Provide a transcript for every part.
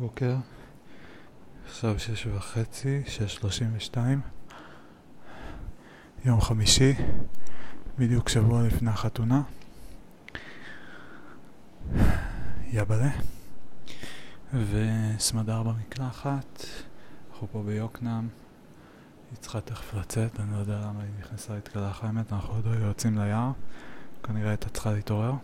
בוקר, עכשיו 6:30, 6:32, יום חמישי, בדיוק שבוע לפני החתונה. יבלה וסמדר במקלחת. אנחנו פה ביוקנעם, היא צריכה תכף לצאת, אני לא יודע למה היא נכנסה להתקלח. האמת, אנחנו עוד לא יוצאים ליער, כנראה הייתה צריכה להתעורר.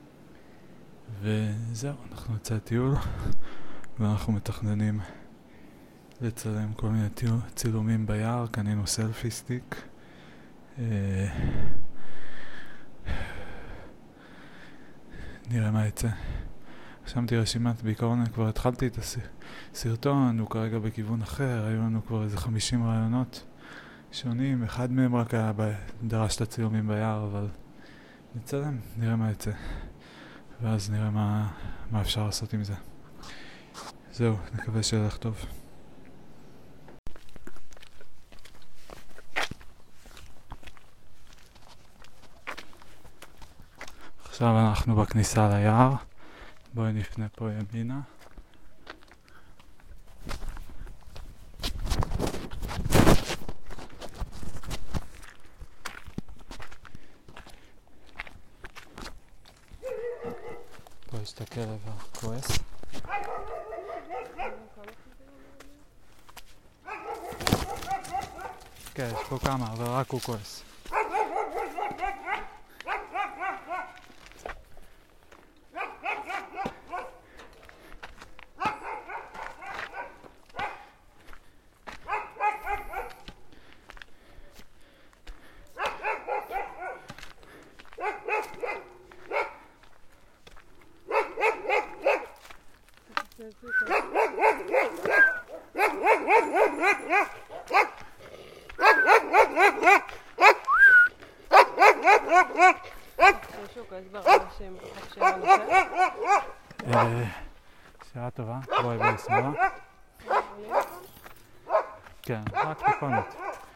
וזהו, אנחנו נצא לטיול ואנחנו מתכננים לצלם כל מיני צילומים ביער. קנינו סלפי סטיק, נראה מה יצא. רשמתי רשימת, בעיקרון כבר התחלתי את הסרטון, הוא כרגע בכיוון אחר, היו לנו כבר איזה 50 רעיונות שונים, אחד מהם רק היה דרש את הצילומים ביער, אבל נצלם, נראה מה יצא, ואז נראה מה אפשר לעשות עם זה. זהו, נקווה שילך טוב. עכשיו אנחנו בכניסה ליער, בואי נפנה פה ימינה. פה יש את הכלב הכועס. כן, יש פה כמה, אבל רק הוא כועס. שאלה טובה, בואי שמאלה. כן, רק טיפונת.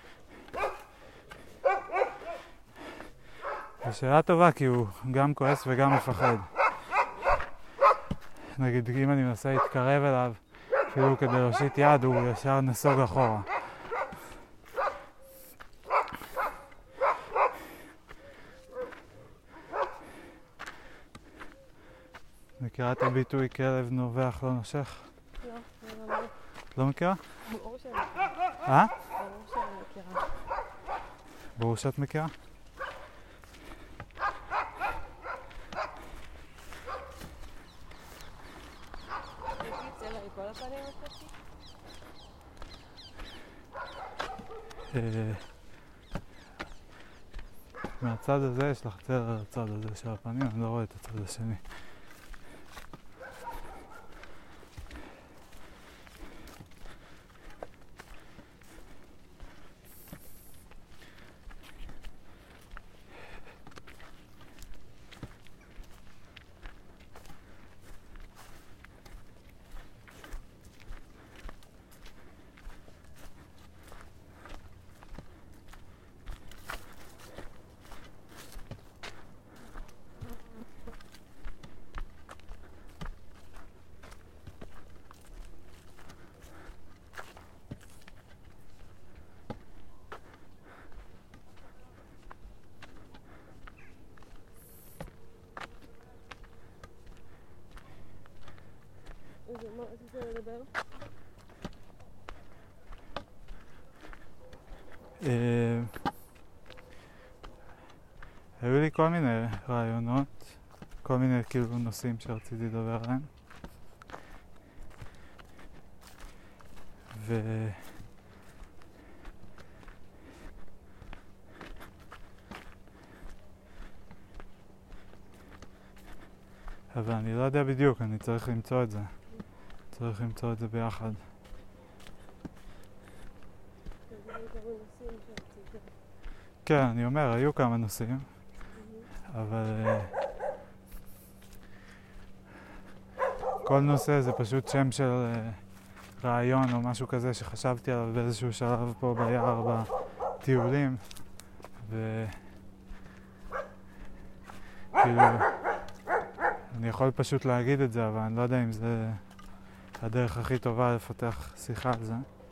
זו שאלה טובה כי הוא גם כועס וגם מפחד. נגיד אם אני מנסה להתקרב אליו כאילו כדי להושיט יד, הוא ישר נסוג אחורה. מכירה את הביטוי כלב נובח לא נושך? לא. לא מכירה? ברור שאני מכירה. ברור שאני מכירה. ברור שאת מכירה? תצא לה כל הפנים החצי? מהצד הזה יש לך צל על הצד הזה של הפנים, אני לא רואה את הצד השני. מה רצית לדבר? היו לי כל מיני רעיונות, כל מיני כאילו נושאים שרציתי לדבר עליהם. אבל אני לא יודע בדיוק, אני צריך למצוא את זה. צריך למצוא את זה ביחד. כן, אני אומר, היו כמה נושאים, אבל כל נושא זה פשוט שם של רעיון או משהו כזה שחשבתי עליו באיזשהו שלב פה ביער בטיולים, וכאילו אני יכול פשוט להגיד את זה, אבל אני לא יודע אם זה הדרך הכי טובה לפתח שיחה על זה.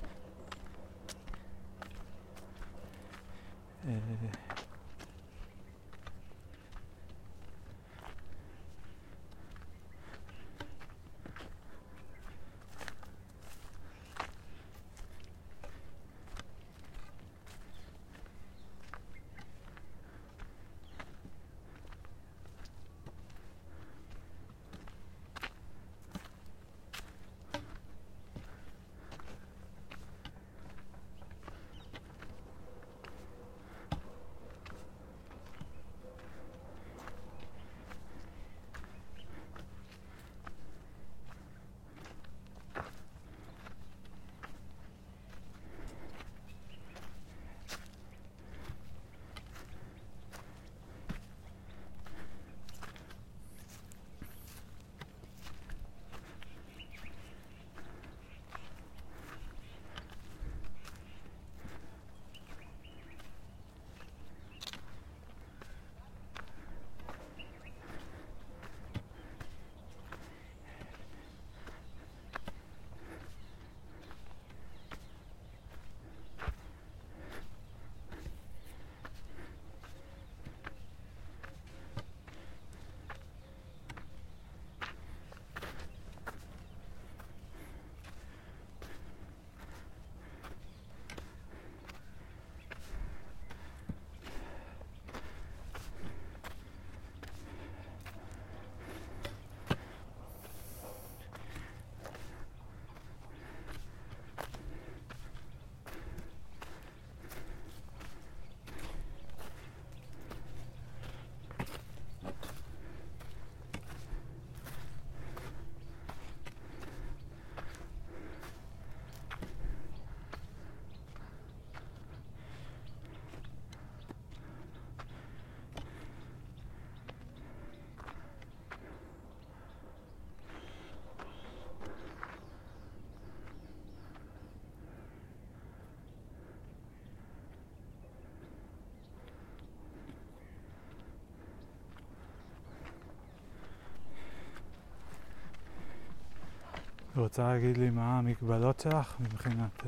רוצה להגיד לי מה המגבלות שלך מבחינת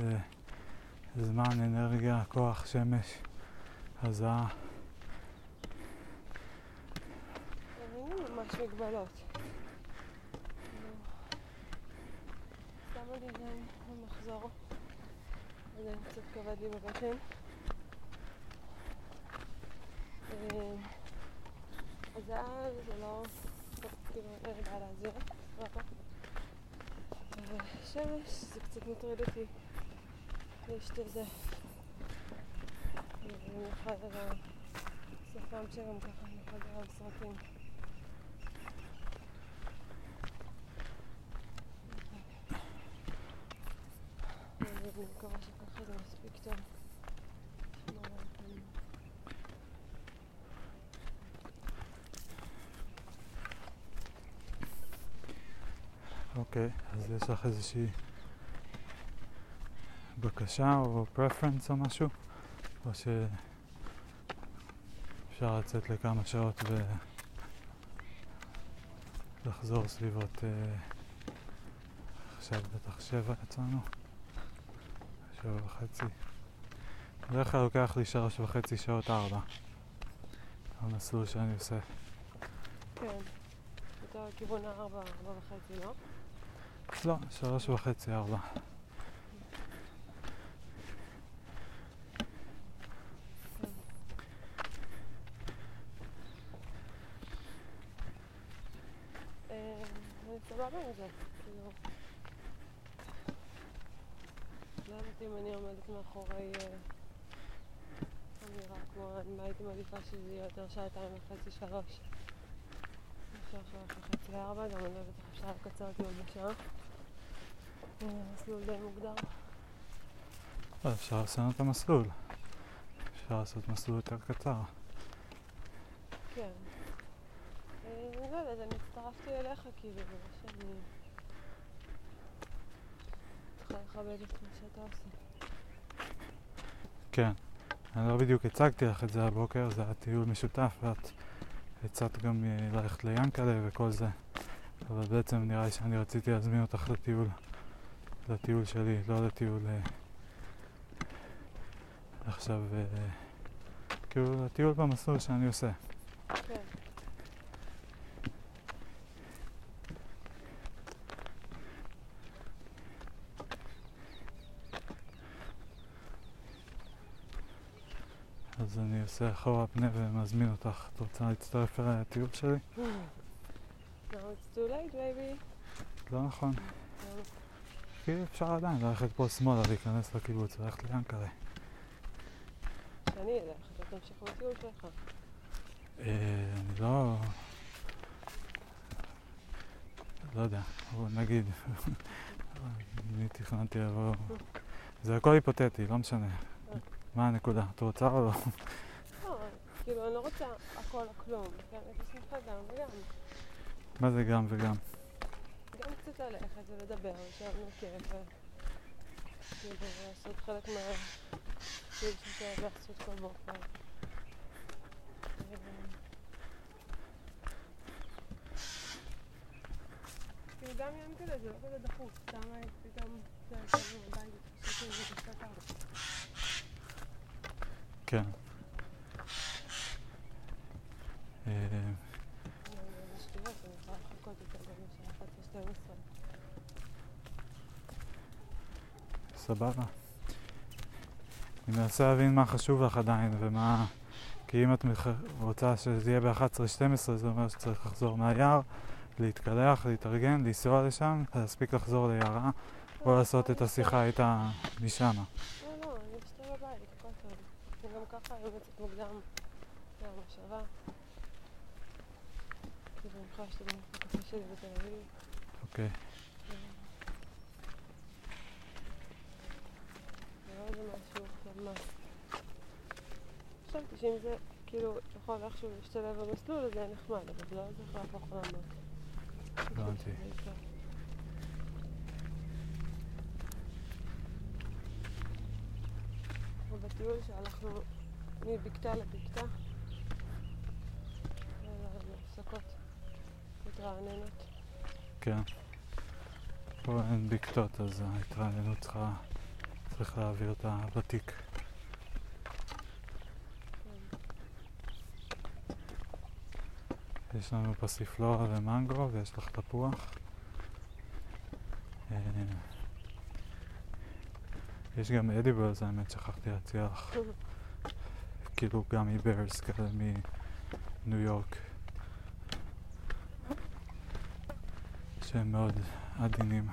זמן, אנרגיה, כוח, שמש, הזעה? אין לי ממש מגבלות. שמה לי גם במחזור. אז אני קצת כבד לי בבטן. הזעה זה לא... כאילו, אין בעיה להזיר. שמש זה קצת מטריד אותי להשתזף. במיוחד על השפם שגם ככה במיוחד על סרטים. אני מקווה שככה זה מספיק טוב. אוקיי, אז יש לך איזושהי בקשה או preference או משהו? או שאפשר לצאת לכמה שעות ולחזור סביבות עכשיו בטח 7 יצאנו 7:30. בדרך כלל לוקח לי 3.5 שעות 4 המסלול שאני עושה. כן, יותר כיוון 4.5, לא? לא, 3.5 4. אני סבבה עם זה, כאילו... לא יודעת אם אני עומדת מאחורי אמירה כמו אני הייתי מעדיפה שזה יהיה יותר 2.5-3. אפשר 3.5-4, גם אני לא יודעת איך אפשר לקצר טיול בשעה. מסלול די מוגדר. אפשר לשנות את המסלול. אפשר לעשות מסלול יותר קצר. כן. אני לא יודעת, אני הצטרפתי אליך כאילו, שאני צריכה לכבד את מה שאתה עושה. כן. אני לא בדיוק הצגתי לך את זה הבוקר, זה היה טיול משותף ואת הצעת גם ללכת ליאנקלה וכל זה. אבל בעצם נראה לי שאני רציתי להזמין אותך לטיול לטיול שלי, לא לטיול עכשיו, כאילו לטיול במסלול שאני עושה. כן. אז אני עושה אחורה פנה ומזמין אותך. את רוצה להצטרף אליי לטיול שלי? Now it's too late, baby. לא נכון. כי אפשר עדיין ללכת פה שמאלה, להיכנס לקיבוץ, ללכת ליענקלה. שאני אלך, אתה תמשיך בטיול שלך. אני לא יודע, אבל נגיד, אני תכננתי לבוא, זה הכל היפותטי, לא משנה. מה הנקודה? את רוצה או לא? לא, כאילו אני לא רוצה הכל או כלום, כן? אני שמחה גם וגם. מה זה גם וגם? גם קצת ללכת ולדבר, לשאול כיף וכאילו לעשות חלק מהטיול שאתה לעשות כל בוקר. כאילו גם יום כזה, זה לא כזה דחוף, סתם פתאום זה כאילו בבית התחשבים ובשת ארץ. כן. זה שטויות, אני יכולה לחכות יותר גם לשעה 1:12. סבבה. אני מנסה להבין מה חשוב לך עדיין ומה... כי אם את רוצה שזה יהיה ב-11:12 זה אומר שצריך לחזור מהיער, להתקלח, להתארגן, לנסוע לשם, להספיק לחזור ליערה או לעשות את השיחה איתה משם. לא, אני אשתה בבית, הכל טוב. אני גם ככה היום יוצאת מוקדם מהמושבה. כאילו אני יכולה לשתות את הקפה שלי בתל אביב. אוקיי. זה לא איזה משהו ממש. חשבתי שאם זה כאילו יכול איכשהו להשתלב במסלול אז זה היה נחמד, אבל זה לא צריך להפוך עולמות. הבנתי. בטיול שהלכנו מבקתה לבקתה להפסקות מתרעננות. כן. פה אין בקתות אז ההתרעננות צריך להעביר את הוותיק. יש לנו פסיפלורה ומנגו ויש לך תפוח. יש גם אדיבלס, האמת שכחתי להציע לך. כאילו גאמי ברס כאלה מניו יורק. שהם מאוד עדינים.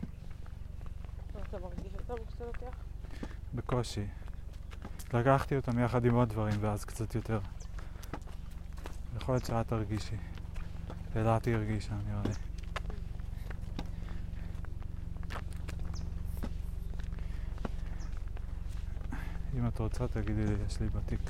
אתה מרגיש אותם כשאתה לוקח? בקושי. לקחתי אותם יחד עם עוד דברים ואז קצת יותר. יכול להיות שאת תרגישי. אלעתי הרגישה, נראה לי. אם את רוצה תגידי לי, יש לי בתיק.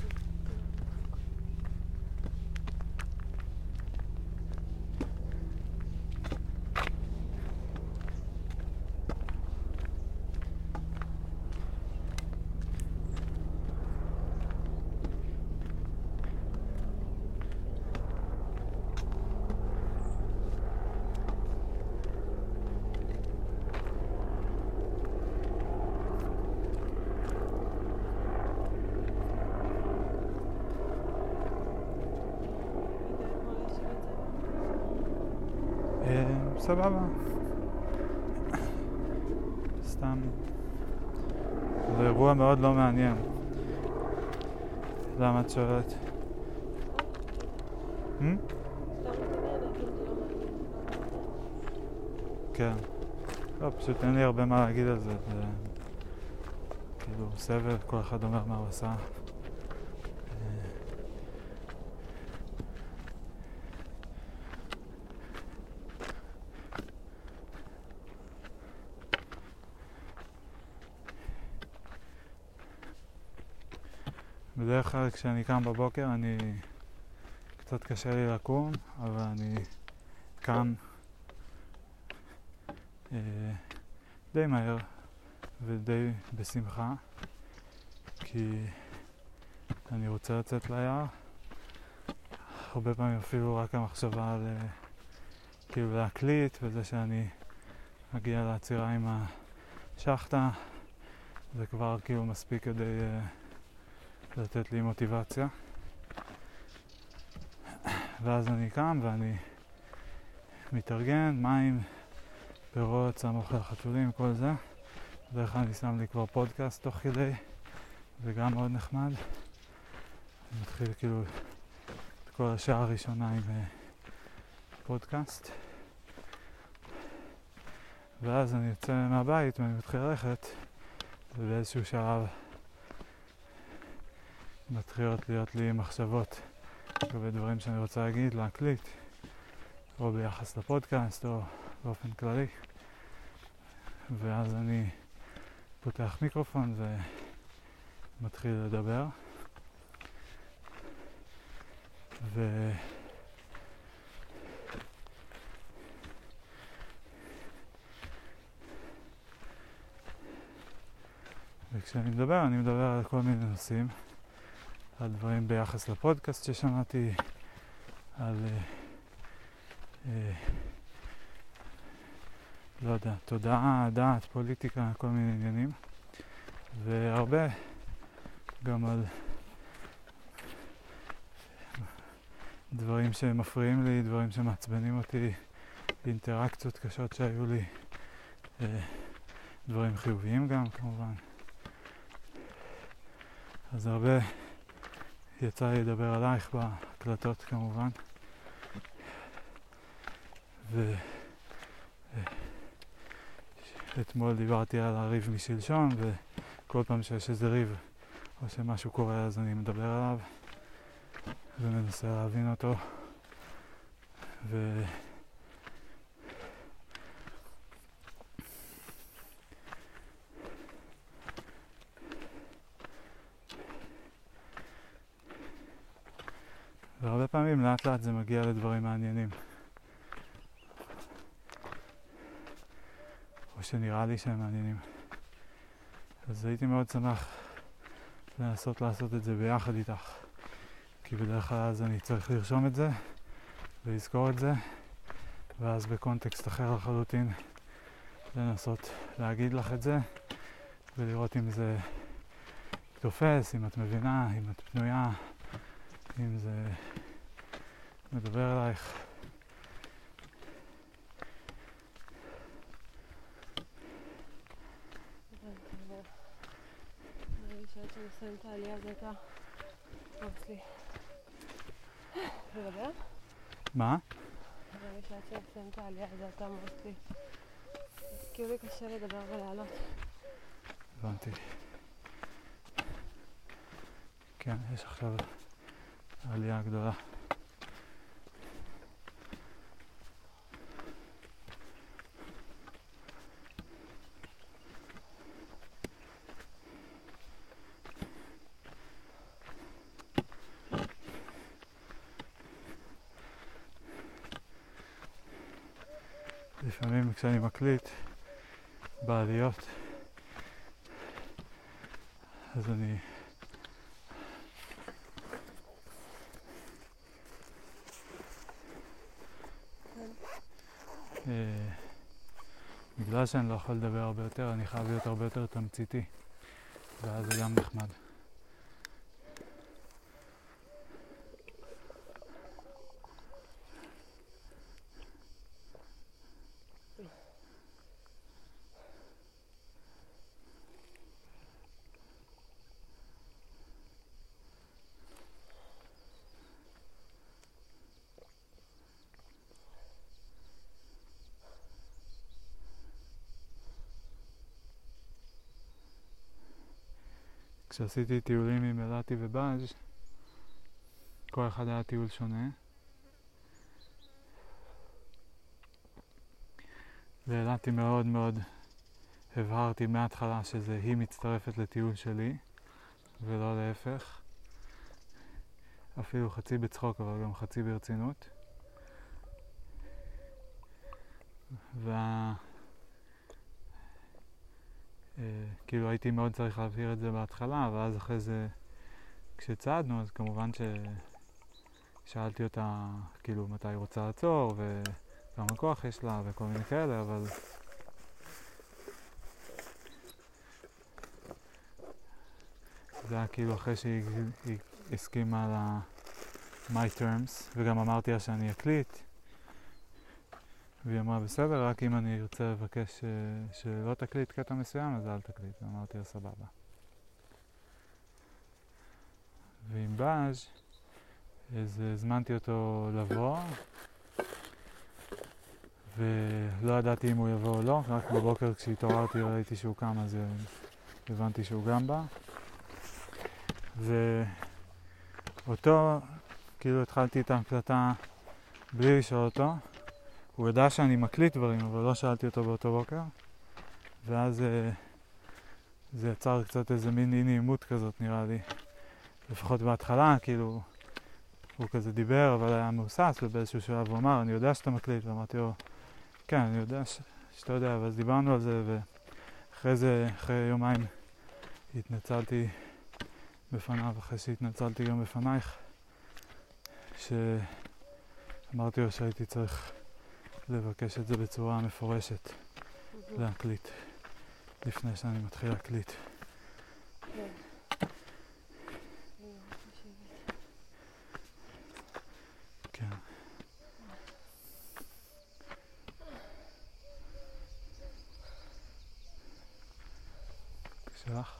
סבבה. סתם. זה אירוע מאוד לא מעניין. למה את שואלת? סתם מתעניינת אם זה לא מעניין. כן. לא, פשוט אין לי הרבה מה להגיד על זה. זה כאילו סבל, כל אחד אומר מה הוא עשה. בדרך כלל כשאני קם בבוקר קצת קשה לי לקום, אבל אני קם די מהר ודי בשמחה, כי אני רוצה לצאת ליער. הרבה פעמים אפילו רק המחשבה על כאילו להקליט וזה שאני מגיע לעצירה עם שחטה, זה כבר כאילו מספיק כדי לתת לי מוטיבציה. ואז אני קם ואני מתארגן, מים, פירות, שם אוכל חתולים, כל זה. בדרך כלל אני שם לי כבר פודקאסט תוך כדי, זה גם מאוד נחמד. אני מתחיל כאילו את כל השעה הראשונה עם פודקאסט. ואז אני יוצא מהבית ואני מתחיל ללכת, ובאיזשהו שלב מתחילות להיות לי מחשבות לגבי דברים שאני רוצה להגיד, להקליט, או ביחס לפודקאסט או באופן כללי. ואז אני פותח מיקרופון ומתחיל לדבר. וכשאני מדבר, אני מדבר על כל מיני נושאים, על דברים ביחס לפודקאסט ששמעתי, על לא יודע, תודעה, דעת, פוליטיקה, כל מיני עניינים, והרבה גם על דברים שמפריעים לי, דברים שמעצבנים אותי, אינטראקציות קשות שהיו לי, דברים חיוביים גם כמובן. אז הרבה יצא לי לדבר עלייך בהקלטות כמובן. אתמול דיברתי על הריב משלשון, וכל פעם שיש איזה ריב או שמשהו קורה אז אני מדבר עליו ומנסה להבין אותו. והרבה פעמים לאט לאט זה מגיע לדברים מעניינים, או שנראה לי שהם מעניינים. אז הייתי מאוד שמח לנסות לעשות את זה ביחד איתך, כי בדרך כלל אז אני צריך לרשום את זה ולזכור את זה, ואז בקונטקסט אחר לחלוטין לנסות להגיד לך את זה ולראות אם זה תופס, אם את מבינה, אם את פנויה, אם זה מדבר אלייך. נראה לי שעד שנסיים את העלייה זה אתה אצלי לדבר? מה? נראה לי שעד שנסיים את העלייה זה אתה אצלי. כאילו לי קשה לדבר ולעלות. הבנתי. כן, יש עכשיו עלייה גדולה. לפעמים כשאני מקליט בעליות אז אני בגלל שאני לא יכול לדבר הרבה יותר, אני חייב להיות הרבה יותר תמציתי, ואז זה גם נחמד. כשעשיתי טיולים עם אלעתי ובאז', כל אחד היה טיול שונה. ואלעתי מאוד מאוד הבהרתי מההתחלה שזה היא מצטרפת לטיול שלי, ולא להפך. אפילו חצי בצחוק, אבל גם חצי ברצינות. כאילו הייתי מאוד צריך להבהיר את זה בהתחלה, ואז אחרי זה כשצעדנו אז כמובן ששאלתי אותה כאילו מתי היא רוצה לעצור וכמה כוח יש לה וכל מיני כאלה, אבל זה היה כאילו אחרי שהיא הסכימה על my terms, וגם אמרתי לה שאני אקליט. והיא אמרה בסדר, רק אם אני ארצה לבקש שלא תקליט קטע מסוים, אז אל תקליט. ואמרתי לה סבבה. ועם באז, אז הזמנתי אותו לבוא, ולא ידעתי אם הוא יבוא או לא, רק בבוקר כשהתעוררתי ראיתי שהוא קם, אז הבנתי שהוא גם בא. ואותו, כאילו התחלתי את ההקלטה בלי לשאול אותו. הוא ידע שאני מקליט דברים, אבל לא שאלתי אותו באותו בוקר. ואז זה יצר קצת איזה מין אי נעימות כזאת, נראה לי. לפחות בהתחלה, כאילו, הוא כזה דיבר, אבל היה מהוסס, ובאיזשהו שלב הוא אמר, אני יודע שאתה מקליט, ואמרתי לו, כן, אני יודע שאתה יודע, ואז דיברנו על זה, ואחרי זה, אחרי יומיים, התנצלתי בפניו, אחרי שהתנצלתי גם בפנייך, שאמרתי לו שהייתי צריך לבקש את זה בצורה מפורשת, להקליט, לפני שאני מתחיל להקליט. כן. שלך?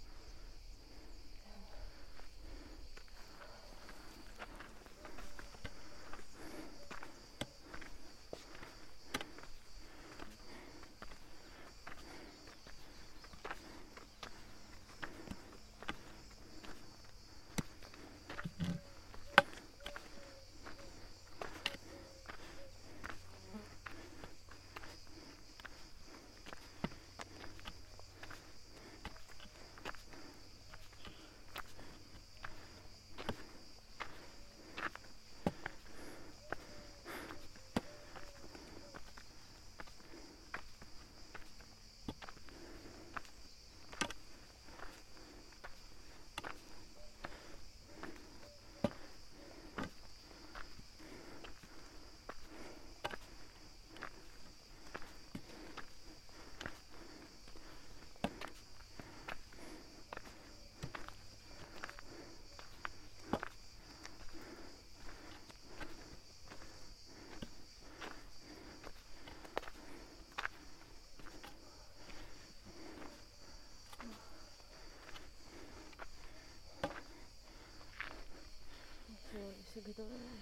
גדול עליי.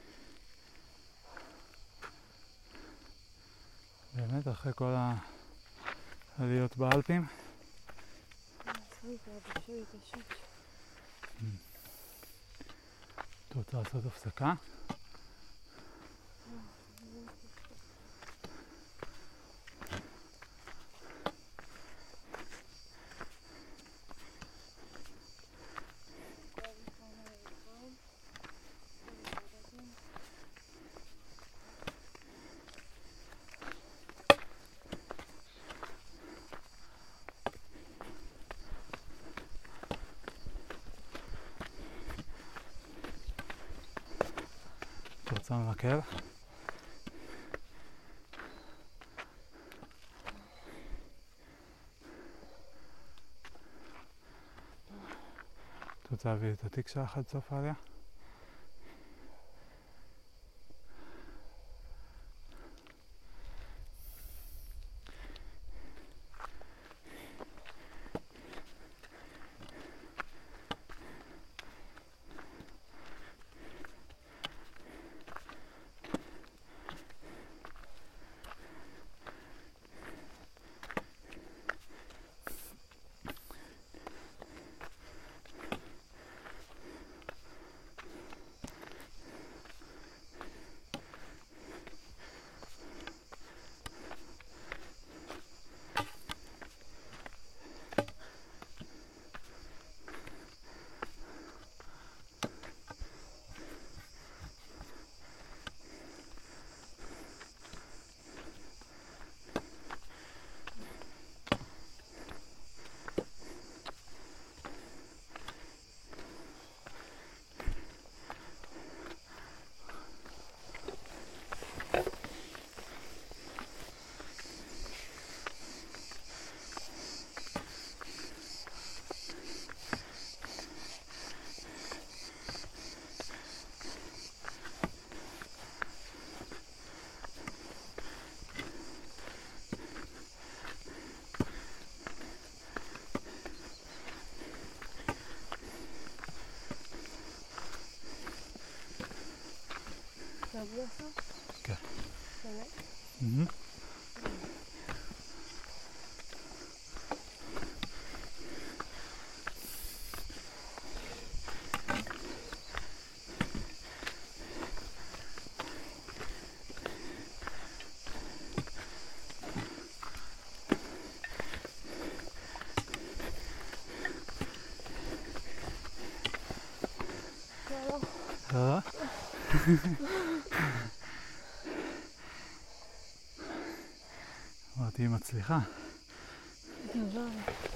באמת, אחרי כל העליות באלפים? אתה רוצה לעשות הפסקה? אתה רוצה למקל? אתה רוצה להביא את התיק שלך עד סוף העלייה? בסוף? כן. באמת? לא, לא. לא? אמרתי, היא מצליחה. גבר.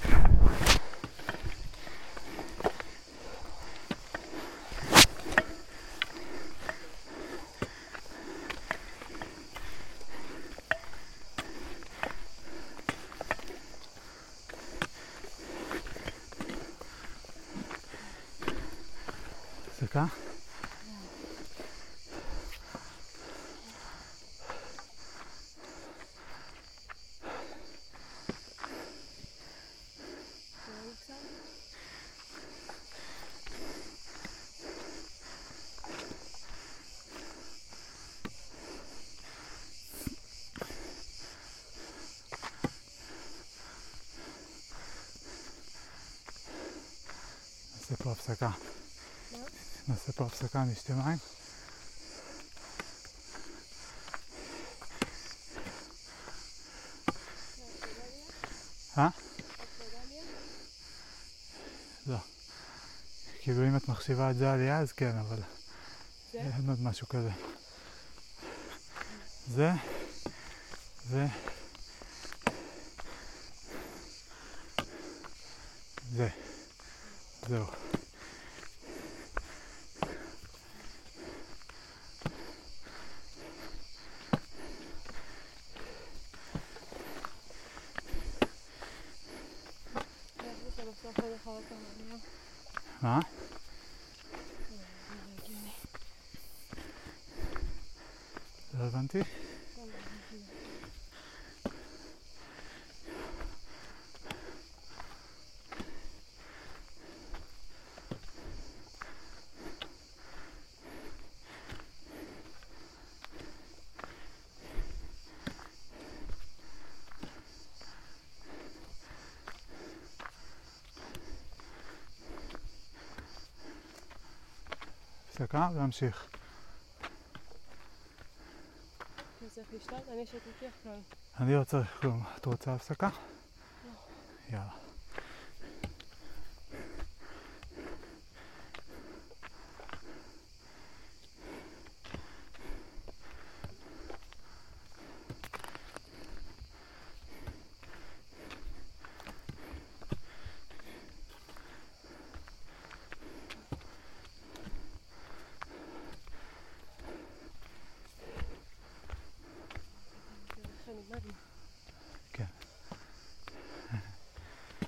הפסקה? רואים קצת? נעשה פה הפסקה. מה? נעשה פה הפסקה, נשתה מים. אה? לא. כאילו אם את מחשיבה את זה עלייה אז כן, אבל זה? אין עוד משהו כזה. זה, זה, זה, זהו. איך זה שבסוף עוד יכול אותם עלייה? מה? זה הגיוני. לא הבנתי? לא הגיוני. הפסקה ולהמשיך. אני צריך לשתות? אני שתיתי עכשיו. אני לא צריך כלום. את רוצה הפסקה? לא. יאללה. זה לכן עם מים. כן.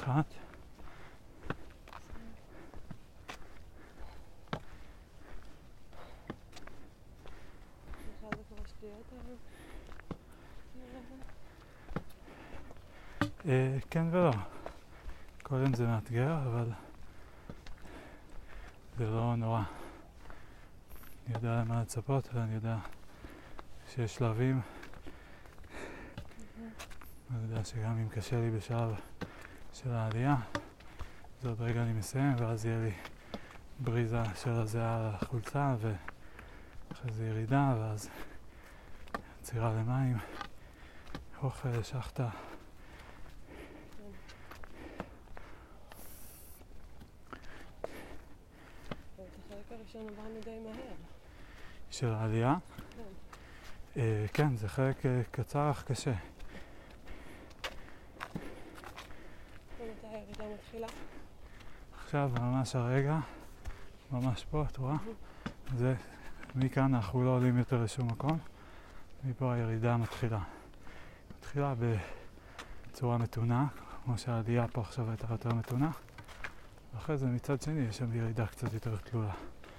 אחת. בכלל זה כבר שטויות, אבל... כן ולא. קודם זה מאתגר, אבל זה לא נורא. אני יודע למה לצפות, ואני יודע שיש שלבים. אני יודע שגם אם קשה לי בשלב של העלייה, אז עוד רגע אני מסיים, ואז יהיה לי בריזה של הזיעה על החולצה, ואחרי זה ירידה, ואז עצירה למים, אוכל, שחטה. את החלק הראשון עברנו די מהר. של העלייה? כן. כן, זה חלק קצר אך קשה. ומתי הירידה מתחילה? עכשיו, ממש הרגע, ממש פה, את רואה? זה, מכאן אנחנו לא עולים יותר לשום מקום. מפה הירידה מתחילה. מתחילה בצורה מתונה, כמו שהעלייה פה עכשיו הייתה יותר מתונה. ואחרי זה מצד שני יש שם ירידה קצת יותר תלולה.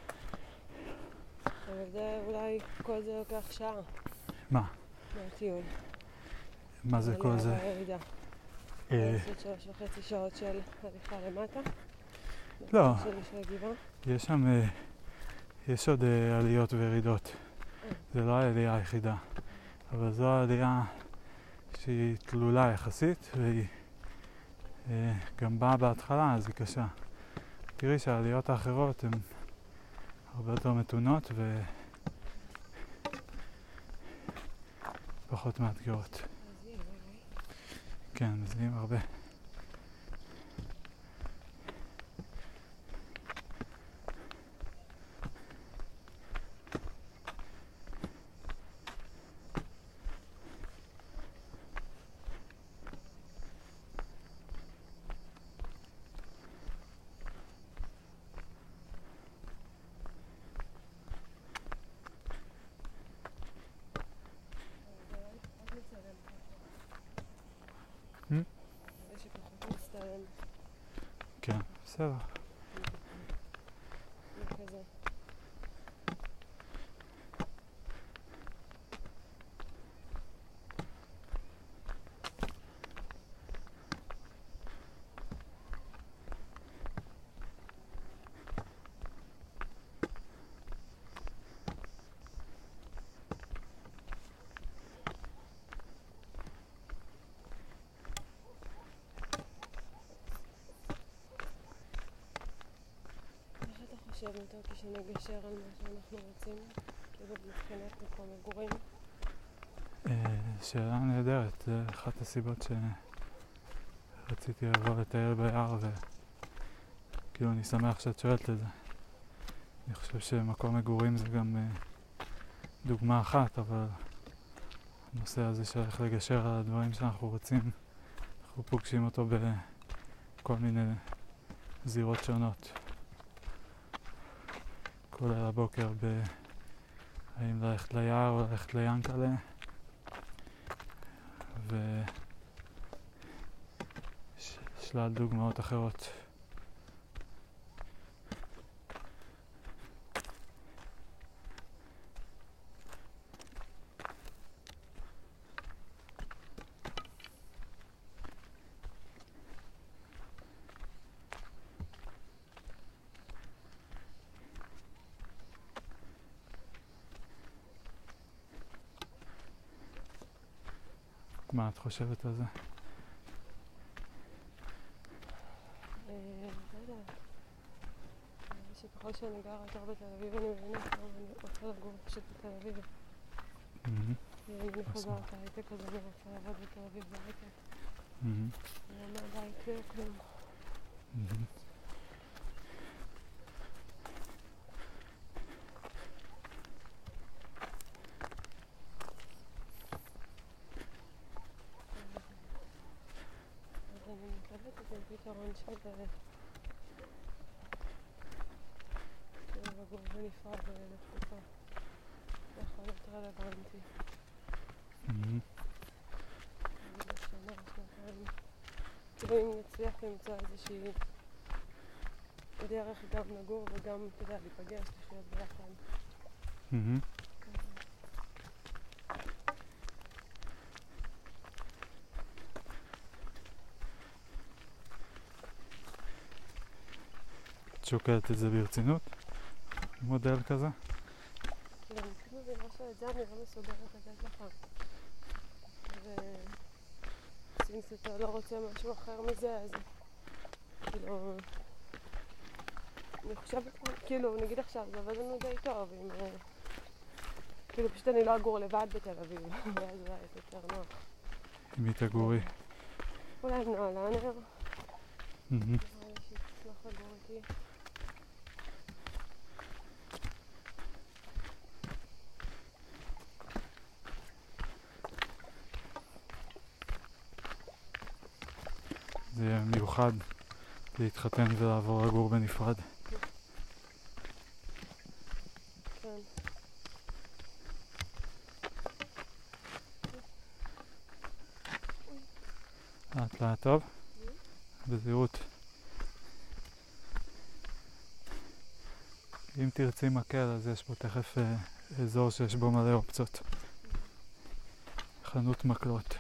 אבל זה אולי כל זה לוקח שעה. מה? מהטיול. מה זה כל זה? הירידה. לעשות 3.5 שעות של הליכה למטה. לא. של הגבעה. יש שם, יש עוד עליות וירידות. זה לא העלייה היחידה. אבל זו העלייה שהיא תלולה יחסית, והיא גם באה בהתחלה, אז היא קשה. תראי שהעליות האחרות הן הרבה יותר מתונות ופחות מאתגרות. כן, מזיעים הרבה. כן, בסדר. כזה. חושב יותר כשנגשר על מה שאנחנו רוצים, כאילו מבחינת מקום מגורים? שאלה נהדרת, זה אחת הסיבות שרציתי לבוא לטייל ביער, וכאילו אני שמח שאת שואלת את זה. אני חושב שמקום מגורים זה גם דוגמה אחת, אבל הנושא הזה של איך לגשר על הדברים שאנחנו רוצים, אנחנו פוגשים אותו בכל מיני זירות שונות. כולל הבוקר האם ללכת ליער או ללכת ליענקלה, ושלל דוגמאות אחרות. מה את חושבת על זה? לא יודעת. שככל שאני גרה יותר בתל אביב אני מבינה כמה אני רוצה לגור פשוט בתל אביב. אם אני חוזרת להייטק אז אני רוצה לעבוד בתל אביב בהייטק. מהבית לא כלום. אני מתלבטת עם פתרון של כאילו לגור בנפרד לתקופה. זה יכול להיות רלוונטי. בשנה, שנתיים. כאילו אם נצליח למצוא איזושהי דרך גם לגור וגם, אתה יודע, להיפגש, לחיות ביחד. את שוקלת את זה ברצינות? מודל כזה? גם כאילו זה משהו, את זה אני לא מסוגלת לתת לך. וסינס אתה לא רוצה משהו אחר מזה, אז כאילו... אני חושבת, כאילו, נגיד עכשיו, זה עובד לנו די טוב, עם... כאילו, פשוט אני לא אגור לבד בתל אביב, ואז זה יותר נוח. עם מי תגורי? אולי עם נועה לאנר. נראה לי שהיא תשמח לגור איתי. זה יהיה מיוחד להתחתן ולעבור לגור בנפרד. כן. לאט לאט טוב? בזהירות. אם תרצי מקל, אז יש פה תכף אזור שיש בו מלא אופציות. חנות מקלות.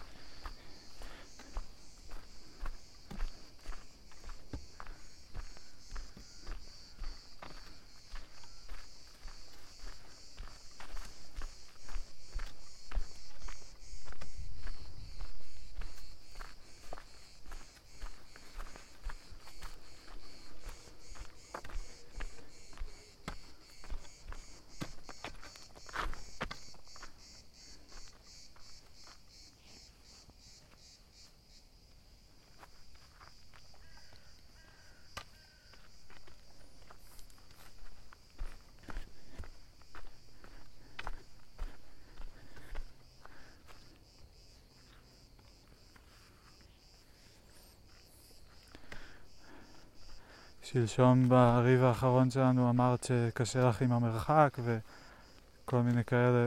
שלשום בריב האחרון שלנו אמרת שקשה לך עם המרחק וכל מיני כאלה.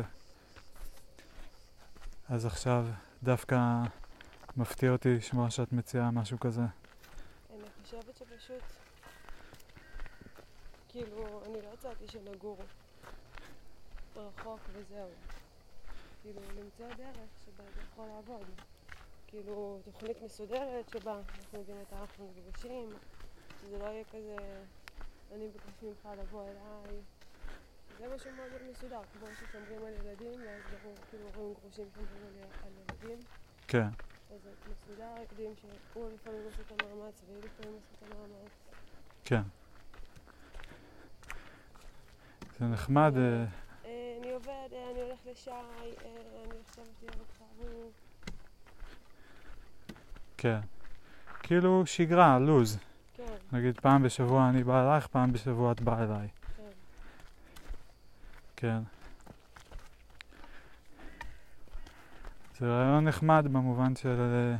אז עכשיו דווקא מפתיע אותי לשמוע שאת מציעה משהו כזה. אני חושבת שפשוט, כאילו, אני לא הצעתי שנגור רחוק וזהו. כאילו, למצוא דרך שבה זה יכול לעבוד. כאילו, תוכנית מסודרת שבה אנחנו יודעים את אנחנו נפגשים. שזה לא יהיה כזה, אני בקש ממך לבוא אליי. זה משהו מאוד מסודר, כמו ששומרים על ילדים, ואז ברור, כאילו רואים גרושים שומרים על ילדים. כן. אז זה מסודר, יודעים שהוא לפעמים עושה את המאמץ, והיא לפעמים עושה את המאמץ. כן. זה נחמד. אני עובד, אני הולך לשי, אני עכשיו תהיה אותך, הוא... כן. כאילו שגרה, לוז. כן. נגיד פעם בשבוע אני בא אלייך, פעם בשבוע את באה אליי. כן. כן. זה רעיון נחמד במובן של...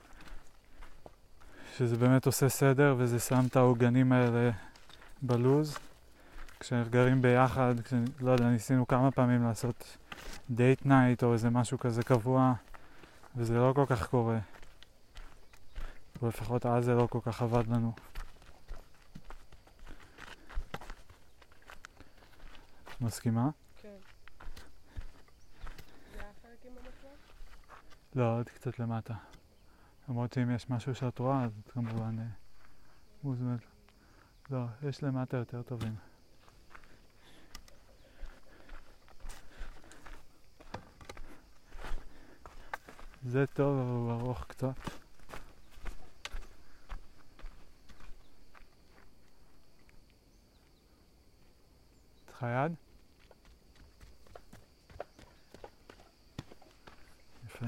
שזה באמת עושה סדר וזה שם את העוגנים האלה בלוז. כשגרים ביחד, לא יודע, ניסינו כמה פעמים לעשות דייט נייט או איזה משהו כזה קבוע, וזה לא כל כך קורה. או לפחות אז זה לא כל כך עבד לנו. מסכימה? כן. זה היה חלק עם המקלט? לא, עוד קצת למטה. למרות שאם יש משהו שאת רואה, אז את כמובן מוזמנת. לא, יש למטה יותר טובים. זה טוב, אבל הוא ארוך קצת. צריכה יד? יפה.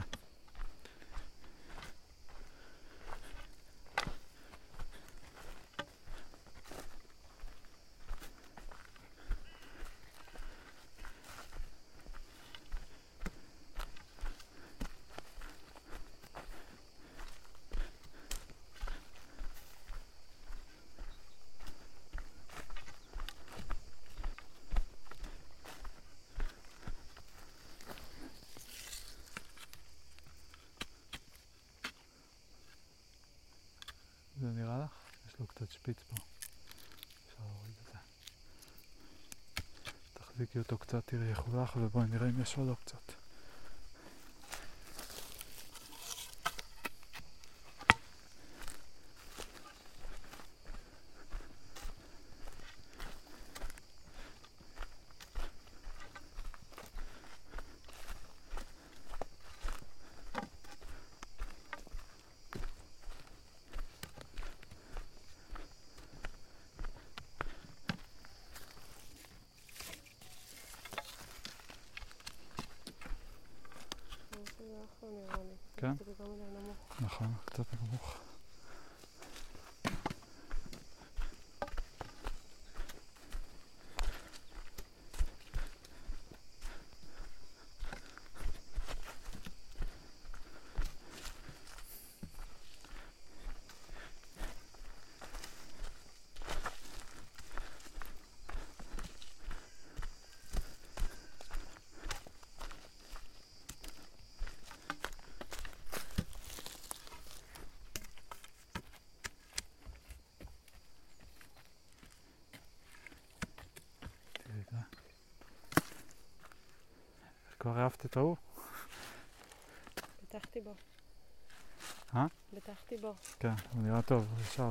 קצת שפיץ פה. אפשר להוריד את זה. תחזיקי אותו קצת, תראי איך הוא לך, ובואי נראה אם יש עוד אופציות. זה נראה לי. כן? זה גם מדי נמוך. נכון, קצת נמוך. כבר אהבת את ההוא? בטחתי בו. אה? בטחתי בו. כן, הוא נראה טוב, הוא ישר.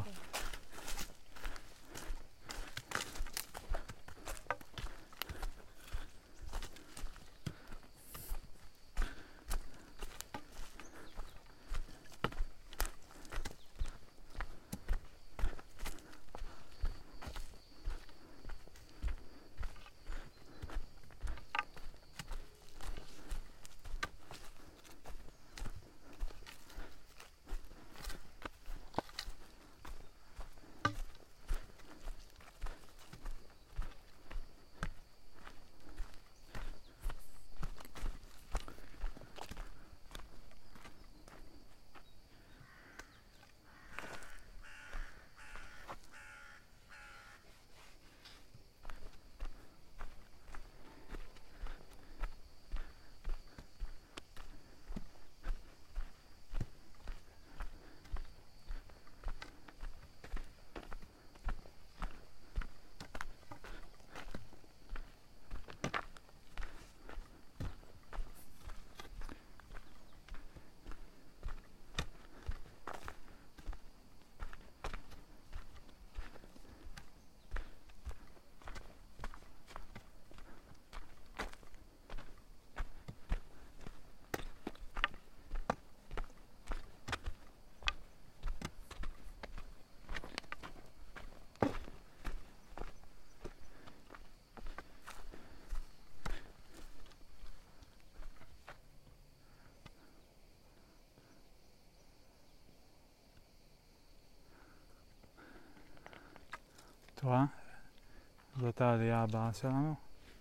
את רואה? זאת העלייה הבאה שלנו?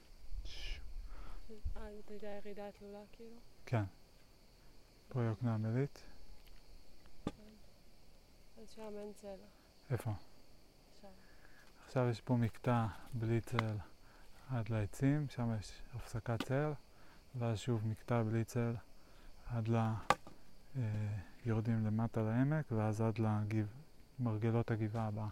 זאת הייתה ירידה תלולה כאילו? כן. פה יוקנעם עילית. אז שם אין צל. איפה? שם. עכשיו יש פה מקטע בלי צל עד לעצים, שם יש הפסקת צל, ואז שוב מקטע בלי צל עד יורדים למטה לעמק, ואז עד מרגלות הגבעה הבאה.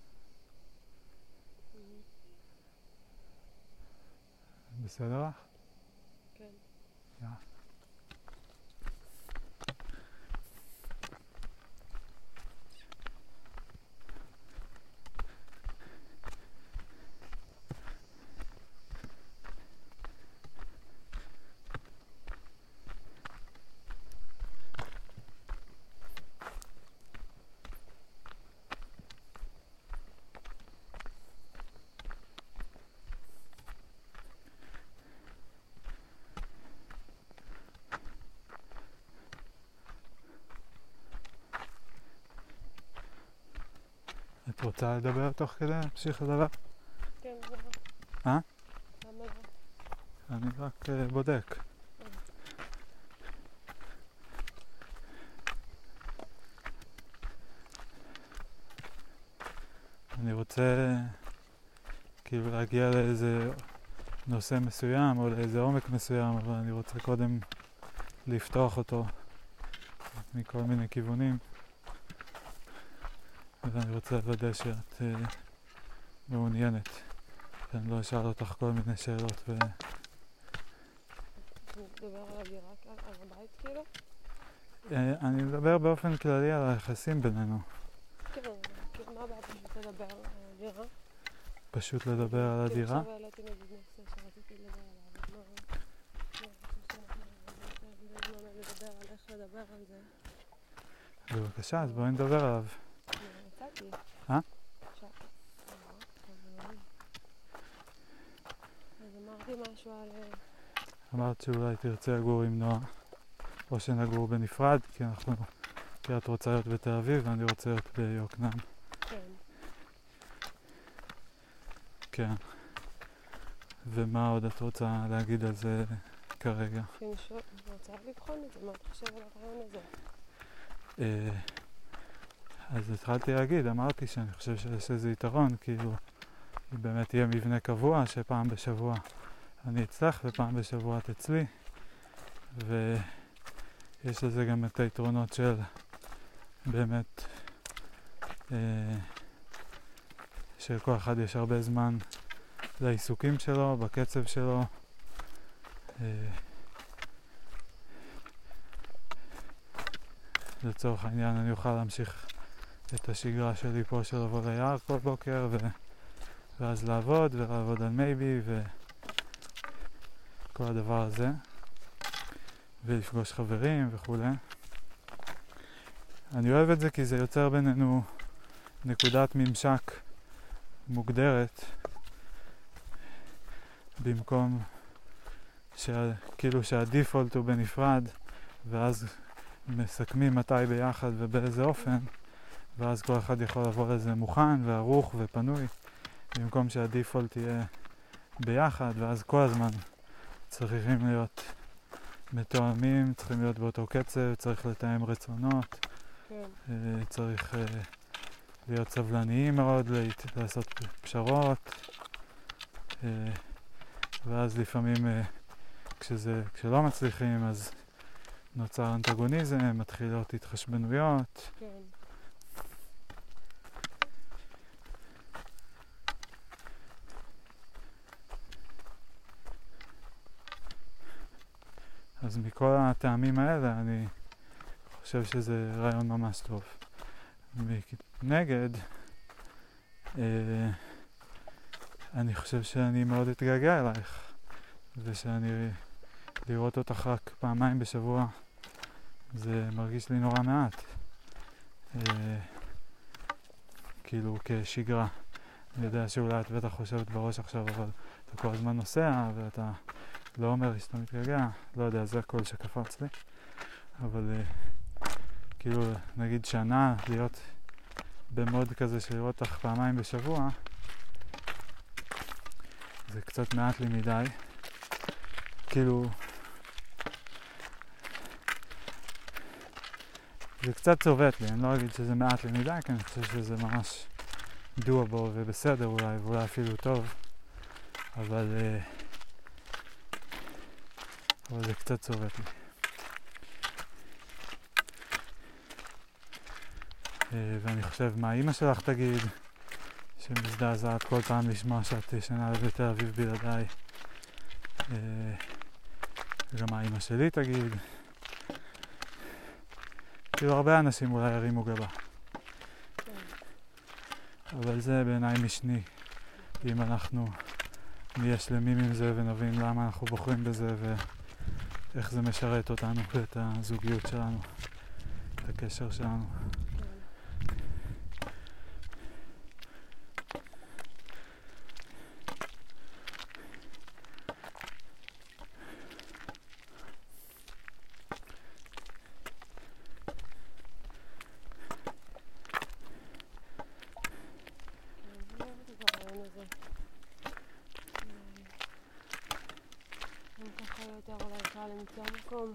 בסדר לך? כן. יאללה. את רוצה לדבר תוך כדי? נמשיך לדבר? כן, זה רע. אה? למה רע? אני רק בודק. אני רוצה כאילו להגיע לאיזה נושא מסוים או לאיזה עומק מסוים, אבל אני רוצה קודם לפתוח אותו מכל מיני כיוונים. ואני רוצה לוודא שאת מעוניינת. שאני לא אשאל אותך כל מיני שאלות ו... מדבר על הדירה, על הבית כאילו? אני מדבר באופן כללי על היחסים בינינו. כן, כאילו מה הבעיה פשוט לדבר על הדירה? פשוט לדבר על הדירה? עכשיו העליתי נגיד נושא שרציתי לדבר עליו, מה... לדבר על איך לדבר על זה. בבקשה, אז בואי נדבר עליו. יצאתי. אז אמרתי משהו על... אמרת שאולי תרצה לגור עם נועה, או שנגור בנפרד, כי את רוצה להיות בתל אביב ואני רוצה להיות ביוקנעם. כן. כן. ומה עוד את רוצה להגיד על זה כרגע? אני רוצה לבחון את זה, מה אתה חושב על הרעיון הזה? אז התחלתי להגיד, אמרתי שאני חושב שיש איזה יתרון, כאילו, אם באמת יהיה מבנה קבוע, שפעם בשבוע אני אצלך ופעם בשבוע את אצלי, ויש לזה גם את היתרונות של באמת שלכל אחד יש הרבה זמן לעיסוקים שלו, בקצב שלו, לצורך העניין אני אוכל להמשיך את השגרה שלי פה של לבוא ליער כל בוקר ואז לעבוד ולעבוד על מייבי וכל הדבר הזה ולפגוש חברים וכו'. אני אוהב את זה כי זה יוצר בינינו נקודת ממשק מוגדרת במקום כאילו שהדיפולט הוא בנפרד ואז מסכמים מתי ביחד ובאיזה אופן ואז כל אחד יכול לבוא לזה מוכן וערוך ופנוי במקום שהדיפולט יהיה ביחד ואז כל הזמן צריכים להיות מתואמים, צריכים להיות באותו קצב, צריך לתאם רצונות, צריך להיות סבלניים מאוד, לעשות פשרות ואז לפעמים כשלא מצליחים אז נוצר אנטגוניזם, מתחילות התחשבנויות. כן. אז מכל הטעמים האלה אני חושב שזה רעיון ממש טוב. נגד, אני חושב שאני מאוד אתגעגע אלייך ושאני לראות אותך רק פעמיים בשבוע זה מרגיש לי נורא מעט, כאילו כשגרה. אני יודע שאולי את בטח חושבת בראש עכשיו אבל אתה כל הזמן נוסע ואתה לא אומר לי שאתה מתגעגע, לא יודע, זה הכל שקפץ לי, אבל כאילו נגיד שנה להיות במוד כזה של לראות אותך פעמיים בשבוע זה קצת מעט לי מדי, כאילו זה קצת צובט לי, אני לא אגיד שזה מעט לי מדי כי אני חושב שזה ממש דואבו ובסדר אולי ואולי אפילו טוב, אבל זה קצת צובט לי. ואני חושב מה אמא שלך תגיד, שמזדעזעת כל פעם לשמוע שאת ישנה בתל אביב בלעדיי. וגם מה אמא שלי תגיד. כאילו הרבה אנשים אולי ירימו גבה. אבל זה בעיניי משני. אם אנחנו נהיה שלמים עם זה ונבין למה אנחנו בוחרים בזה ואיך זה משרת אותנו ואת הזוגיות שלנו, את הקשר שלנו. יותר אולי קל למצוא מקום.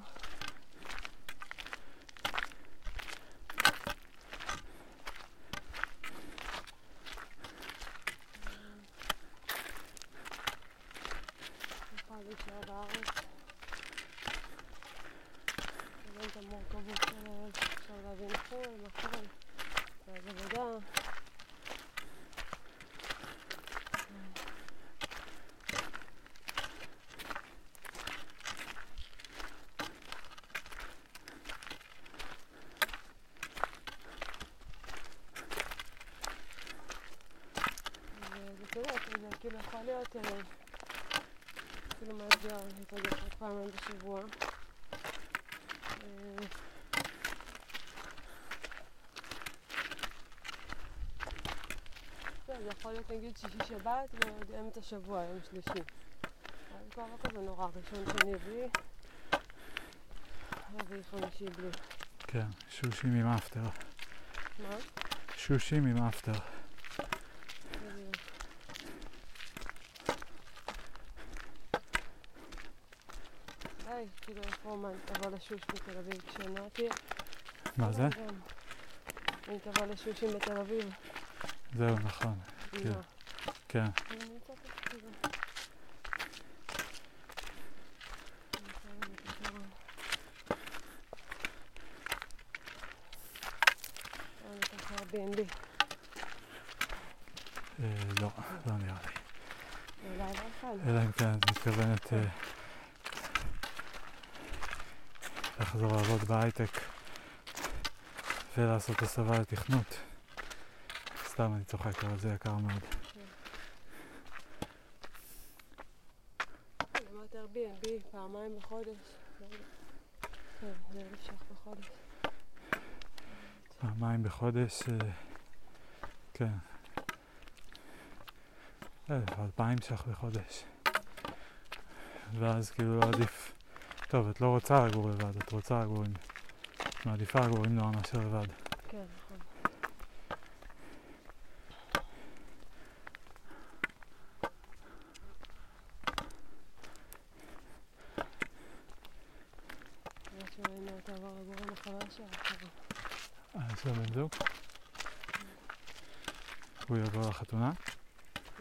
נוכל להישאר בארץ. להבין את המורכבות של עכשיו להבין חול, מה חול, ואז עבודה. להישאר להתרגש פעמיים בשבוע. זה יכול להיות נגיד שישי שבת ואמצע שבוע, יום שלישי. אבל כבר לא כזה נורא, ראשון שני בלי, רביעי חמישי בלי. כן, שושים עם אפטר. מה? שושים עם אפטר. היי, כאילו איפה תבוא לשוש בתל אביב כשנעתי? מה זה? אני תבוא לשושים בתל אביב. זהו, נכון. כן. אני נמצא פה כאילו. אני ככה B&B. לא, לא נראה לי. אולי לא אחד. אלא אם כן את מתכוונת לחזור לעבוד בהייטק ולעשות הסבה לתכנות. סתם אני צוחק, אבל זה יקר מאוד. למדת B&B פעמיים בחודש. כן, זה 1,000 ש"ח בחודש. פעמיים בחודש, כן. 2,000 ש"ח בחודש. ואז כאילו לא עדיף. טוב, את לא רוצה לגור לבד, את רוצה לגור עם... מעדיפה לגור עם נוער מאשר לבד. כן, נכון. אני חושבת שאולי תעבור לגור עם החבר שלה. יש לו בן זוג? הוא יבוא לחתונה? לא.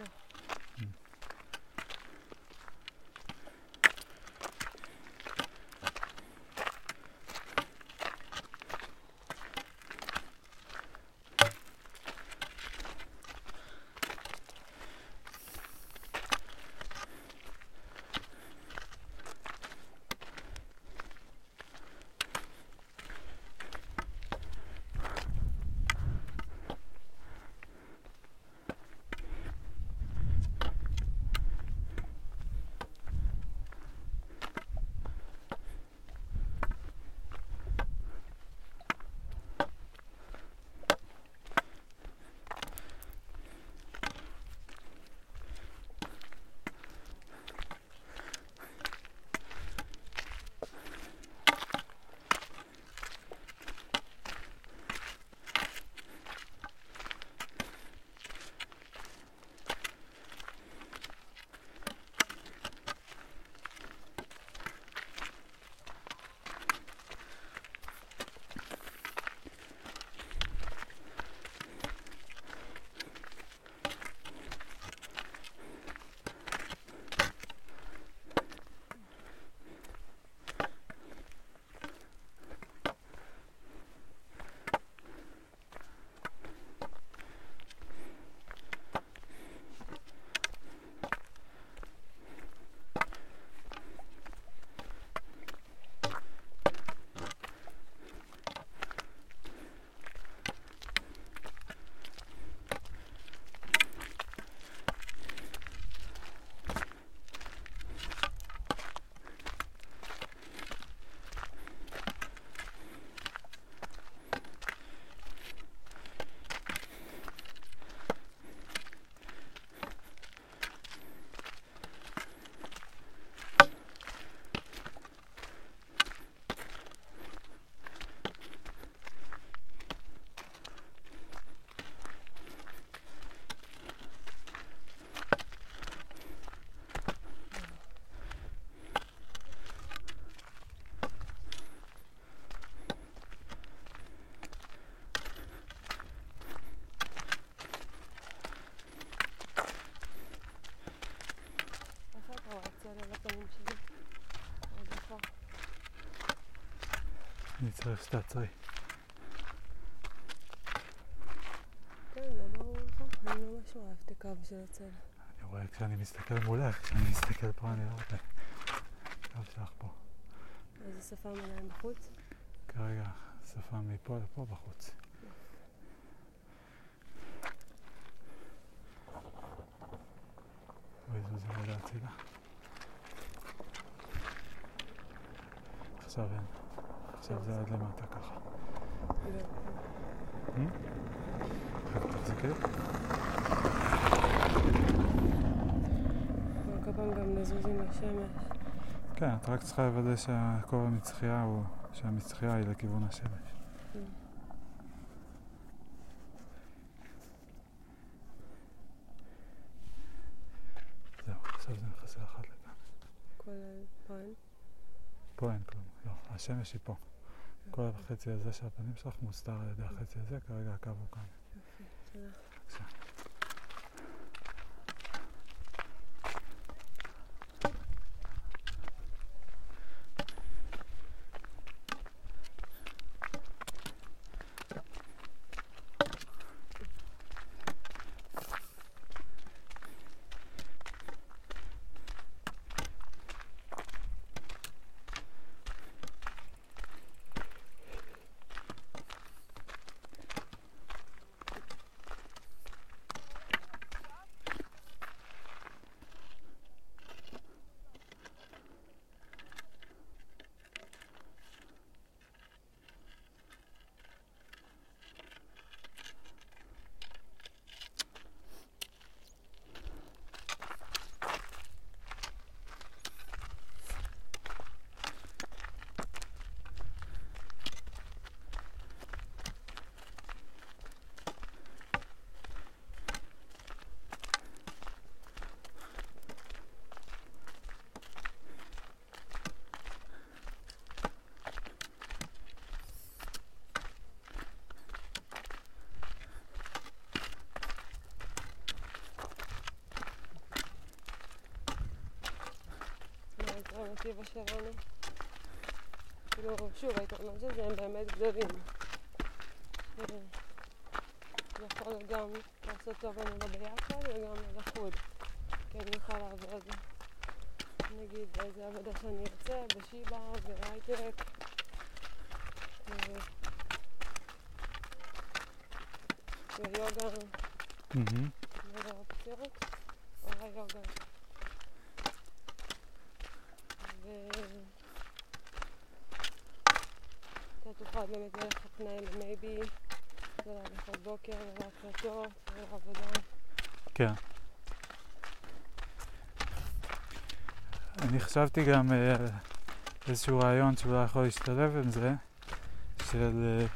אני צריך שתעצרי. כן, זה ברור לך. אני ממש רואה את הקו של הצל. אני רואה כשאני מסתכל מולך, כשאני מסתכל פה אני לא רואה. הקו שלך פה. איזה שפה מנהל בחוץ? כרגע שפה מפה לפה בחוץ. ואיזו זה רגע הצידה. עכשיו אין. עכשיו זה עד למטה ככה. רק תחזיקי. כל פעם גם נזוז עם השמש. כן, את רק צריכה לוודא שהכובע מצחייה הוא... שהמצחייה היא לכיוון השמש. זהו, עכשיו זה מכסה אחת לכאן. כל פה אין? פה אין כלום, לא, השמש היא פה. כל החצי הזה של הפנים שלך מוסתר על ידי החצי הזה, כרגע הקו הוא כאן. יופי, תודה. בבקשה. האלטרנטיבה שלנו. כאילו, שוב, היתרונות של זה הם באמת גדולים. זה יכול גם לעשות טוב לנו ביחד וגם לחוד. כי אני יכולה לעבוד, נגיד, איזה עבודה שאני ארצה, בשיבה, בהייטק. ביוגה, איזה אופציות, אולי יוגה. אתה תוכל באמת ללכת פנאי למייבי, ללכת בוקר, להקלטות, לעבודה. כן. אני חשבתי גם איזשהו רעיון שאולי יכול להשתלב עם זה, של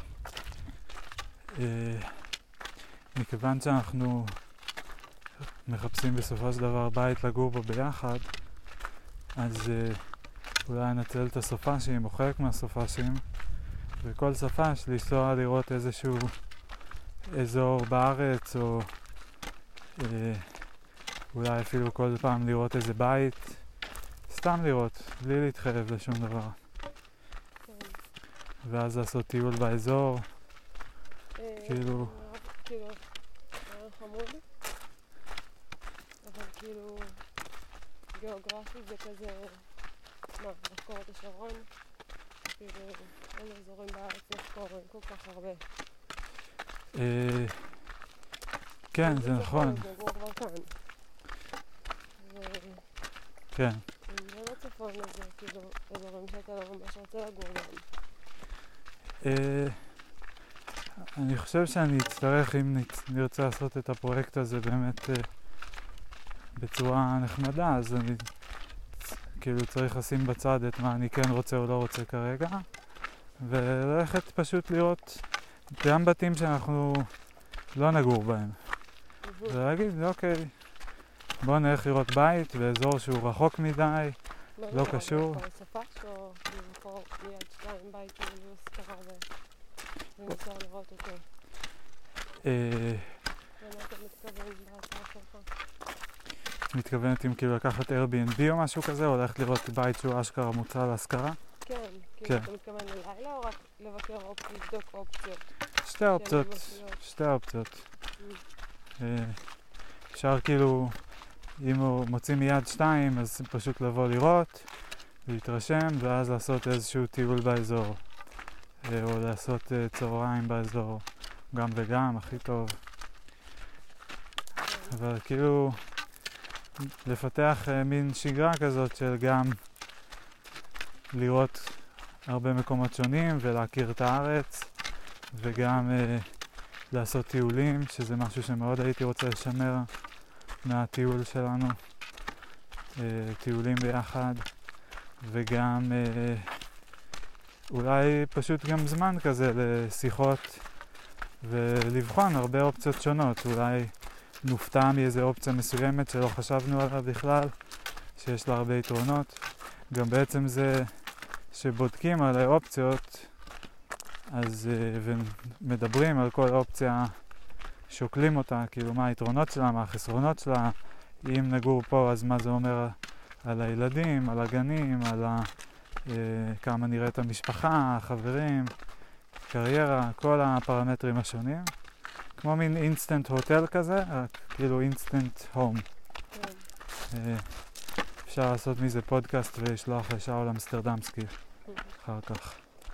מכיוון שאנחנו מחפשים בסופו של דבר בית לגור בו ביחד, אז אולי נצל את הסופשים או חלק מהסופשים, וכל סופש לנסוע לראות איזשהו אזור בארץ, או אולי אפילו כל פעם לראות איזה בית, סתם לראות, בלי להתחייב לשום דבר. ואז לעשות טיול באזור, כאילו... כאילו, היה חמוד, אבל כאילו, גיאוגרפית זה כזה, לחקור את השרון, כאילו, איזה אזורים בארץ לחקור, אין כל כך הרבה. כן, זה נכון. זה גור כבר כאן. כן. אם זה לא צפון, אז זה כאילו אזורים שאתה לא ממש רוצה לגור בהם. אני חושב שאני אצטרך, אם נרצה לעשות את הפרויקט הזה באמת בצורה נחמדה, אז אני כאילו צריך לשים בצד את מה אני כן רוצה או לא רוצה כרגע, וללכת פשוט לראות גם בתים שאנחנו לא נגור בהם. ולהגיד, אוקיי, בוא נלך לראות בית באזור שהוא רחוק מדי, לא קשור. אבל סופש או לבחור ליד 2 בית כאילו סקרה וניסוע לראות אותו? למה אתה מתכוון בהצעה שלך? מתכוונת אם כאילו לקחת Airbnb או משהו כזה, או ללכת לראות בית שהוא אשכרה מוצא להשכרה? כן, כאילו אתה מתכוון ללילה או רק לבקר לבדוק אופציות? שתי אופציות. אפשר כאילו, אם הוא מוציא מיד 2, אז פשוט לבוא לראות, להתרשם, ואז לעשות איזשהו טיול באזור. או לעשות צהריים באזור, גם וגם, הכי טוב. אבל כאילו, לפתח מין שגרה כזאת של גם לראות הרבה מקומות שונים ולהכיר את הארץ וגם לעשות טיולים, שזה משהו שמאוד הייתי רוצה לשמר מהטיול שלנו, טיולים ביחד, וגם אולי פשוט גם זמן כזה לשיחות ולבחון הרבה אופציות שונות. אולי נופתע מאיזה אופציה מסוימת שלא חשבנו עליה בכלל, שיש לה הרבה יתרונות. גם בעצם זה שבודקים על האופציות אז ומדברים על כל אופציה, שוקלים אותה, כאילו מה היתרונות שלה, מה החסרונות שלה, אם נגור פה אז מה זה אומר על הילדים, על הגנים, על כמה נראית המשפחה, החברים, קריירה, כל הפרמטרים השונים. כמו מין אינסטנט הוטל כזה, רק כאילו אינסטנט הום. אפשר לעשות מזה פודקאסט ולשלוח לשאול אמסטרדמסקי אחר כך.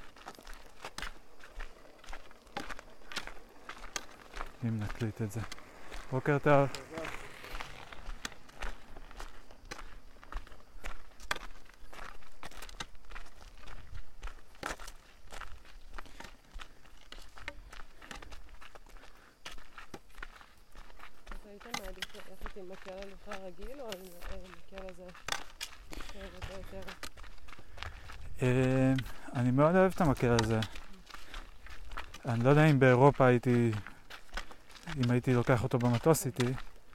אם נקליט את זה. בוקר טוב. אתה היית מעדיף ללכת עם מקל הליכה רגיל או עם מקל הזה? יותר. אני מאוד אוהב את המקל הזה. אני לא יודע אם באירופה אם הייתי לוקח אותו במטוס איתי,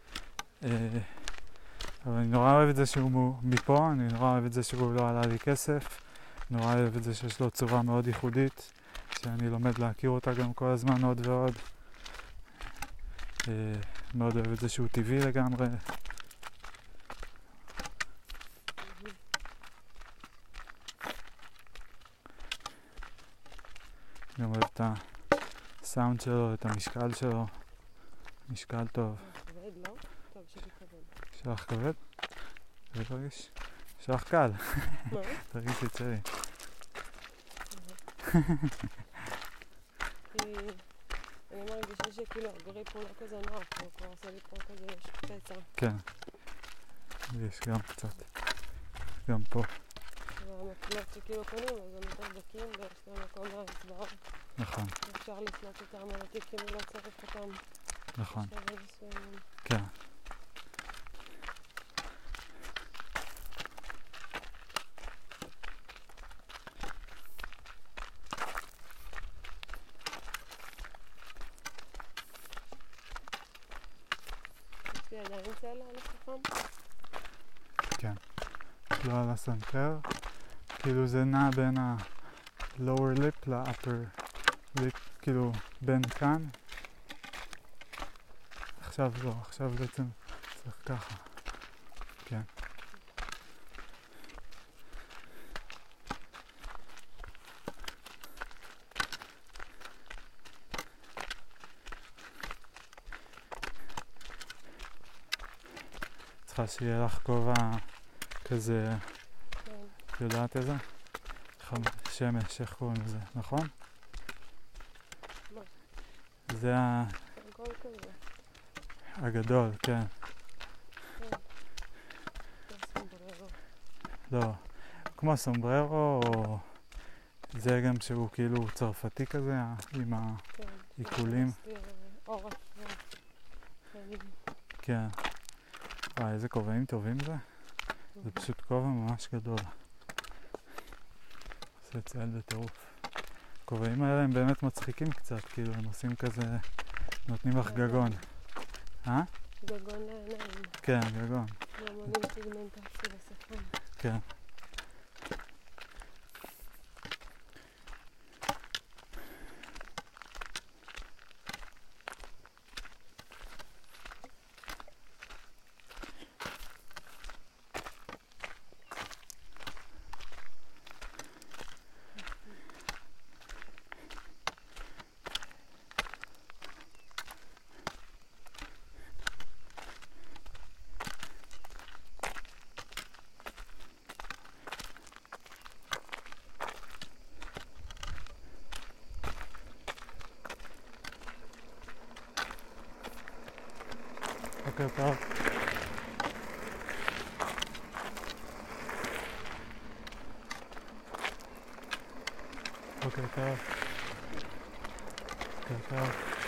אבל אני נורא אוהב את זה שהוא מפה, אני נורא אוהב את זה שהוא לא עלה לי כסף, נורא אוהב את זה שיש לו צורה מאוד ייחודית, שאני לומד להכיר אותה גם כל הזמן עוד ועוד. מאוד אוהב את זה שהוא טבעי לגמרי. גם אוהב את הסאונד שלו, את המשקל שלו. משקל טוב. כבד, לא? טוב, שלי כבד. שלך כבד? זה תרגיש? שלך קל. מה? תרגיש יצרי. כי אני מרגישה שכאילו הגריפ הוא לא כזה נוח, הוא כבר עושה לי פה כזה, יש פצע. כן. יש גם קצת. גם פה. והמקלות שכאילו קונים, אז הם יותר דקים ויש להם מקום לאצבעות. נכון. אפשר לסלוט אותם על התיקים ולא צריך אותם. נכון. בשלבים מסוימים. כן. יש לי עדיין צלע על השולחן? כן. לא על הסנטר. כאילו זה נע בין ה-lower lip ל-upper lip, כאילו בין כאן. עכשיו לא, עכשיו בעצם צריך ככה. כן. צריכה שיהיה לך כובע כזה, כן. יודעת איזה? שמש, איך קוראים לזה, נכון? מה? זה סרגול כזה. הגדול, כן. כן. זה סומבררו. לא, כמו סומבררו, או זה גם שהוא כאילו צרפתי כזה, עם כן. העיקולים. מסתיר אורף וחיים. כן. וואי, איזה כובעים טובים זה. זה פשוט כובע ממש גדול. זה צייל בטירוף. הכובעים האלה הם באמת מצחיקים קצת, כאילו הם עושים כזה, נותנים לך גגון. גגון לעיניים. כן, גגון. ממונים פיגמנטציה בשפון. כן. בוקר טוב. בוקר טוב. בוקר טוב.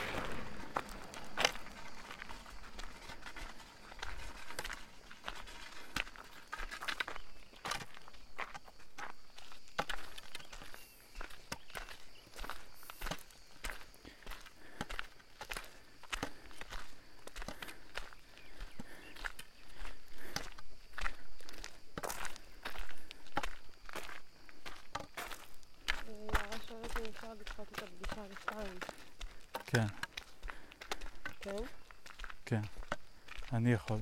יערה שואלת אם אפשר לדחות את הפגישה לשתיים. כן, כן? כן. אני יכול.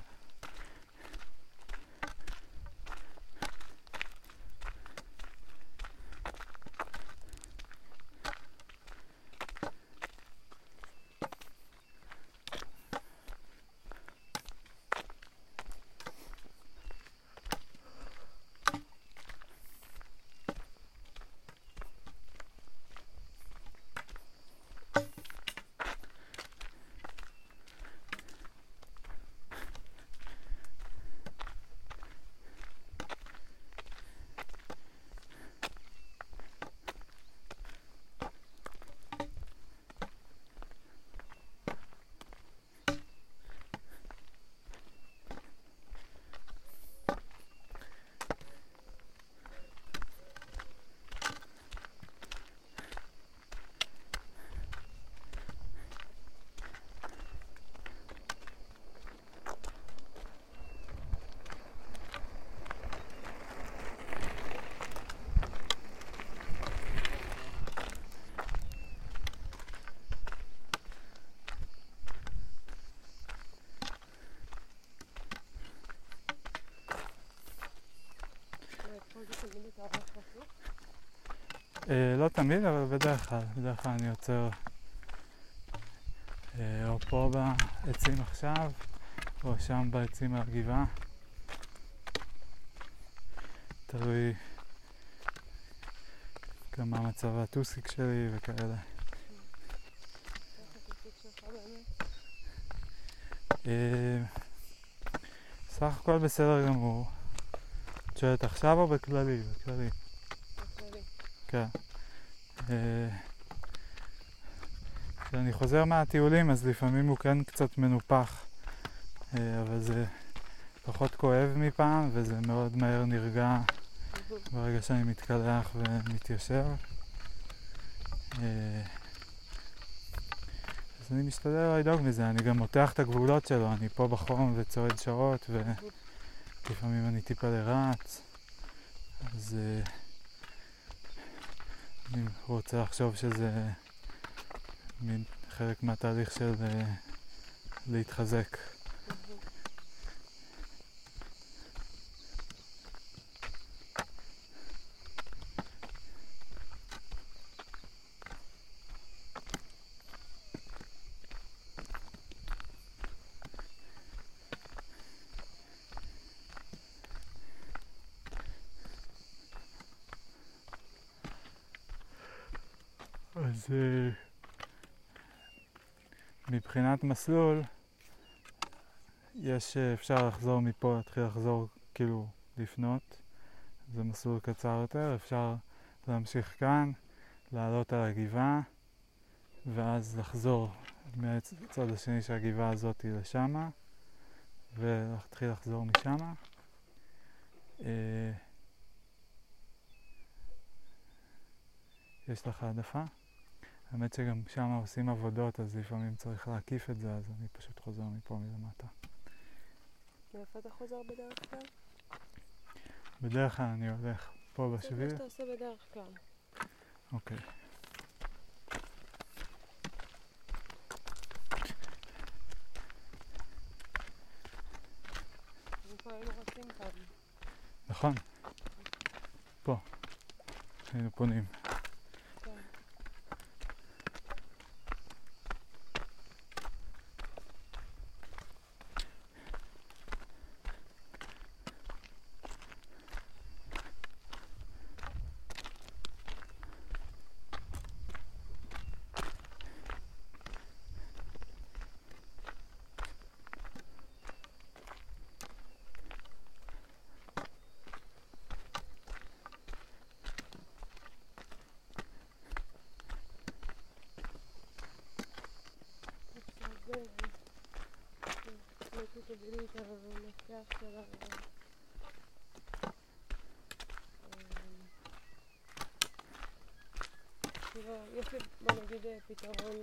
כל זה תמיד את הערך רצוף? לא תמיד, אבל בדרך כלל אני יוצר או פה בעצים עכשיו, או שם בעצים מהגבעה. תלוי גם מה מצב הטוסיק שלי וכאלה. איך הטוסיק שלך באמת? סך הכל בסדר גמור. את שואלת עכשיו או בכללי? בכללי. בכללי. כן. כשאני חוזר מהטיולים אז לפעמים הוא כן קצת מנופח, אבל זה פחות כואב מפעם וזה מאוד מהר נרגע ברגע שאני מתקלח ומתיישב. אז אני משתדל לדאוג מזה, אני גם מותח את הגבולות שלו, אני פה בחום וצועד שעות ולפעמים אני טיפה לרץ, אז אני רוצה לחשוב שזה מין חלק מהתהליך של להתחזק. אז מבחינת מסלול אפשר לחזור מפה, להתחיל לחזור כאילו לפנות, זה מסלול קצר יותר, אפשר להמשיך כאן, לעלות על הגבעה ואז לחזור מהצד השני של הגבעה הזאת לשמה ולהתחיל לחזור משמה. יש לך העדפה? האמת שגם שם עושים עבודות, אז לפעמים צריך להקיף את זה, אז אני פשוט חוזר מפה מלמטה. מאיפה אתה חוזר בדרך כלל? בדרך כלל אני הולך פה בשביל. זה מה שאתה עושה בדרך כלל. אוקיי. פה היינו רצים פעם. נכון. פה. היינו פונים. כן. תביא לי את המפתח של יש לי, בוא נגיד, פתרון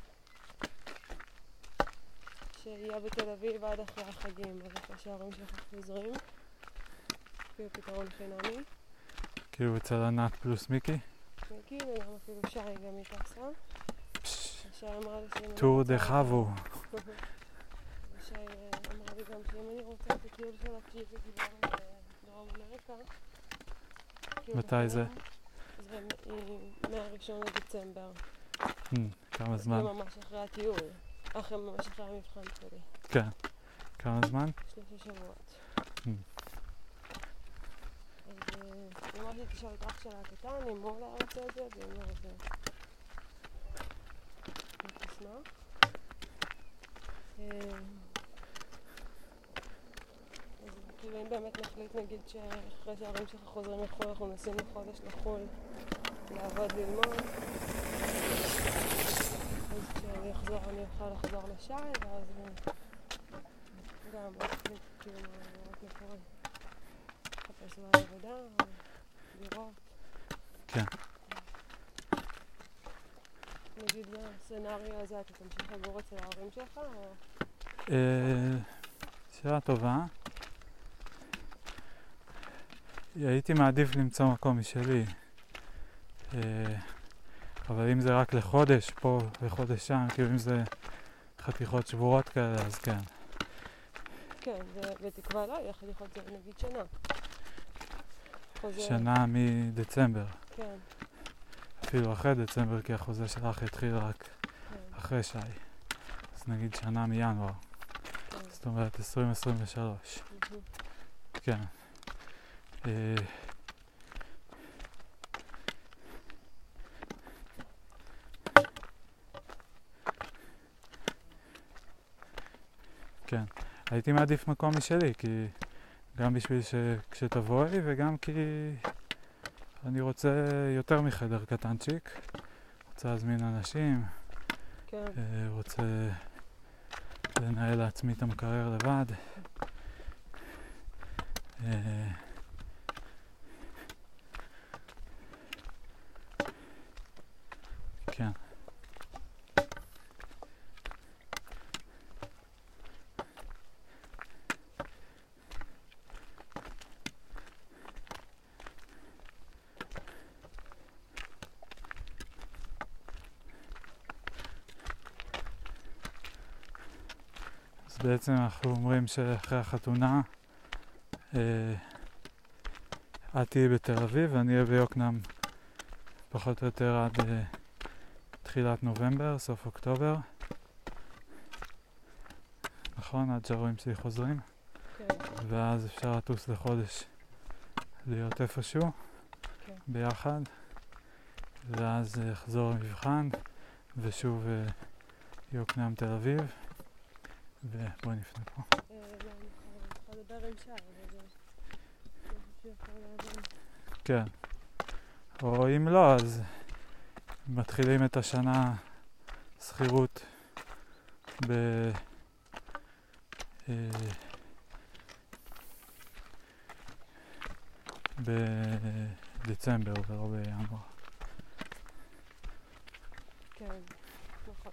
שיהיה בתל אביב עד אחרי החגים, אז אחרי שההורים שלך חוזרים. כאילו פתרון חינמי. כאילו אצל ענת פלוס מיקי? מיקי, וגם אפילו שי גם היא טסה. שי אמרה לי שאם טור דה חבו. שי אמרה לי גם שאם אני רוצה את הטיול של הפשיטי כבר בדרום אמריקה. מתי זה? זה מה-1 לדצמבר. כמה זמן? זה ממש אחרי הטיול. ממש אחרי המבחן שלי. כן. כמה זמן? 3 שבועות. אז היא אמרה שתשאל את אח שלה הקטן, אם הוא לא רוצה את זה, ואם לא רוצה. אני תשמח. אז כאילו אם באמת נחליט נגיד שאחרי שההורים שלך חוזרים לחול, אנחנו נשים לחודש לחול לעבוד ללמוד. אז כשאני אחזור אני אוכל לחזור לשי, ואז גם נחליט כאילו רק לקורא. לחפש לו עבודה, לראות. כן. נגיד בסצנריו הזה אתה תמשיך לגור אצל ההורים שלך או? שאלה טובה. הייתי מעדיף למצוא מקום משלי. אבל אם זה רק לחודש פה וחודש שם, כאילו אם זה חתיכות שבורות כאלה, אז כן. כן, בתקווה לא, יהיה חתיכות זה נגיד שנה. שנה מדצמבר. כן. אפילו אחרי דצמבר, כי החוזה שלך התחיל רק אחרי שי. אז נגיד שנה מינואר. זאת אומרת 2023. כן. כן. הייתי מעדיף מקום משלי, כי גם בשביל שכשתבואי וגם כי אני רוצה יותר מחדר קטנצ'יק. רוצה להזמין אנשים. כן. רוצה לנהל לעצמי את המקרר לבד. כן. אז בעצם אנחנו אומרים שאחרי החתונה את תהיי בתל אביב ואני אהיה ביוקנעם פחות או יותר עד תחילת נובמבר, סוף אוקטובר. נכון? עד שההורים שלי חוזרים. כן. ואז אפשר לטוס לחודש להיות איפשהו ביחד. ואז אחזור למבחן ושוב יוקנעם תל אביב. ובואי נפנה פה. אני יכולה לדבר עם שי, אבל זה שיכול להבין. כן. או אם לא, אז מתחילים את השנה שכירות בדצמבר ולא בינואר. כן, נכון.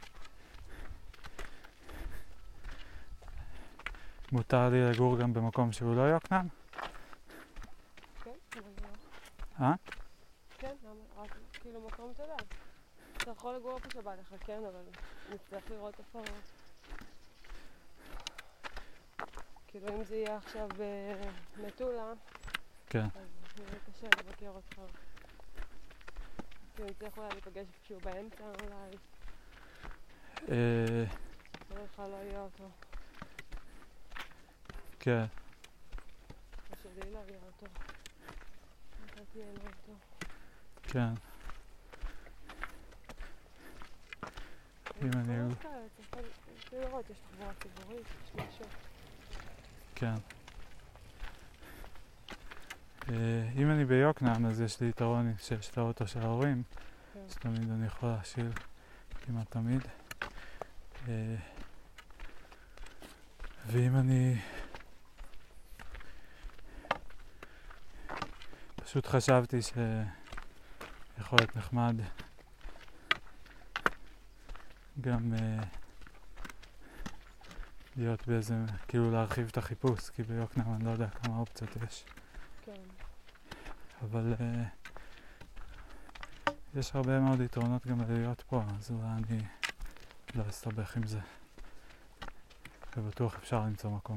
מותר לי לגור גם במקום שהוא לא יוקנעם? כן, אבל לא. כן, רק כאילו מקום אתה יודע. אתה יכול לגור איפה שבא לך, כן, אבל נצטרך לראות איפה. כאילו אם זה יהיה עכשיו במטולה, כן. אז יהיה קשה לבקר אותך. כאילו נצטרך אולי להיפגש איפשהו באמצע אולי. לך לא יהיה אותו. כן. או שלי לא יהיה אותו. אתה תהיה לו אותו. כן. אם אני... צריך לראות, יש תחבורה ציבורית, יש משהו. כן. אם אני ביוקנעם, אז יש לי יתרון שיש את האוטו של ההורים, שתמיד אני יכול להשאיר כמעט תמיד. ואם אני פשוט חשבתי שיכול להיות נחמד גם להיות באיזה, כאילו להרחיב את החיפוש, כי ביוקנעם אני לא יודע כמה אופציות יש. כן. אבל יש הרבה מאוד יתרונות גם להיות פה, אז אולי אני לא אסתבך עם זה. ובטוח אפשר למצוא מקום.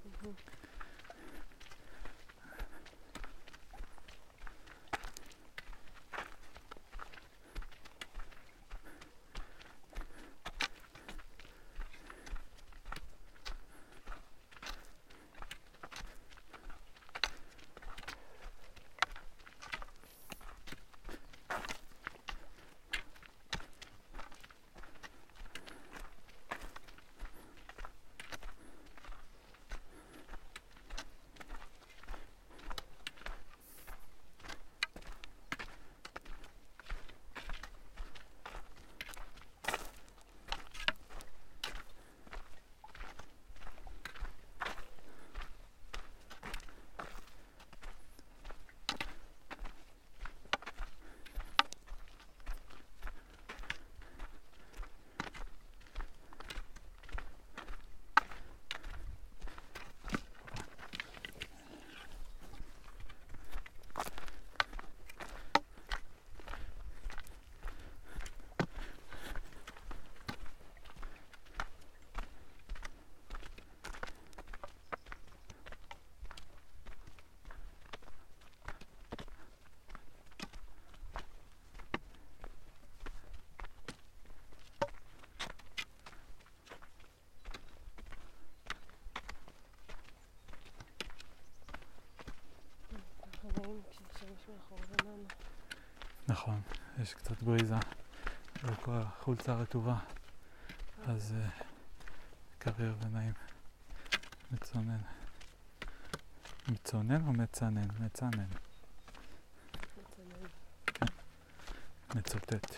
נעים כשהשמש מאחורינו. נכון, יש קצת בריזה וכל החולצה רטובה, אז קריר ונעים. מצונן. מצונן או מצנן? מצנן. מצונן. כן. מצוטט.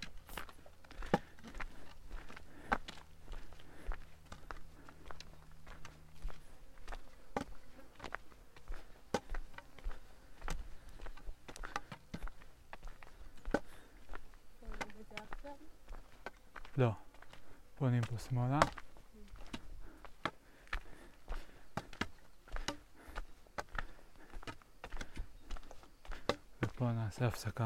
לא, פונים פה שמאלה. ופה נעשה הפסקה.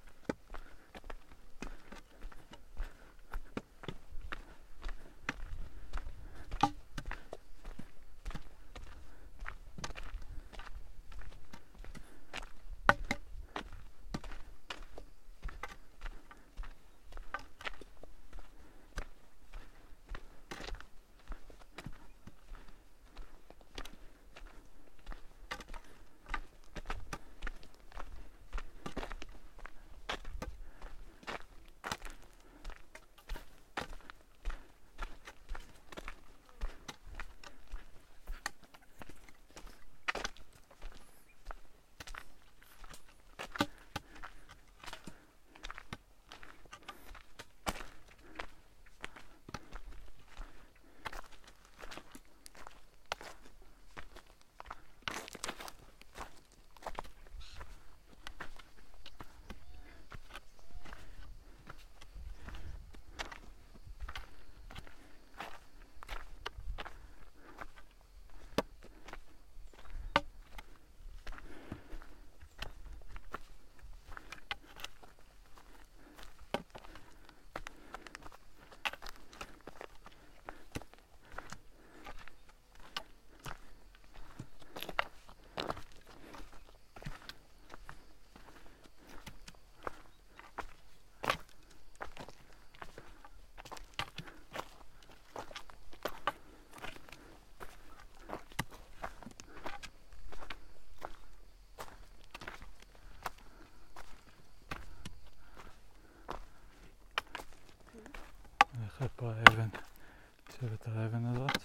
נלך פה האבן, יושבת על האבן הזאת.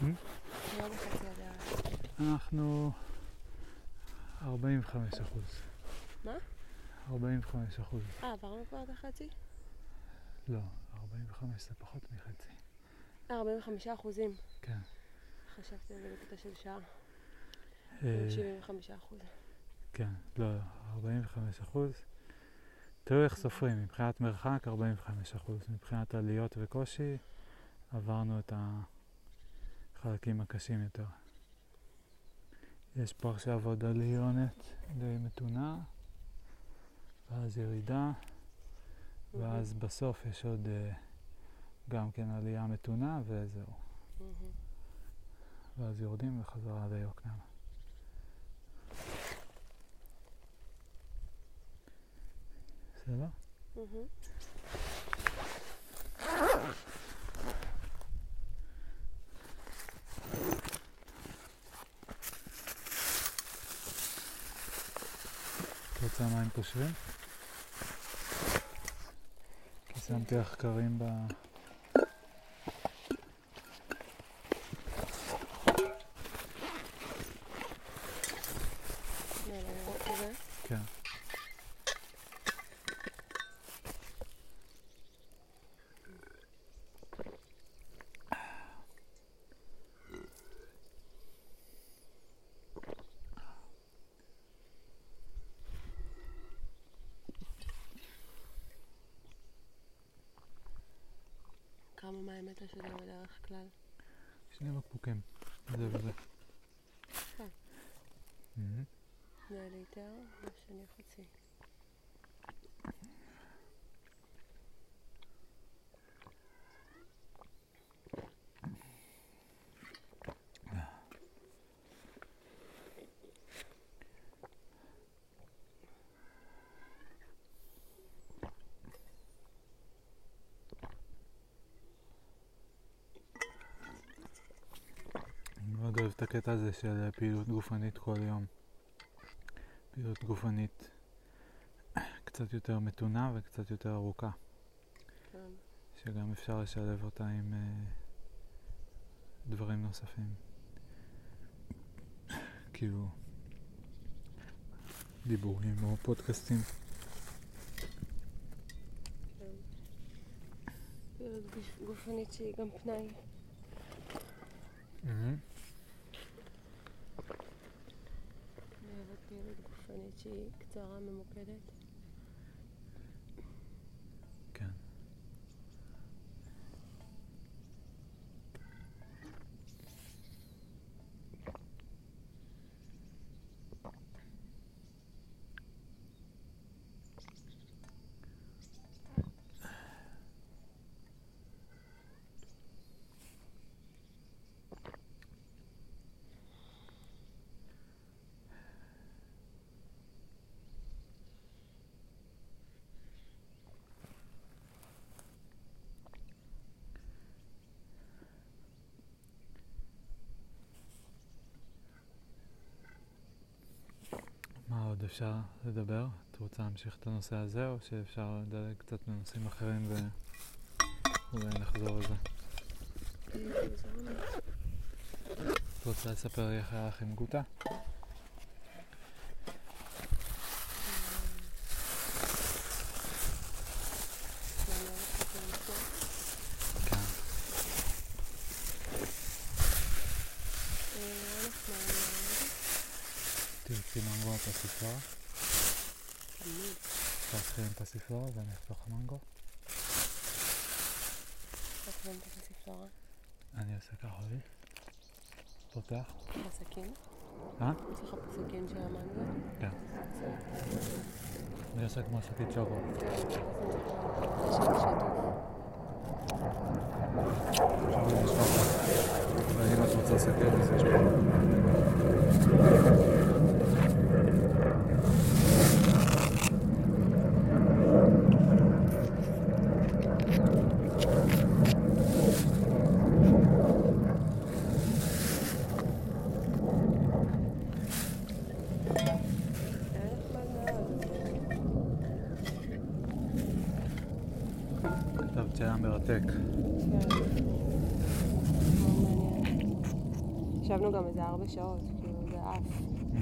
לא בחצי הדרך. אנחנו 45%. מה? 45%. עברנו כבר את החצי? לא, 45 זה פחות מחצי. 45%. כן. חשבתי על זה בקטע של שעה. 75%. כן, לא, 45%. תראו איך סופרים, מבחינת מרחק 45%, מבחינת עליות וקושי עברנו את החלקים הקשים יותר. יש פה עכשיו עוד עליונת די מתונה, ואז ירידה, ואז בסוף יש עוד גם כן עלייה מתונה וזהו. ואז יורדים וחזרה ליוקנעם. בסדר? את רוצה מים פושרים? כי שמתי החקרים ב... כן. כמה מים אתה שותה בדרך כלל? 2 בקבוקים, זה וזה. כן. זה ליטר, ושני חצי. מאוד אוהב את הקטע הזה של פעילות גופנית כל יום. פעילות גופנית קצת יותר מתונה וקצת יותר ארוכה. כן. שגם אפשר לשלב אותה עם דברים נוספים. כאילו דיבורים או פודקאסטים. כן. פעילות גופנית שהיא גם פנאי. פעילות גופנית שהיא קצרה, ממוקדת. כן. מה עוד אפשר לדבר? את רוצה להמשיך את הנושא הזה או שאפשר לדלג קצת לנושאים אחרים ואולי נחזור לזה? את רוצה לספר לי איך היה לך עם גוטה? תרצי מנגו פסיפלורה? תמיד. תתחיל עם פסיפלורה ואני אפתוח מנגו? תתחיל עם פסיפלורה. אני עושה ככה לי. פותח. בסכין? יש לך פה סכין של המנגו? כן. אני עושה כמו שקית שוקו. עכשיו שיתוף. עכשיו אני אשלח לך. ואם את רוצה סכין אז יש פה. טוב, שהיה מרתק. כן. מאוד מעניין. ישבנו גם איזה 4 שעות, כאילו זה עף.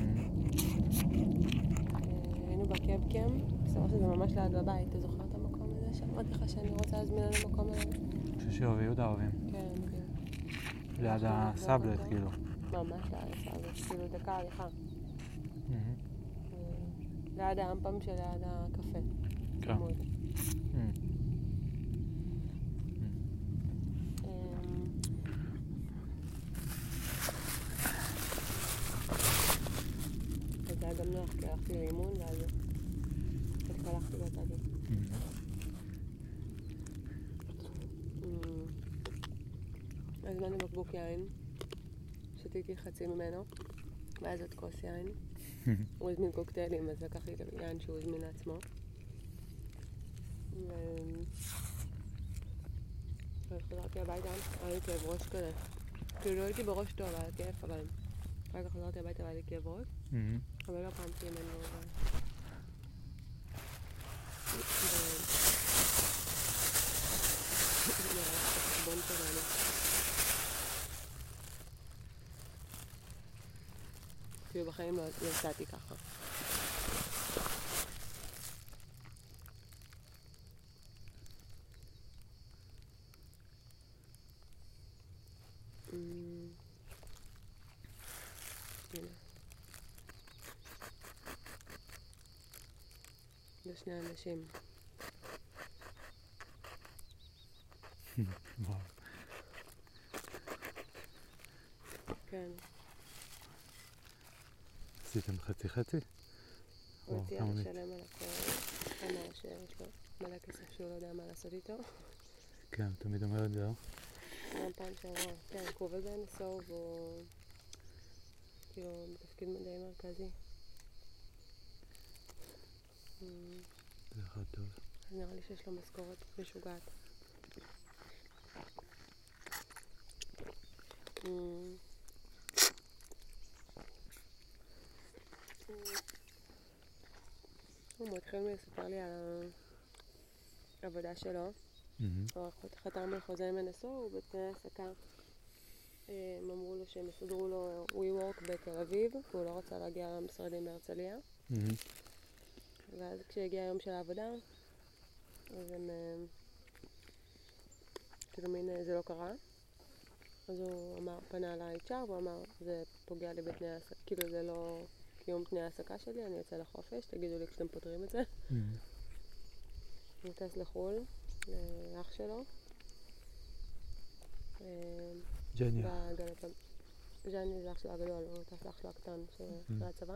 היינו בקבקם, בסדר שזה ממש ליד בבית, אתה זוכר את המקום הזה? שאמרתי לך שאני רוצה להזמין לנו מקום הזה? ששירו ויהודה אוהבים. כן, בדיוק. ליד הסאבלט, כאילו. ממש ליד הסאבלט, כאילו דקה הליכה. ליד האמפם של ליד הקפה. כן. אז זה היה גם נוח, כי הלכתי לאימון ואז התקלחתי בצדי. הזמנו בקבוק יין, שתיתי חצי ממנו, ואז עוד כוס יין. הוא הזמין קוקטיילים, אז לקחתי את היין שהוא הזמין לעצמו. וחזרתי הביתה, היה לי כאב ראש כזה. כאילו לא הייתי בראש טוב, היה כיף, אבל אחר כך חזרתי הביתה והיה לי כאב ראש. אבל לא פעמתי ממנו חשבון שלנו. כאילו בחיים לא יצאתי ככה. הנה. זה 2 אנשים. וואו. כן. עשיתם חצי? הוא הציע לשלם על הכל. אמר שיש לו מלא כסף שהוא לא יודע מה לעשות איתו. כן, תמיד אומר את זה, לא? גם פעם שעברה. כן, הוא עובד ב-NSO והוא כאילו בתפקיד די מרכזי. זה אחד טוב. נראה לי שיש לו משכורת משוגעת. הוא מתחיל לספר לי על העבודה שלו. הוא חתם על חוזה עם NSO, הוא בתנאי העסקה. הם אמרו לו שהם יסדרו לו WeWork בתל אביב, והוא לא רצה להגיע למשרדים בהרצליה. ואז כשהגיע היום של העבודה, אז הם כאילו מין זה לא קרה. אז הוא פנה ל-HR והוא אמר, זה פוגע לי בתנאי העסקה, כאילו זה לא קיום תנאי העסקה שלי, אני יוצא לחופש, תגידו לי כשאתם פותרים את זה. הוא טס לחול, לאח שלו. ג'ני. ג'ני זה אח שלו הגדול, הוא טס לאח שלו הקטן אחרי הצבא.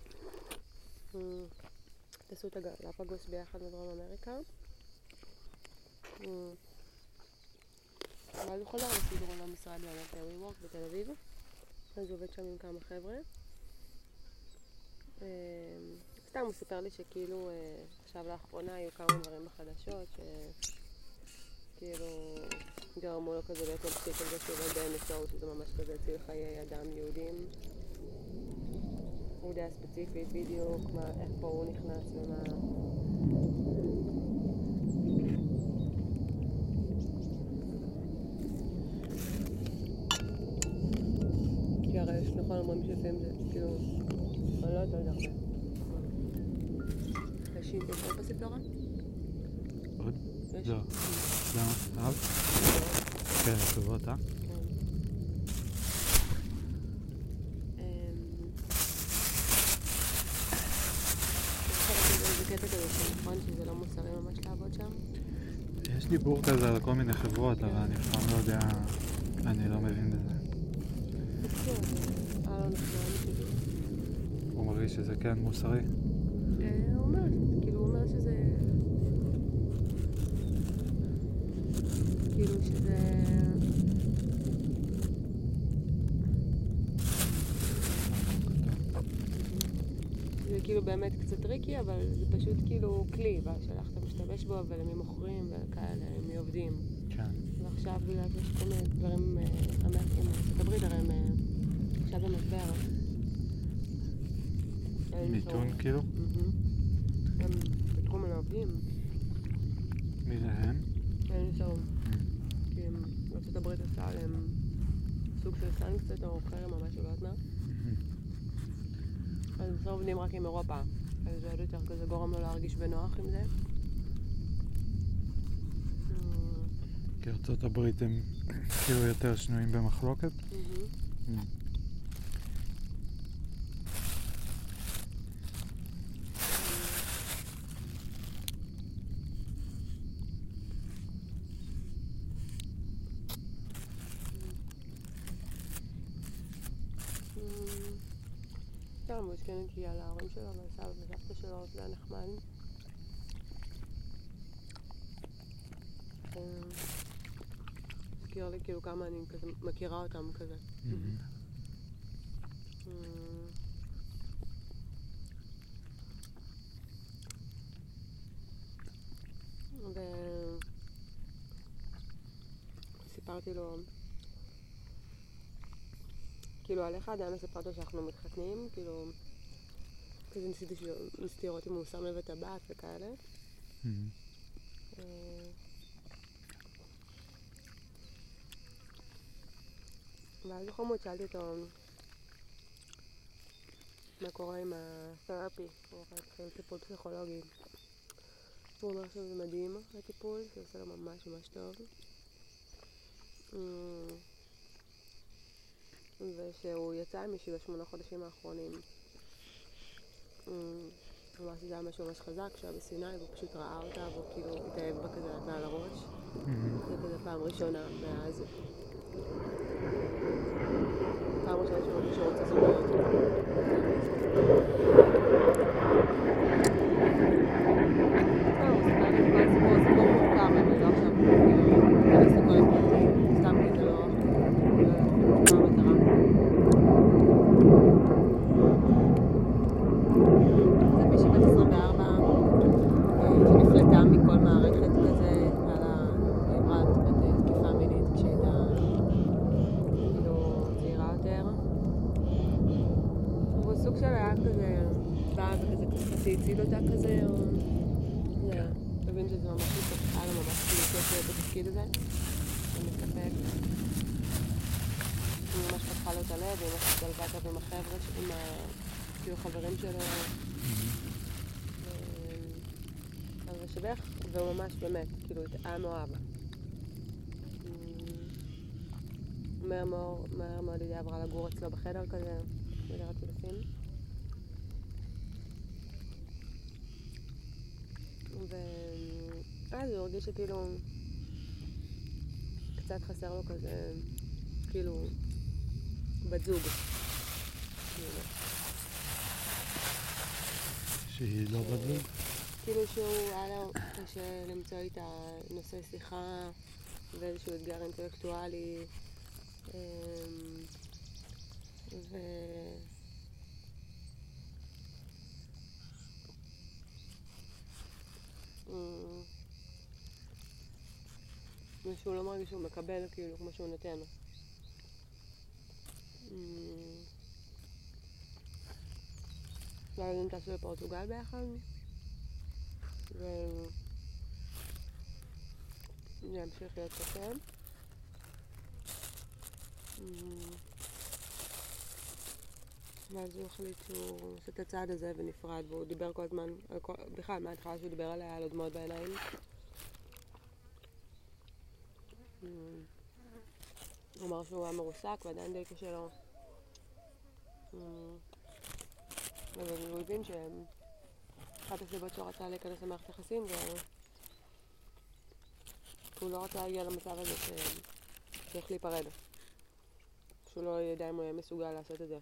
טסו את הגלפגוס ביחד בדרום אמריקה. אבל הוא חוזר לסידרו למשרד באמת WeWork בתל אביב. אז הוא עובד שם עם כמה חבר'ה. סתם הוא סיפר לי שכאילו עכשיו לאחרונה היו כמה דברים בחדשות שכאילו גרמו לו כזה בעצם פסיק על זה שהוא עובד ב-NSO שזה ממש כזה ציל חיי אדם יהודים. הוא יודע ספציפית בדיוק איך פה הוא נכנס ומה... כי הרי יש נכון אומרים שלפעמים זה כאילו... אני לא יודעת הרבה. יש עוד בספלורה? עוד? יש? לא. למה? אהב? כן, טובות, אה? זה קטע כזה שנכון שזה לא מוסרי ממש לעבוד שם? יש דיבור כזה על כל מיני חברות, אבל אני אף פעם לא יודע, אני לא מבין בזה. הוא מרגיש שזה כן מוסרי? הוא אומר, כאילו הוא אומר שזה... כאילו שזה... זה כאילו באמת קצת טריקי, אבל זה פשוט כאילו כלי, והשאלה אתה משתמש בו, אבל הם מוכרים וכאלה, הם עובדים. כן. ועכשיו בגלל שיש כל מיני דברים אמריקאים, ארצות הברית הרי הם עכשיו במשבר. מיתון כאילו? הם בתחום העובדים. מי זה הם? אין שם. כי ארצות הברית עושה עליהם סוג של סנקציות או חרם או משהו, לא יודעת מה. אז בסוף עובדים רק עם אירופה. אז זה עוד יותר כזה גורם לו להרגיש בנוח עם זה. כי ארצות הברית הם כאילו יותר שנויים במחלוקת? הוא עדכן אותי על ההורים שלו ועל סבא וסבתא שלו, זה היה נחמד. הזכיר לי כאילו כמה אני כזה מכירה אותם כזה. וסיפרתי לו כאילו עליך עדיין סיפרתי לו שאנחנו מתחתנים, כאילו כזה ניסיתי לראות אם הוא שם לב את הבת וכאלה. ואז חמוד שאלתי אותו מה קורה עם התרפי, הוא התחיל טיפול פסיכולוגי. הוא אומר שזה מדהים הטיפול, זה עושה לו ממש ממש טוב. ושהוא יצא עם מישהי ב8 חודשים האחרונים. הוא אמר שזה היה משהו ממש חזק, שהוא היה בסיני והוא פשוט ראה אותה והוא כאילו התאהב בה כזה על הראש. זה כזה פעם ראשונה מאז. פעם ראשונה שהוא רוצה זוגיות. סיפור מורכב, אני לא עכשיו נכנס לכל הפרטים, סתם כי זה לא המטרה. זה מישהי בת 24 שנפלטה מכל מערכת כזה על תקיפה מינית כשהייתה כאילו צעירה יותר. הוא סוג של היה כזה בא וכזה חצי הציל אותה כזה, מבין שזה ממש היה לו ממש כיף בתפקיד הזה, הוא מספק. היא ממש פתחה לו את הלב, היא ממש התגלבה טוב עם החבר'ה, עם כאילו חברים שלו. אז זה שבח, והוא ממש באמת, כאילו היה מאוהב. מהר מאוד היא עברה לגור אצלו בחדר כזה, בחדר הטילפים. ואז הוא הרגיש שכאילו קצת חסר לו כזה, כאילו בת זוג. שהיא לא בת זוג? כאילו שהוא היה לו קשה למצוא איתה נושא שיחה ואיזשהו אתגר אינטלקטואלי. ושהוא לא מרגיש שהוא מקבל כאילו כמו שהוא נותן. ואז הם טסו לפורטוגל ביחד וזה ימשיך להיות קשה. ואז הוא החליט שהוא עושה את הצעד הזה ונפרד, והוא דיבר כל הזמן, בכלל מההתחלה שהוא דיבר עליה, על עוד דמעות בעיניים. הוא אמר שהוא היה מרוסק ועדיין די קשה לו. אבל הוא הבין שאחת הסיבות שהוא רצה להיכנס למערכת יחסים והוא לא רצה להגיע למצב הזה שצריך להיפרד. שהוא לא ידע אם הוא יהיה מסוגל לעשות את זה.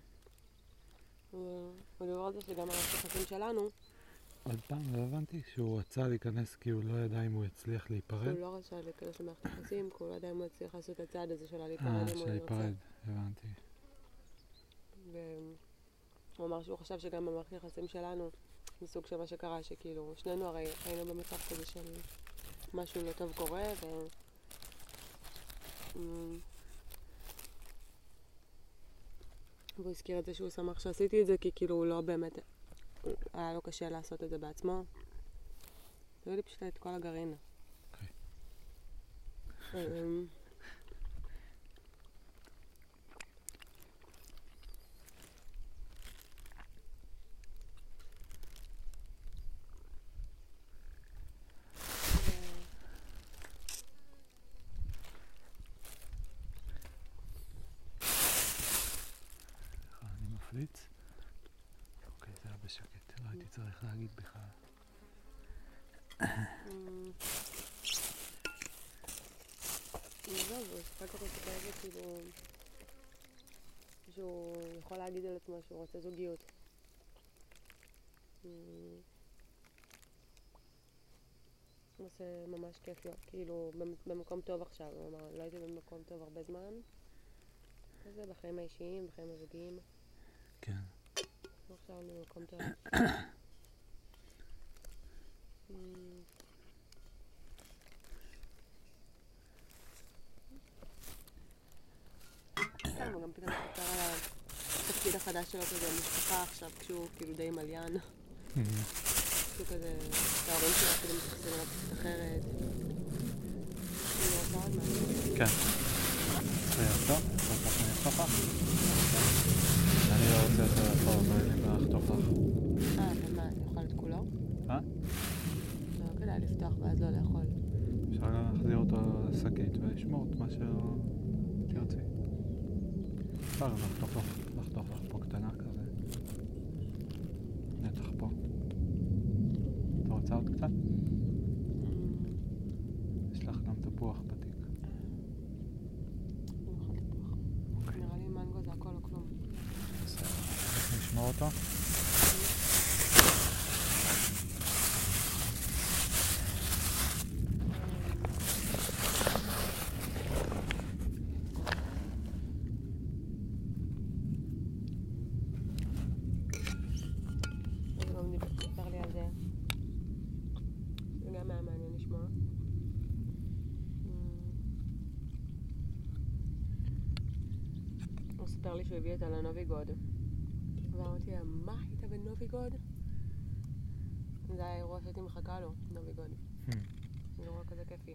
ודיבר על זה שגם המערכת יחסים שלנו עוד פעם, לא הבנתי שהוא רצה להיכנס כי הוא לא ידע אם הוא יצליח להיפרד? הוא לא רצה להיכנס למערכת יחסים, כי הוא לא ידע אם הוא יצליח לעשות את הצעד הזה שלה להיפרד אם הוא ירצה. להיפרד, הבנתי. הוא אמר שהוא חשב שגם במערכת יחסים שלנו, מסוג של מה שקרה, שכאילו שנינו הרי היינו במצב כזה של משהו לא טוב קורה, והוא הזכיר את זה שהוא שמח שעשיתי את זה, כי כאילו הוא לא באמת, היה לו קשה לעשות את זה בעצמו. זה היה לי פשוט את כל הגרעין. להחליץ. אוקיי, זה היה בשקט. לא הייתי צריך להגיד בכלל. זהו, אחר כך הוא סיפר את זה כאילו שהוא יכול להגיד על עצמו שהוא רוצה זוגיות. זה ממש כיף לו, כאילו במקום טוב עכשיו, הוא אמר, לא הייתי במקום טוב הרבה זמן, כזה בחיים האישיים, בחיים הזוגיים. כן. עכשיו אני במקום טוב. הוא גם פתאום מספר על התפקיד החדש שלו כזה משפחה עכשיו, כשהוא כאילו די מליין. שהוא כזה, שההורים שלו אפילו מתייחסים עליו קצת אחרת. כאילו עושה עוד משהו. כן. זה יחתוך? אני אחתוך לך? אני לא רוצה את זה לחתוך, אבל אני לא אחתוך לך. אבל מה, אני אוכל את כולו? לא כדאי לפתוח ואז לא לאכול. אפשר גם להחזיר אותו לשקית ולשמור את מה שתרצי. אפשר גם לחתוך לך פה קטנה כזה. נתח פה. אתה רוצה עוד קצת? יש לך גם תפוח בתיק. אני אוכל תפוח. נראה לי מנגו זה הכל או כלום. בסדר. נשמור אותו? סיפר לי שהוא הביא אותה לנוביגוד. ואמרתי לה, מה היית בנוביגוד? זה היה אירוע שהייתי מחכה לו, נוביגוד. זה אירוע כזה כיפי.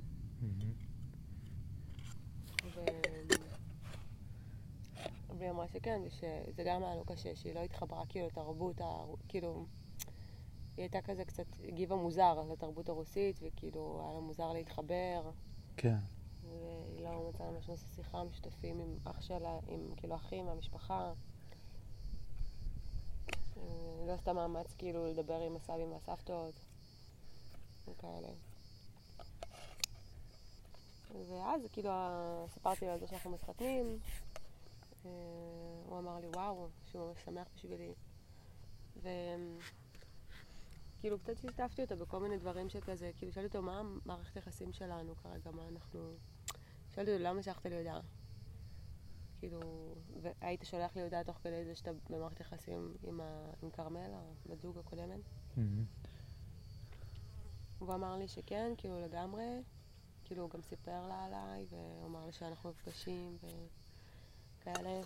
והיא אמרה שכן, ושזה גם היה לו קשה, שהיא לא התחברה כאילו לתרבות, כאילו, היא הייתה כזה קצת, הגיבה מוזר לתרבות הרוסית, וכאילו היה לה מוזר להתחבר. כן. והיא לא מצאה ממש נושא שיחה משותפים עם אח שלה, עם כאילו אחים מהמשפחה. לא עשתה מאמץ כאילו לדבר עם הסבים והסבתות וכאלה. ואז כאילו סיפרתי לו על זה שאנחנו מתחתנים. הוא אמר לי וואו, שהוא ממש שמח בשבילי. וכאילו קצת שיתפתי אותו בכל מיני דברים שכזה, כאילו שאלתי אותו מה מערכת היחסים שלנו כרגע, מה אנחנו... שאלתי אותו למה שלחת לי הודעה? כאילו, והיית שולח לי הודעה תוך כדי זה שאתה במערכת יחסים עם קרמל, הבת זוג הקודמת. והוא אמר לי שכן, כאילו לגמרי, כאילו הוא גם סיפר לה עליי, והוא אמר לי שאנחנו מפגשים וכאלה.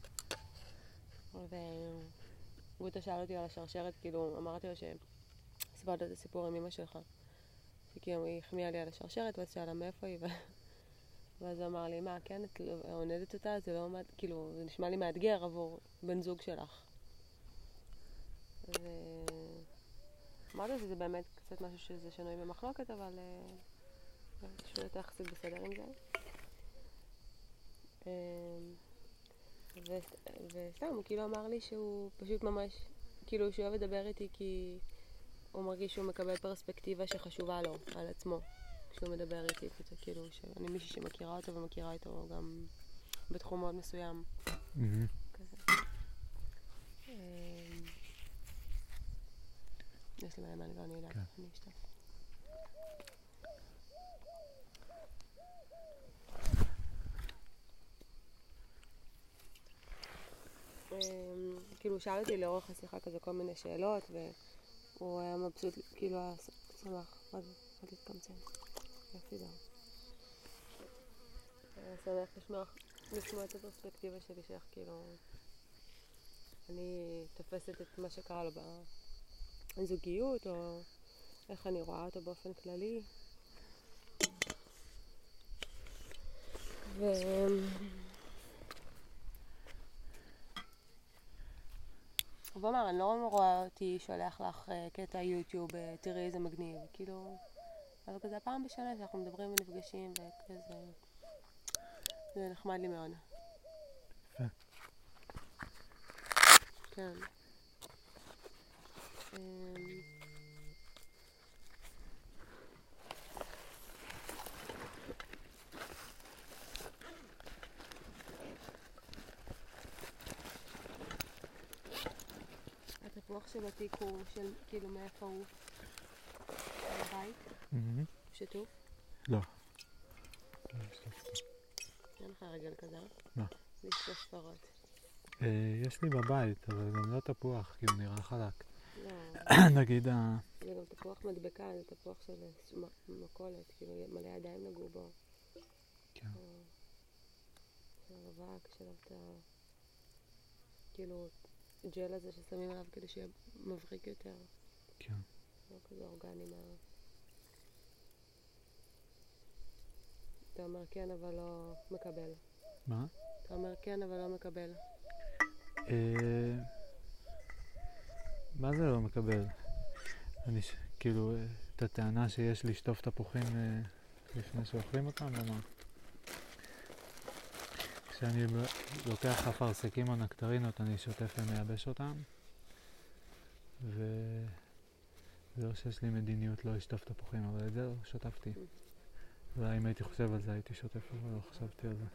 והוא שאל אותי על השרשרת, כאילו אמרתי לו שסיפרת את הסיפור עם אמא שלך. שכאילו היא החמיאה לי על השרשרת, ואז שאלה מאיפה היא, ואז הוא אמר לי, מה, כן, את עונדת אותה? זה לא עומד, כאילו, זה נשמע לי מאתגר עבור בן זוג שלך. אמרתי שזה באמת קצת משהו שזה שנוי במחלוקת, אבל שהוא יותר יחסית בסדר עם זה. וסתם, הוא כאילו אמר לי שהוא פשוט ממש, כאילו שהוא אוהב לדבר איתי כי הוא מרגיש שהוא מקבל פרספקטיבה שחשובה לו על עצמו. כשהוא מדבר איתי, כאילו שאני מישהי שמכירה אותו ומכירה איתו גם בתחום מאוד מסוים. כזה. יש לי מלא מה לגרני אליו, אני אשתף. כאילו הוא שאל אותי לאורך השיחה כזה כל מיני שאלות, והוא היה מבסוט, כאילו היה שמח, עוד להתקמצן. יופי זהו. היה שמח לשמוע את הפרספקטיבה שלי שאיך כאילו אני תופסת את מה שקרה לו בזוגיות, או איך אני רואה אותו באופן כללי. הוא אמר, אני לא רואה אותי שולח לך קטע יוטיוב, תראי איזה מגניב, כאילו, אבל כזה פעם בשנה שאנחנו מדברים ונפגשים וכזה, זה נחמד לי מאוד. כן. התפוח של התיק הוא של כאילו מאיפה הוא? בבית? שטוף? לא. אין לך רגל כזה? מה? לשטוף ספרות. יש לי בבית, אבל גם לא תפוח, כי הוא נראה חלק. לא. נגיד זה גם תפוח מדבקה, זה תפוח של מכולת, כאילו מלא ידיים נגעו בו. כן. של רווק, של כאילו ג'ל הזה ששמים עליו כדי שיהיה מבריק יותר. כן. לא כזה אורגני מה... אתה אומר כן אבל לא מקבל. מה? אתה אומר כן אבל לא מקבל. מה זה לא מקבל? כאילו, את הטענה שיש לשטוף תפוחים לפני שאוכלים אותם, או מה? כשאני לוקח אפרסקים או נקטרינות, אני שוטף ומייבש אותם. זה לא שיש לי מדיניות לא לשטוף תפוחים, אבל את זה לא שטפתי. אולי אם הייתי חושב על זה הייתי שוטף, אבל לא חשבתי על זה.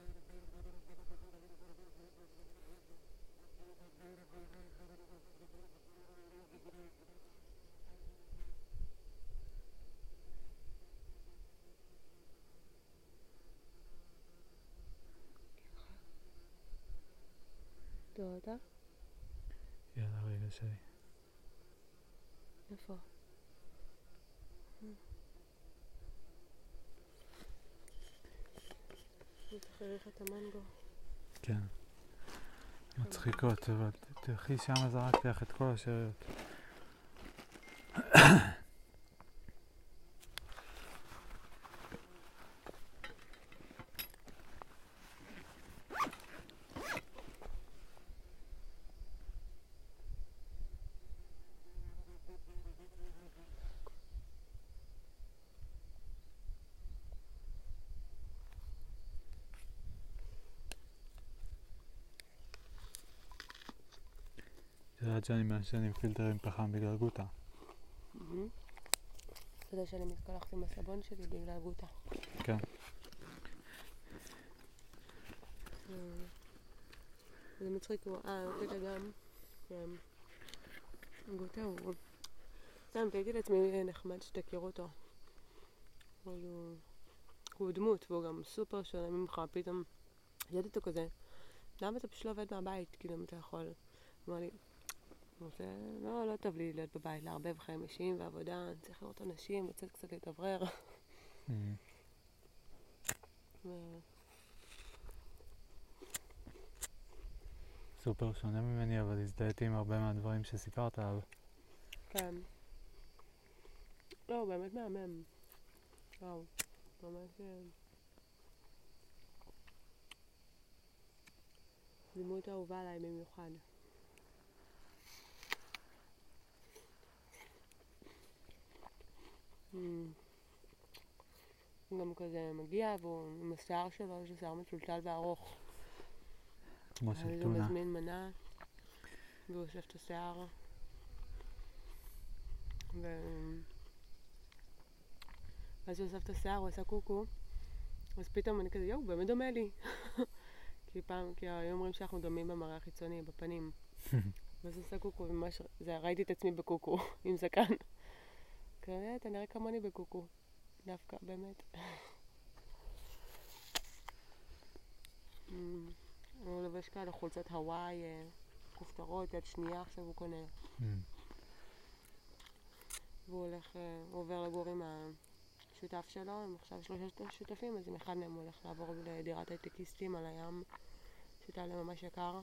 אתה רואה אותה? יאללה, רגע שלי. איפה? תחריך את המנגו. כן. מצחיקות, אבל תלכי שם זרקתי לך את כל השאריות. יודעת שאני מעשן עם פילטר עם פחם בגלל גוטה. אתה יודע שאני מתקלחת עם הסבון שלי בגלל גוטה. כן. זה מצחיק, גוטה גם. גוטה הוא... סתם, תהייתי לעצמי נחמד שתכיר אותו. הוא דמות, והוא גם סופר שונה ממך, פתאום... ידעתי אותו כזה. למה אתה פשוט לא עובד מהבית? כאילו, אם אתה יכול... אמר לי... לא טוב לי להיות בבית, לערבב חיים אישיים ועבודה, אני צריך לראות אנשים, לצאת קצת להתאוורר. סופר שונה ממני, אבל הזדהיתי עם הרבה מהדברים שסיפרת עליו. כן. לא, הוא באמת מהמם. וואו, ממש... דמות אהובה עליי במיוחד. הוא גם כזה מגיע, והוא עם השיער שלו, יש לו שיער מצולטל וארוך. כמו של הוא טונה. מזמין מנה, והוא אוסף את השיער. ואז הוא אוסף את השיער, הוא עשה קוקו, אז פתאום אני כזה, יואו, באמת דומה לי. כי היו אומרים שאנחנו דומים במראה החיצוני, בפנים. ואז הוא עשה קוקו, וממש, ראיתי את עצמי בקוקו, עם זקן. כזה, אתה נראה כמוני בקוקו. דווקא, באמת. הוא לובש כאלה חולצות הוואי, כופתרות, יד שנייה עכשיו הוא קונה. והוא הולך, הוא עובר לגור עם השותף שלו, הם עכשיו 3 שותפים, אז עם אחד מהם הוא הולך לעבור לדירת הייטקיסטים על הים, שתעלה ממש יקר.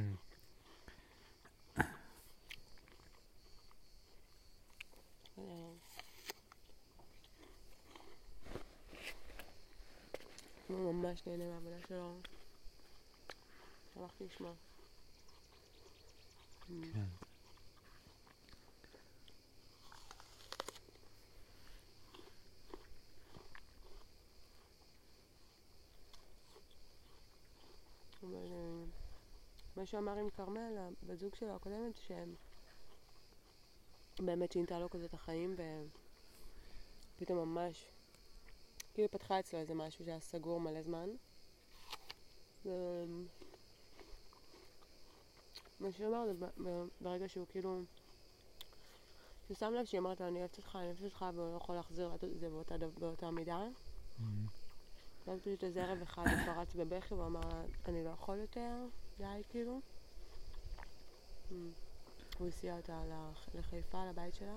הוא ממש נהנה מהעבודה שלו. שמחתי לשמוע. כן. מה שאמר עם כרמל, בזוג שלו הקודמת, שהם באמת שינתה לו כזה את החיים, ופתאום ממש, כאילו פתחה אצלו איזה משהו שהיה סגור מלא זמן. מה שאומר, ברגע שהוא כאילו, שהוא שם לב שהיא אמרת לו, אני אוהבת אותך, והוא לא יכול להחזיר את זה באותה מידה. ואז פשוט איזה ערב אחד הוא פרץ בבכי, והוא אמר לה, אני לא יכול יותר, די כאילו. הוא הסיע אותה לחיפה, לבית שלה.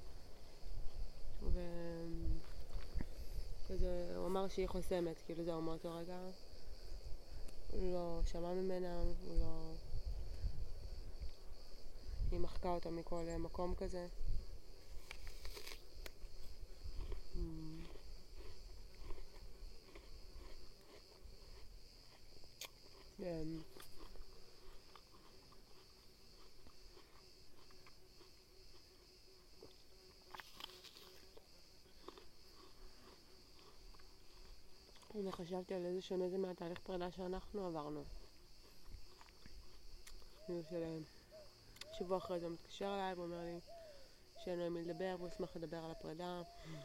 וכזה, הוא אמר שהיא חוסמת, כאילו זהו מאותו רגע. הוא לא שמע ממנה, הוא לא... היא מחקה אותה מכל מקום כזה. אני חשבתי על איזה שונה זה מהתהליך פרידה שאנחנו עברנו. שבוע אחרי זה הוא מתקשר אליי ואומר לי שאין לו עם מי לדבר והוא ישמח לדבר על הפרידה.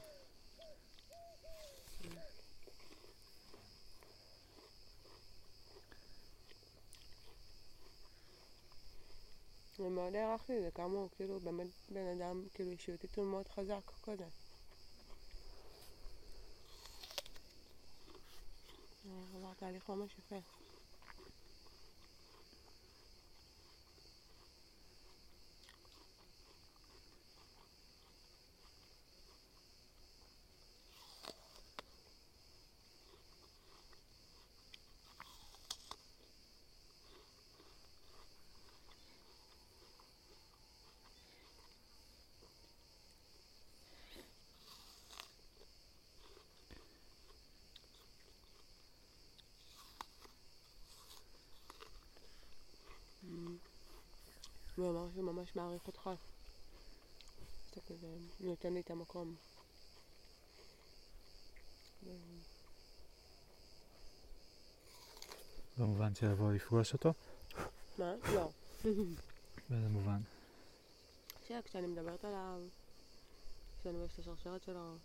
ומאוד הערכתי את זה, כמה הוא כאילו באמת בן אדם, כאילו אישיותית הוא מאוד חזק כזה. עבר תהליך ממש יפה. הוא אמר שהוא ממש מעריך אותך. אתה כזה נותן לי את המקום. במובן שיבוא לפגוש אותו? מה? לא. באיזה מובן? כשאני מדברת עליו, כשאני מבשת השרשרת שלו.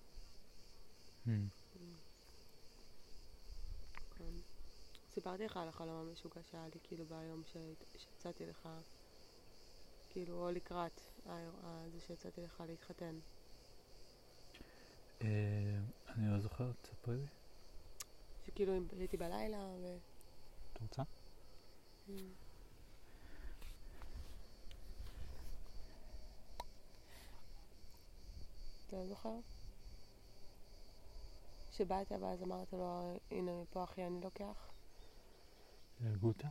סיפרתי לך על החלום המשוגע שהיה לי, כאילו ביום שיצאתי לך, כאילו או לקראת זה שיצאתי לך להתחתן. אני לא זוכרת, תספרי לי. שכאילו הייתי בלילה ו... את רוצה? אתה לא זוכר? שבאת ואז אמרת לו, הנה מפה אחי אני לוקח. גוטה?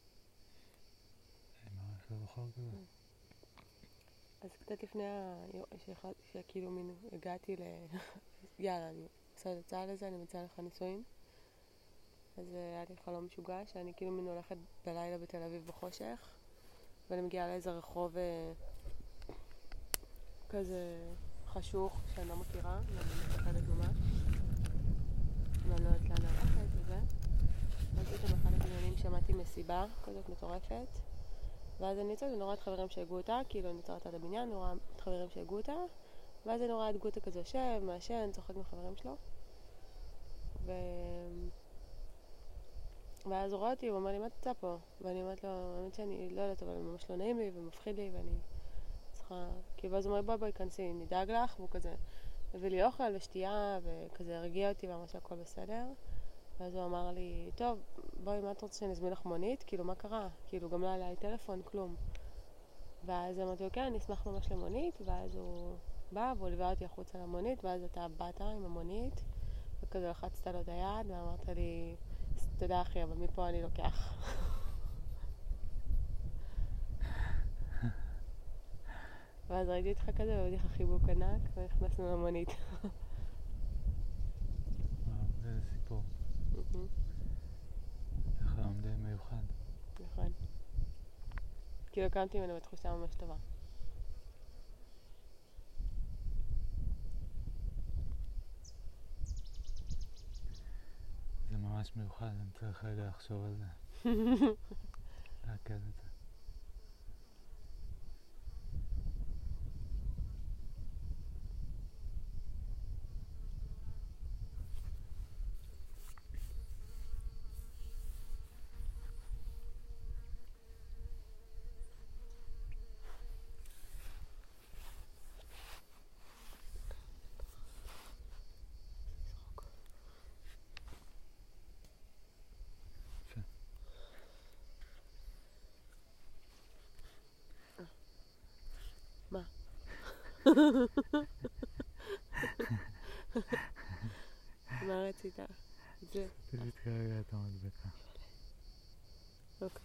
אני ממש לא זוכר כזה. אז קצת לפני שכאילו מין הגעתי יאללה, אני יצאה לזה, אני מצאה לך נישואין. אז היה לי חלום משוגע שאני כאילו מין הולכת בלילה בתל אביב בחושך, ואני מגיעה לאיזה רחוב כזה חשוך שאני לא מכירה, ואני מפחדת ממש. ואני לא יודעת לאן הולכת וזה. ואז פתאום אחד הקניונים שמעתי מסיבה כזאת מטורפת. ואז אני יוצאת ונורא את חברים שהגו אותה, כאילו אני יוצאת עד הבניין, נורא את חברים שהגו אותה. ואז אני נורא את גוטה כזה יושב, מעשן, צוחק מחברים שלו. ואז הוא רואה אותי, הוא אומר לי, מה אתה פה? ואני אומרת לו, האמת שאני לא יודעת, אבל ממש לא נעים לי ומפחיד לי, ואני צריכה... כאילו, ואז הוא אומר, בואי, כנסי, נדאג לך, והוא כזה הביא לי אוכל ושתייה, וכזה הרגיע אותי ואמר שהכל בסדר. ואז הוא אמר לי, טוב, בואי, מה את רוצה שאני אזמין לך מונית? כאילו, מה קרה? כאילו, גם לא עליי טלפון, כלום. ואז אמרתי, אוקיי, אני אשמח ממש למונית, ואז הוא בא, והוא ליווה אותי החוצה למונית, ואז אתה באת עם המונית, וכזה לחצת לו את היד, ואמרת לי, תודה אחי, אבל מפה אני לוקח. ואז ראיתי אותך כזה, והבאתי לך חיבוק ענק, ונכנסנו למונית. איזה סיפור. זה חלום די מיוחד. נכון. כאילו קמתי ממנו בתחושה ממש טובה. זה ממש מיוחד, אני צריך רגע לחשוב על זה. לתפקד את זה. מה? מה רצית? זה. תראית כרגע את המדבקה. אוקיי.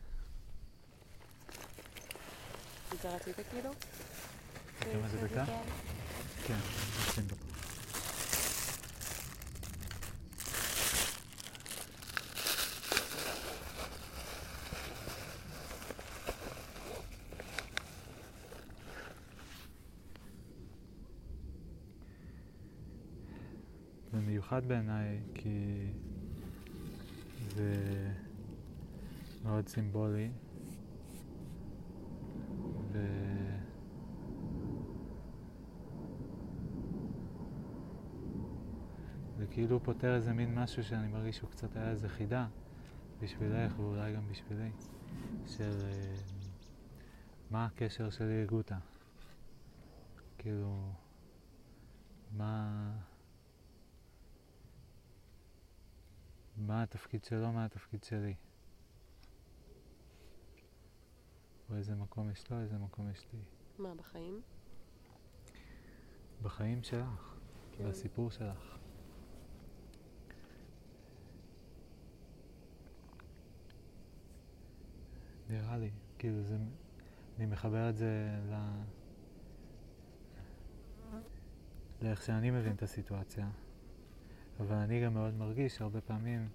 זה רצית כאילו? את המדבקה? כן, נשים בו. זה מיוחד בעיניי כי זה מאוד סימבולי זה כאילו פותר איזה מין משהו שאני מרגיש שהוא קצת היה איזה חידה בשבילך ואולי גם בשבילי של מה הקשר שלי לגוטה, כאילו מה התפקיד שלו, מה התפקיד שלי, או איזה מקום יש לו, איזה מקום יש לי. מה, בחיים? בחיים שלך, כן. בסיפור שלך. נראה לי, כאילו זה, אני מחבר את זה לאיך שאני מבין את הסיטואציה, אבל אני גם מאוד מרגיש הרבה פעמים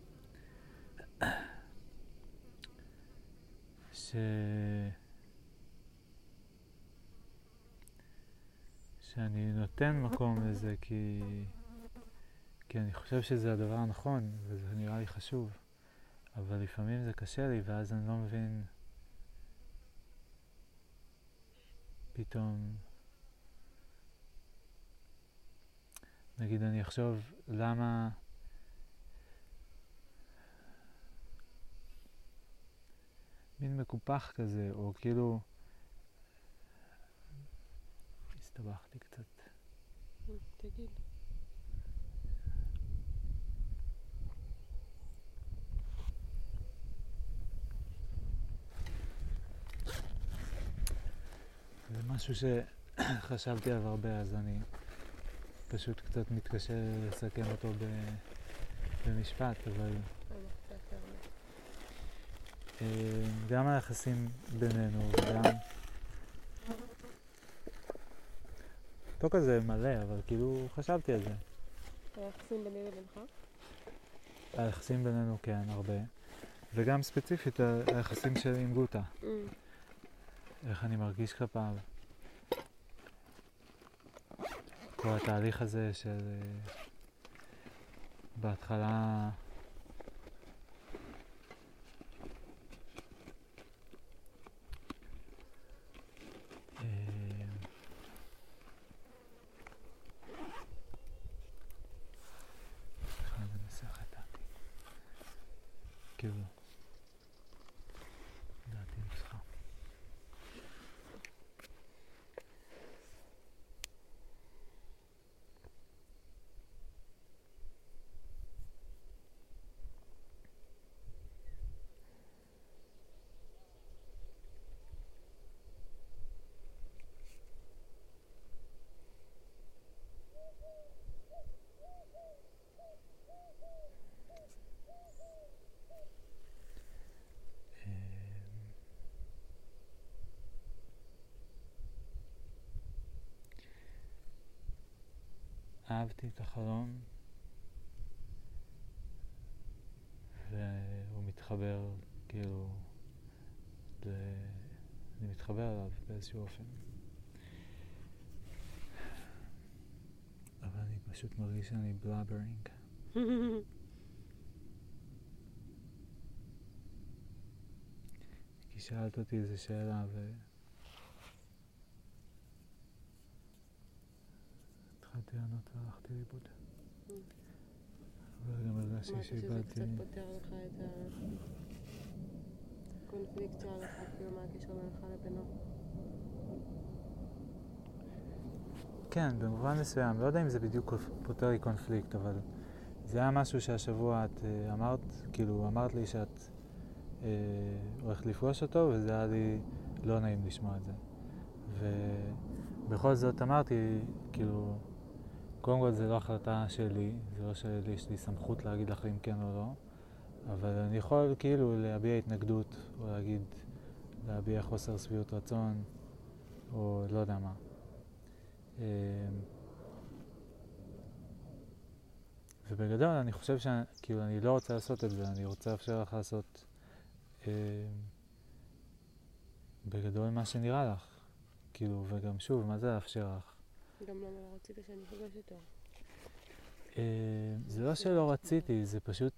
שאני נותן מקום לזה כי אני חושב שזה הדבר הנכון וזה נראה לי חשוב, אבל לפעמים זה קשה לי ואז אני לא מבין פתאום, נגיד אני אחשוב למה מין מקופח כזה, או כאילו הסתבכתי קצת. תגיד. זה משהו שחשבתי עליו הרבה, אז אני פשוט קצת מתקשה לסכם אותו במשפט, אבל גם היחסים בינינו וגם לא כזה מלא, אבל כאילו חשבתי על זה. היחסים ביני לבינך? היחסים בינינו כן, הרבה. וגם ספציפית היחסים שלי עם גוטה. איך אני מרגיש כלפיו. כל התהליך הזה של בהתחלה כאילו דעתי נוסחה. אהבתי את החלום והוא מתחבר כאילו אני מתחבר אליו באיזשהו אופן, אבל אני פשוט מרגיש שאני בלאברינג. שאלת אותי איזו שאלה התחלתי לענות והלכתי לאיבוד. אבל גם הרגשתי שאיבדתי. מה אתה שזה קצת פותר לך את הקונפליקט שהיה לך, כאילו מה הקשר בינך לבינו? כן, במובן מסוים. לא יודע אם זה בדיוק פותר לי קונפליקט, אבל זה היה משהו שהשבוע את אמרת, כאילו אמרת לי שאת הולכת לפגוש אותו, וזה היה לי לא נעים לשמוע את זה. ובכל זאת אמרתי, כאילו, קודם כל זה לא החלטה שלי, זה לא שיש לי סמכות להגיד לך אם כן או לא, אבל אני יכול כאילו להביע התנגדות, או להביע חוסר שביעות רצון, או לא יודע מה. ובגדול אני חושב שכאילו אני לא רוצה לעשות את זה, אני רוצה לאפשר לך לעשות בגדול מה שנראה לך. כאילו, וגם שוב, מה זה לאפשר לך? גם למה לא רצית שאני אפגש איתו? זה לא שלא רציתי, זה פשוט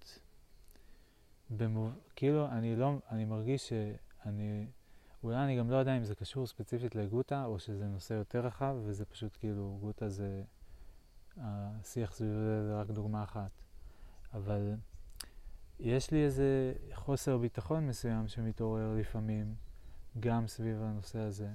כאילו אני מרגיש אולי אני גם לא יודע אם זה קשור ספציפית לגוטה, או שזה נושא יותר רחב, וזה פשוט כאילו, גוטה זה, השיח סביב זה רק דוגמה אחת. אבל יש לי איזה חוסר ביטחון מסוים שמתעורר לפעמים, גם סביב הנושא הזה.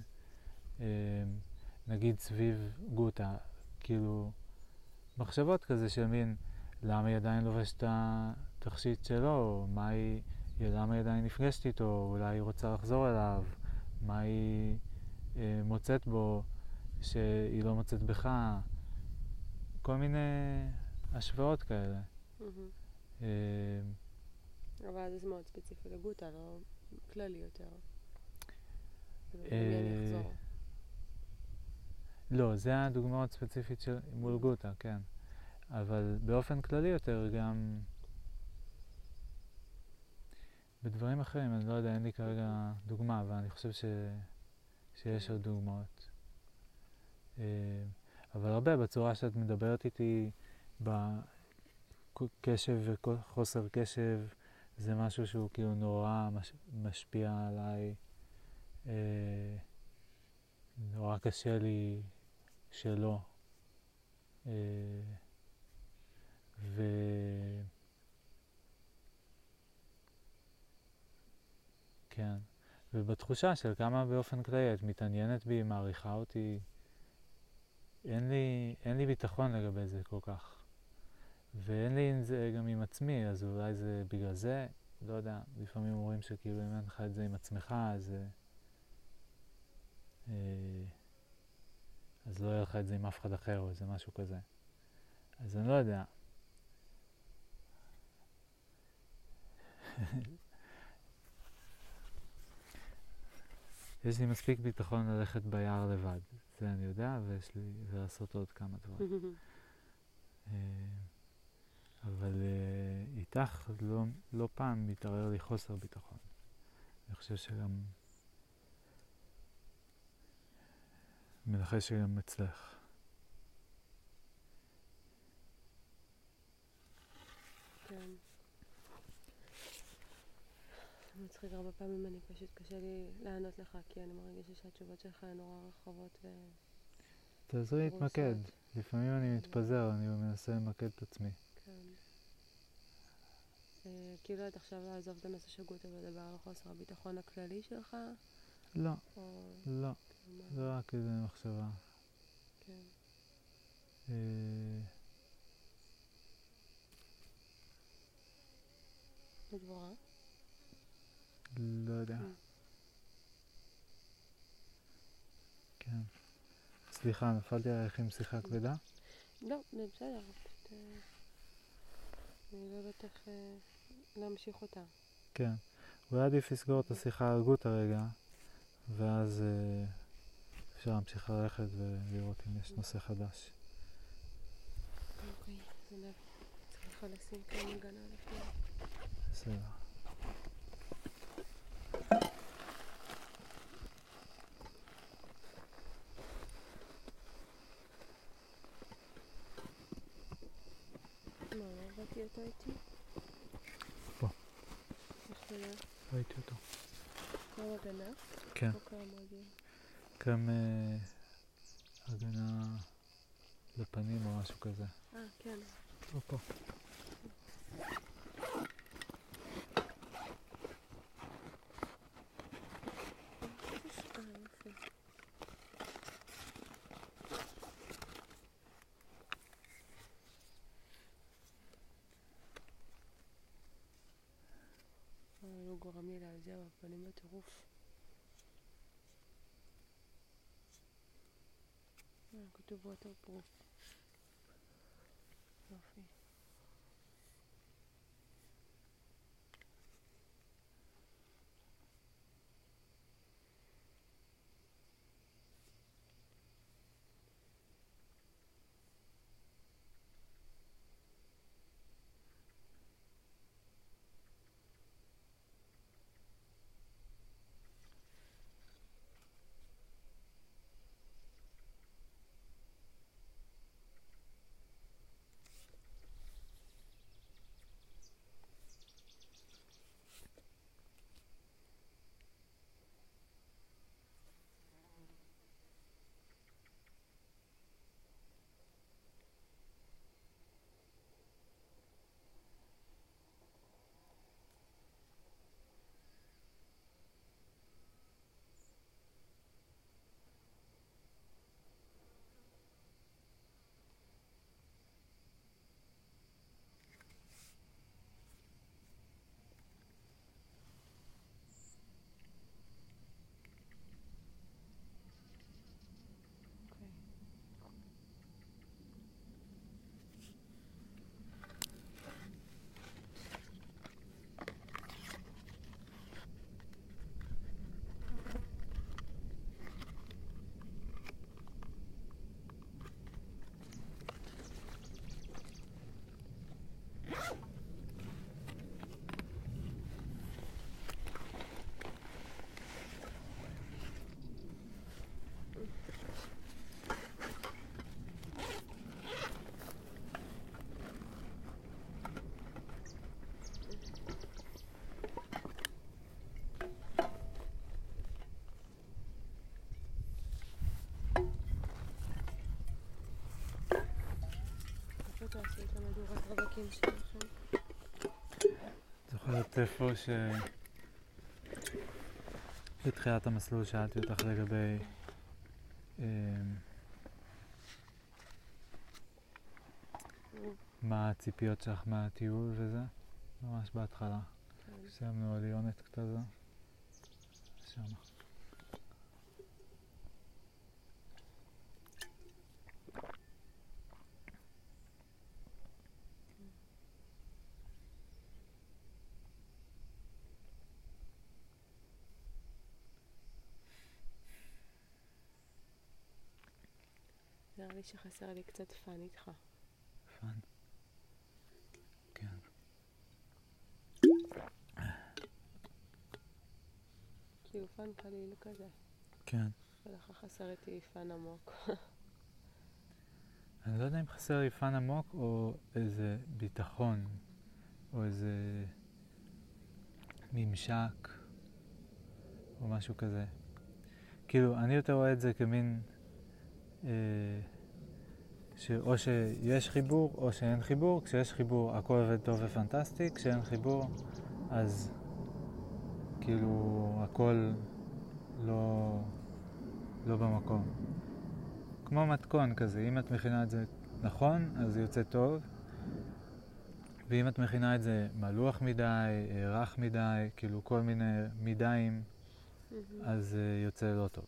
נגיד סביב גוטה, כאילו, מחשבות כזה של מין, למה היא עדיין לובשת את התכשיט שלו, למה היא עדיין נפגשת איתו, אולי היא רוצה לחזור אליו, מה היא מוצאת בו שהיא לא מוצאת בך, כל מיני השוואות כאלה. אבל זה מאוד ספציפי לגוטה, לא כללי יותר. אני אחזור. לא, זה הדוגמאות ספציפית של מול גוטה, כן. אבל באופן כללי יותר גם בדברים אחרים, אני לא יודע, אין לי כרגע דוגמה, אבל אני חושב שיש עוד דוגמאות. אבל הרבה בצורה שאת מדברת איתי, בקשב וחוסר קשב, זה משהו שהוא כאילו נורא משפיע עליי. נורא קשה לי שלא. כן. ובתחושה של כמה באופן כללי את מתעניינת בי, מעריכה אותי, אין לי ביטחון לגבי זה כל כך. ואין לי עם זה גם עם עצמי, אז אולי זה בגלל זה, לא יודע, לפעמים אומרים שכאילו אם אין לך את זה עם עצמך, אז לא יהיה לך את זה עם אף אחד אחר או איזה משהו כזה. אז אני לא יודע. יש לי מספיק ביטחון ללכת ביער לבד, זה אני יודע, ויש לי לעשות עוד כמה דברים. אבל איתך לא פעם מתערער לי חוסר ביטחון. אני חושב שגם מנחש שגם אצלך. כן. מצחיק, הרבה פעמים אני פשוט קשה לי לענות לך, כי אני מרגישה שהתשובות שלך הן נורא רחבות תעזרי להתמקד. לפעמים אני מתפזר, אני מנסה למקד את עצמי. כן. כאילו את עכשיו לעזוב את הנושא של גוטה ולדבר על חוסר הביטחון הכללי שלך? לא, או... לא. לא רק איזה מחשבה. כן. לדבורה? לא יודע. כן. סליחה, נפלתי עליך עם שיחה כבדה? לא, זה בסדר. פשוט... אני לא יודעת איך להמשיך אותה. כן. אולי עדיף לסגור את השיחה על גוטה רגע, ואז אפשר להמשיך ללכת ולראות אם יש נושא חדש. אוקיי, זה צריכה לשים כאן הגנה לפני. בסדר. מה, לא ראיתי אותו איתי? פה. איך אתה יודע? ראיתי אותו. כל קרם הגנה? כן. או קרם רגל? קרם הגנה לפנים או משהו כזה. כן. פה. יופי. לא גורם לי להזיע בפנים בטירוף. כתוב waterproof. יופי. איפה תעשו את המדורת רווקים שלכם? זוכרת איפה בתחילת המסלול שאלתי אותך לגבי מה הציפיות שלך מהטיול וזה? ממש בהתחלה. סיימנו על יונת כזה. שמה. נראה לי שחסר לי קצת פן איתך. פן? כן. כאילו פן קליל כזה. כן. ולך חסר איתי פן עמוק. אני לא יודע אם חסר לי פן עמוק או איזה ביטחון או איזה ממשק או משהו כזה. כאילו, אני יותר רואה את זה כמין שאו שיש חיבור או שאין חיבור. כשיש חיבור הכל עובד טוב ופנטסטי, כשאין חיבור אז כאילו הכל לא במקום. כמו מתכון כזה, אם את מכינה את זה נכון אז זה יוצא טוב, ואם את מכינה את זה מלוח מדי, רך מדי, כאילו כל מיני מידיים, אז זה יוצא לא טוב.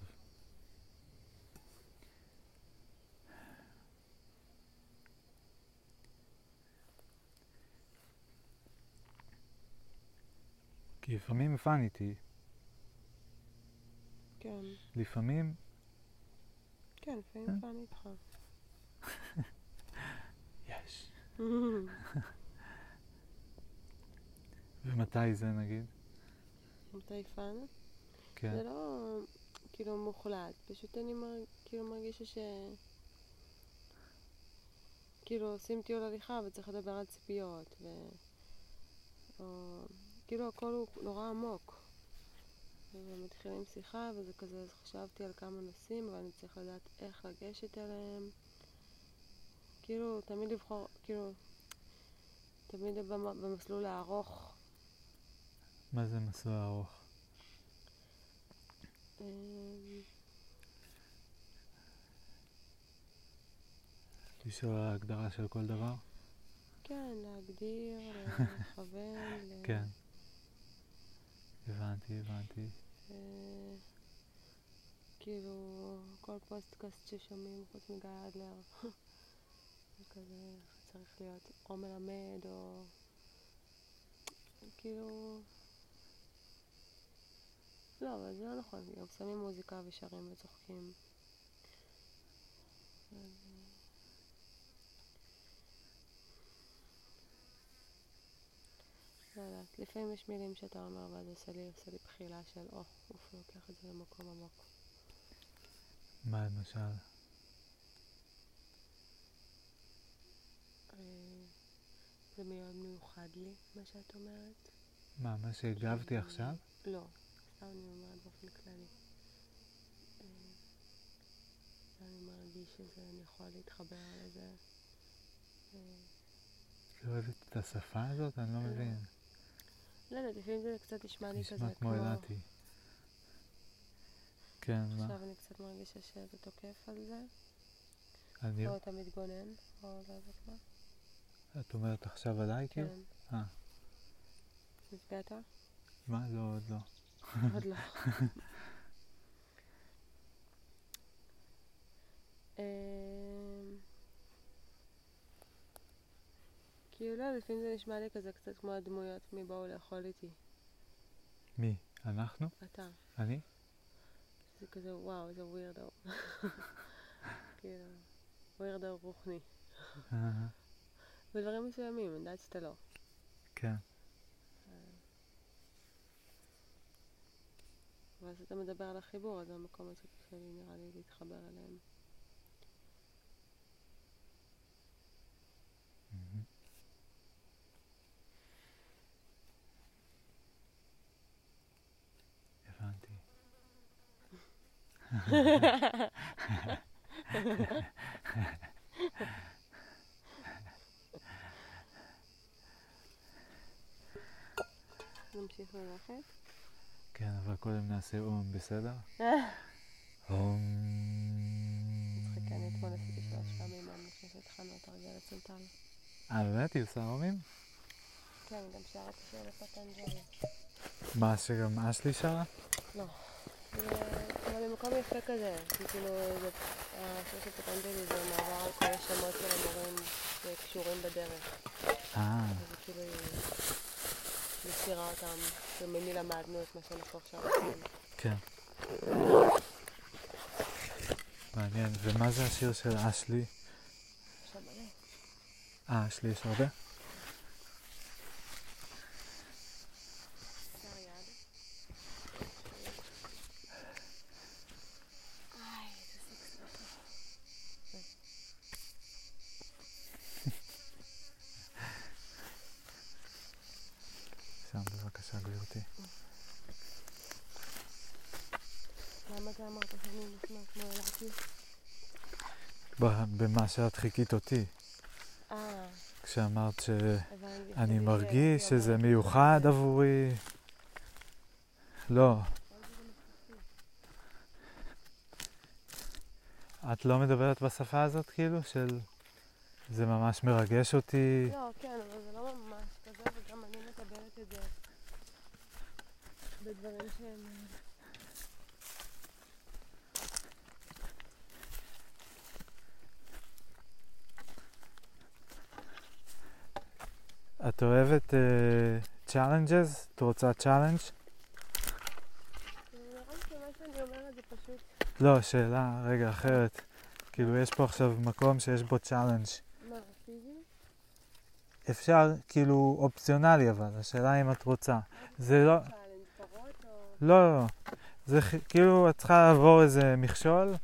כי לפעמים פן איתי. כן. לפעמים? כן, לפעמים פן איתך. יש. ומתי זה נגיד? מתי פן? כן. זה לא כאילו מוחלט, פשוט אני כאילו מרגישה כאילו עושים טיול הליכה וצריך לדבר על ציפיות כאילו הכל הוא נורא עמוק ומתחילים שיחה, וזה כזה, אז חשבתי על כמה נושאים, אבל אני צריך לדעת איך לגשת אליהם. כאילו, תמיד לבחור, כאילו, תמיד במסלול הארוך. מה זה מסלול ארוך? לשאול על ההגדרה של כל דבר? כן, להגדיר, לכוון. כן. הבנתי. כאילו, כל פודקאסט ששומעים חוץ מגיא אדלר, כזה צריך להיות או מלמד או כאילו... לא, אבל זה לא נכון, גם שמים מוזיקה ושרים וצוחקים. לא יודעת, לפעמים יש מילים שאתה אומר ואז עושה לי בחילה של אוף, הוא לוקח את זה למקום עמוק. מה למשל? זה מאוד מיוחד לי, מה שאת אומרת. מה שהגבתי עכשיו? לא, סתם אני אומרת באופן כללי. אני מרגיש שזה, אני יכולה להתחבר לזה. לא אוהבת את השפה הזאת? אני לא מבין. לא יודעת, לפעמים זה קצת נשמע לי כזה כמו... נשמע כמו אילתי. כן, מה? עכשיו אני קצת מרגישה שאתה תוקף על זה. אני... או אתה מתגונן, או לא יודעת מה. את אומרת עכשיו עליי כאילו? כן. נפגעת? מה? לא, עוד לא. עוד לא. כאילו לא, לפעמים זה נשמע לי כזה קצת כמו הדמויות מי באו לאכול איתי. מי? אנחנו? אתה. אני? זה כזה וואו, איזה ווירדו. כאילו, ווירדו רוחני. בדברים מסוימים, אני יודעת שאתה לא. כן. ואז אתה מדבר על החיבור, אז המקום הזה שלי נראה לי להתחבר אליהם. הבנתי. נמשיך ללכת? כן, אבל קודם נעשה אום, בסדר? אום. מצחיקה, אני אתמול עשיתי 3 פעמים, אני חושבת שהתחלנו את הרגל הצלטל. באמת? היא עושה אומים? כן, גם שרה את השיר לפטנג'לי. מה, שגם אשלי שרה? לא. אבל במקום יפה כזה, כי כאילו, השיר של פטנג'לי זה מעבר על כל השמות של המורים שקשורים בדרך. אז כאילו היא מסירה אותם, וממי למדנו את מה שאנחנו עכשיו עושים. כן. מעניין, ומה זה השיר של אשלי? עכשיו מלא. אשלי יש הרבה? בבקשה, גבירתי. למה אתה אמרת שאני נשמע כמו אילתי? במה שאת חיכית אותי. כשאמרת שאני מרגיש שזה מיוחד עבורי. לא. את לא מדברת בשפה הזאת כאילו? של... זה ממש מרגש אותי. לא, כן, אבל זה לא ממש כזה, וגם אני מקבלת את זה בדברים שהם... את אוהבת challenges? את רוצה challenge? נראה לי שמה שאני אומרת זה פשוט... לא, שאלה רגע אחרת. כאילו יש פה עכשיו מקום שיש בו challenge. מה, פיזי? אפשר, כאילו אופציונלי אבל, השאלה אם את רוצה. זה לא... challenge פרות או... לא. זה כאילו את צריכה לעבור איזה מכשול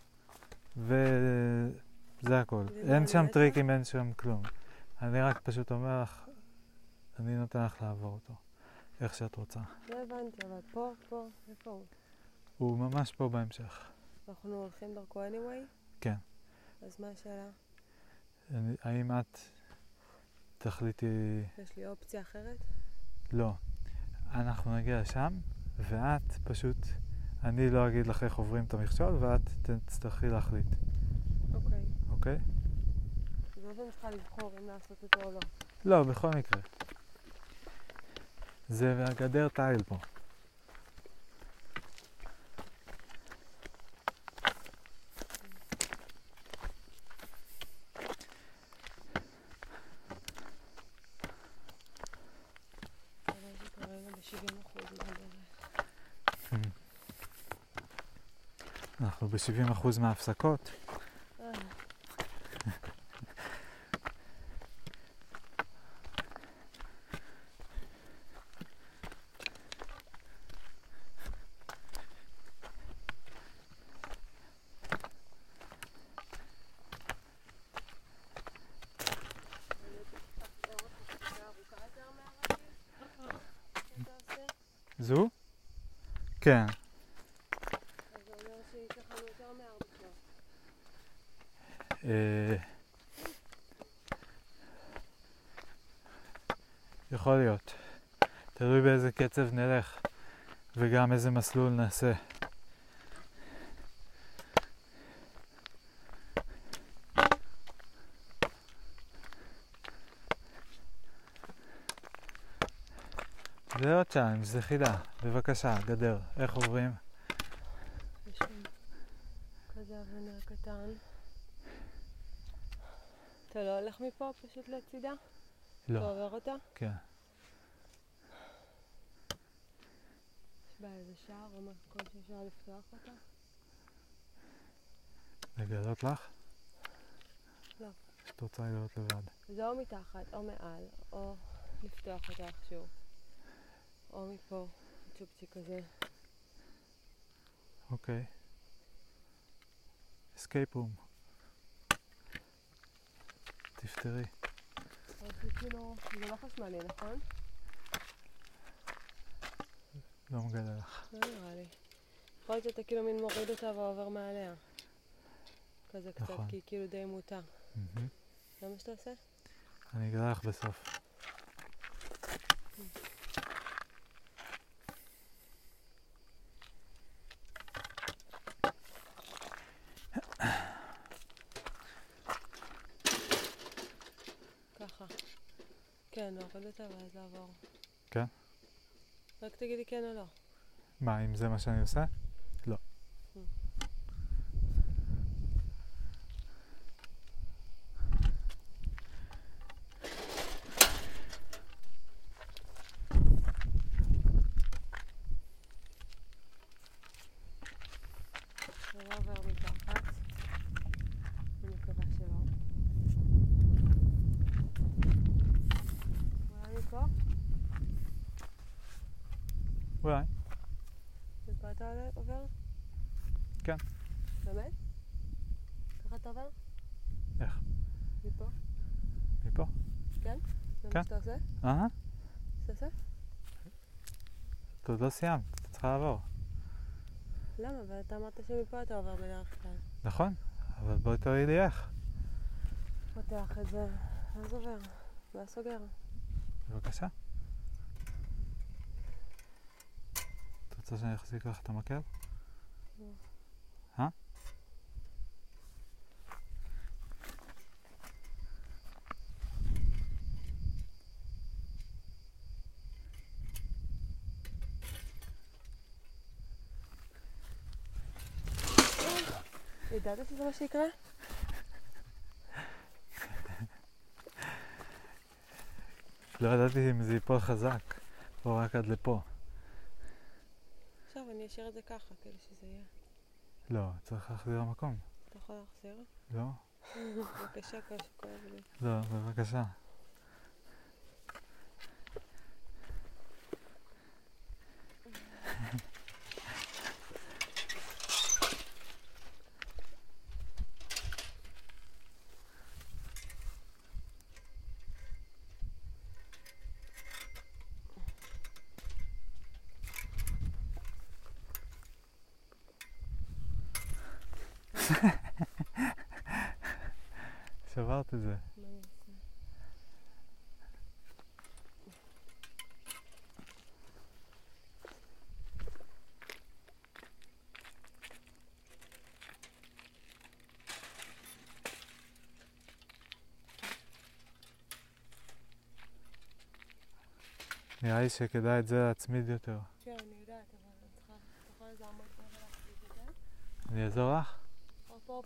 וזה הכל. אין שם טריקים, אין שם כלום. אני רק פשוט אומר לך, אני נותן לך לעבור אותו. איך שאת רוצה. לא הבנתי, אבל פה, איפה הוא? הוא ממש פה בהמשך. אנחנו הולכים דרכו anyway? כן. אז מה השאלה? האם את תחליטי... יש לי אופציה אחרת? לא. אנחנו נגיע לשם, ואת פשוט... אני לא אגיד לך איך עוברים את המכשול, ואת תצטרכי להחליט. אוקיי. אוקיי? זה לא שאני צריכה לבחור אם לעשות אותו או לא. לא, בכל מקרה. זה הגדר תיל פה. אנחנו ב-70% מההפסקות. זו? כן. אז זה אומר שייקח לנו יותר מ4 שעות. יכול להיות. תלוי באיזה קצב נלך וגם איזה מסלול נעשה. זה עוד צ'אלנג', זה חידה. בבקשה, גדר. איך עוברים? יש שם כזה אבנר קטן. אתה לא הולך מפה פשוט לצידה? לא. אתה עובר אותה? כן. יש בה איזה שער או מקום שאפשר לפתוח אותה? לגלות לך? לא. שאת רוצה לגלות לבד. זה או מתחת או מעל, או לפתוח אותה איכשהו. או מפה, צ'ופצ'יק כזה. אוקיי. escape room. תפתרי. זה כאילו, זה לא חשמלי, נכון? לא מגלה לך. לא נראה לי. יכול להיות שאתה כאילו מין מוריד אותה ועובר מעליה. כזה קצת, נכון. כי היא כאילו די מוטה. זה מה שאתה עושה? אני אגלה לך בסוף. ככה. כן, להוריד אותה ואז לעבור. כן? רק תגידי כן או לא. מה, אם זה מה שאני עושה? לא. זה לא עובר מתחת. אני מקווה שלא. אולי מפה? אולי. מפה אתה עובר? כן. באמת? ככה אתה עובר? איך? מפה? מפה? כן? זה כן. מה שאתה עושה? שאתה עושה? אתה עוד לא סיימת, אתה צריכה לעבור. למה? אבל אתה אמרת שמפה אתה עובר בדרך כלל. נכון, אבל בואי תראי לי איך. פותח את זה, ואז עובר, ואז סוגר. בבקשה. את רוצה שאני אחזיק לך את המקל? לא. ידעת שזה מה שיקרה? לא ידעתי אם זה ייפול חזק, או רק עד לפה. עכשיו אני אשאיר את זה ככה, כדי שזה יהיה. לא, צריך להחזיר למקום. אתה יכול להחזיר? לא? בבקשה, כואב לי. לא, בבקשה. שברת את זה. מה אני עושה? נראה לי שכדאי את זה להצמיד יותר. כן, אני יודעת, אבל אני צריכה... אתה יכול לעמוד פה ולהחזיק את זה? אני אעזור לך? פה.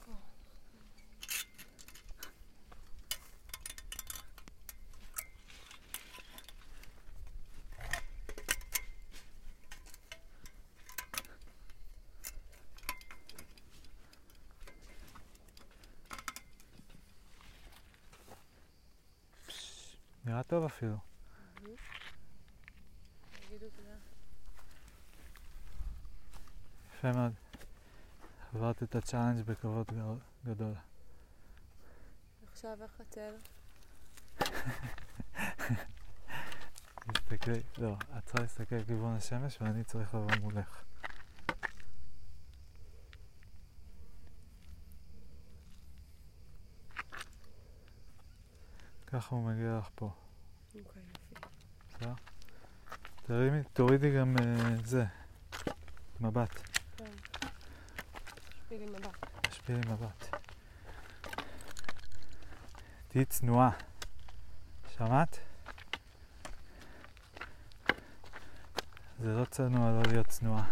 נראה טוב אפילו. תגידו תודה. יפה מאוד. עברת את הצ'אלנג' בכבוד גדול. עכשיו איך הצל? תסתכלי, לא, את צריכה להסתכל לכיוון השמש ואני צריך לבוא מולך. ככה הוא מגיע לך פה. אוקיי, יופי. בסדר? תורידי גם זה, מבט. כן. שפילי מבט. תשפילי מבט. תהיי צנועה. שמעת? זה לא צנוע לא להיות צנועה.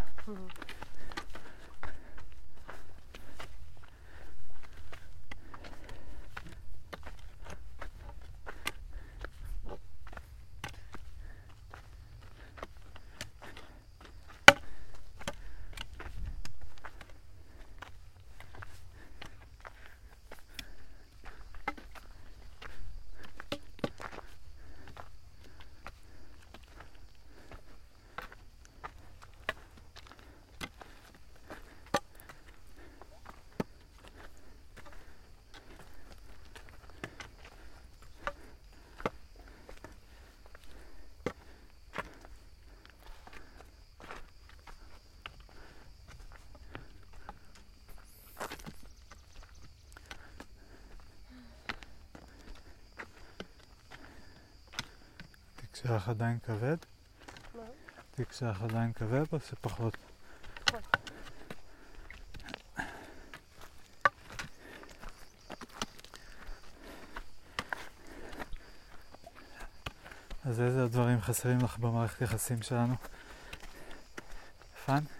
התיק שלך עדיין כבד? מה? התיק שלך עדיין כבד או שפחות? פחות. אז איזה דברים חסרים לך במערכת יחסים שלנו? פן?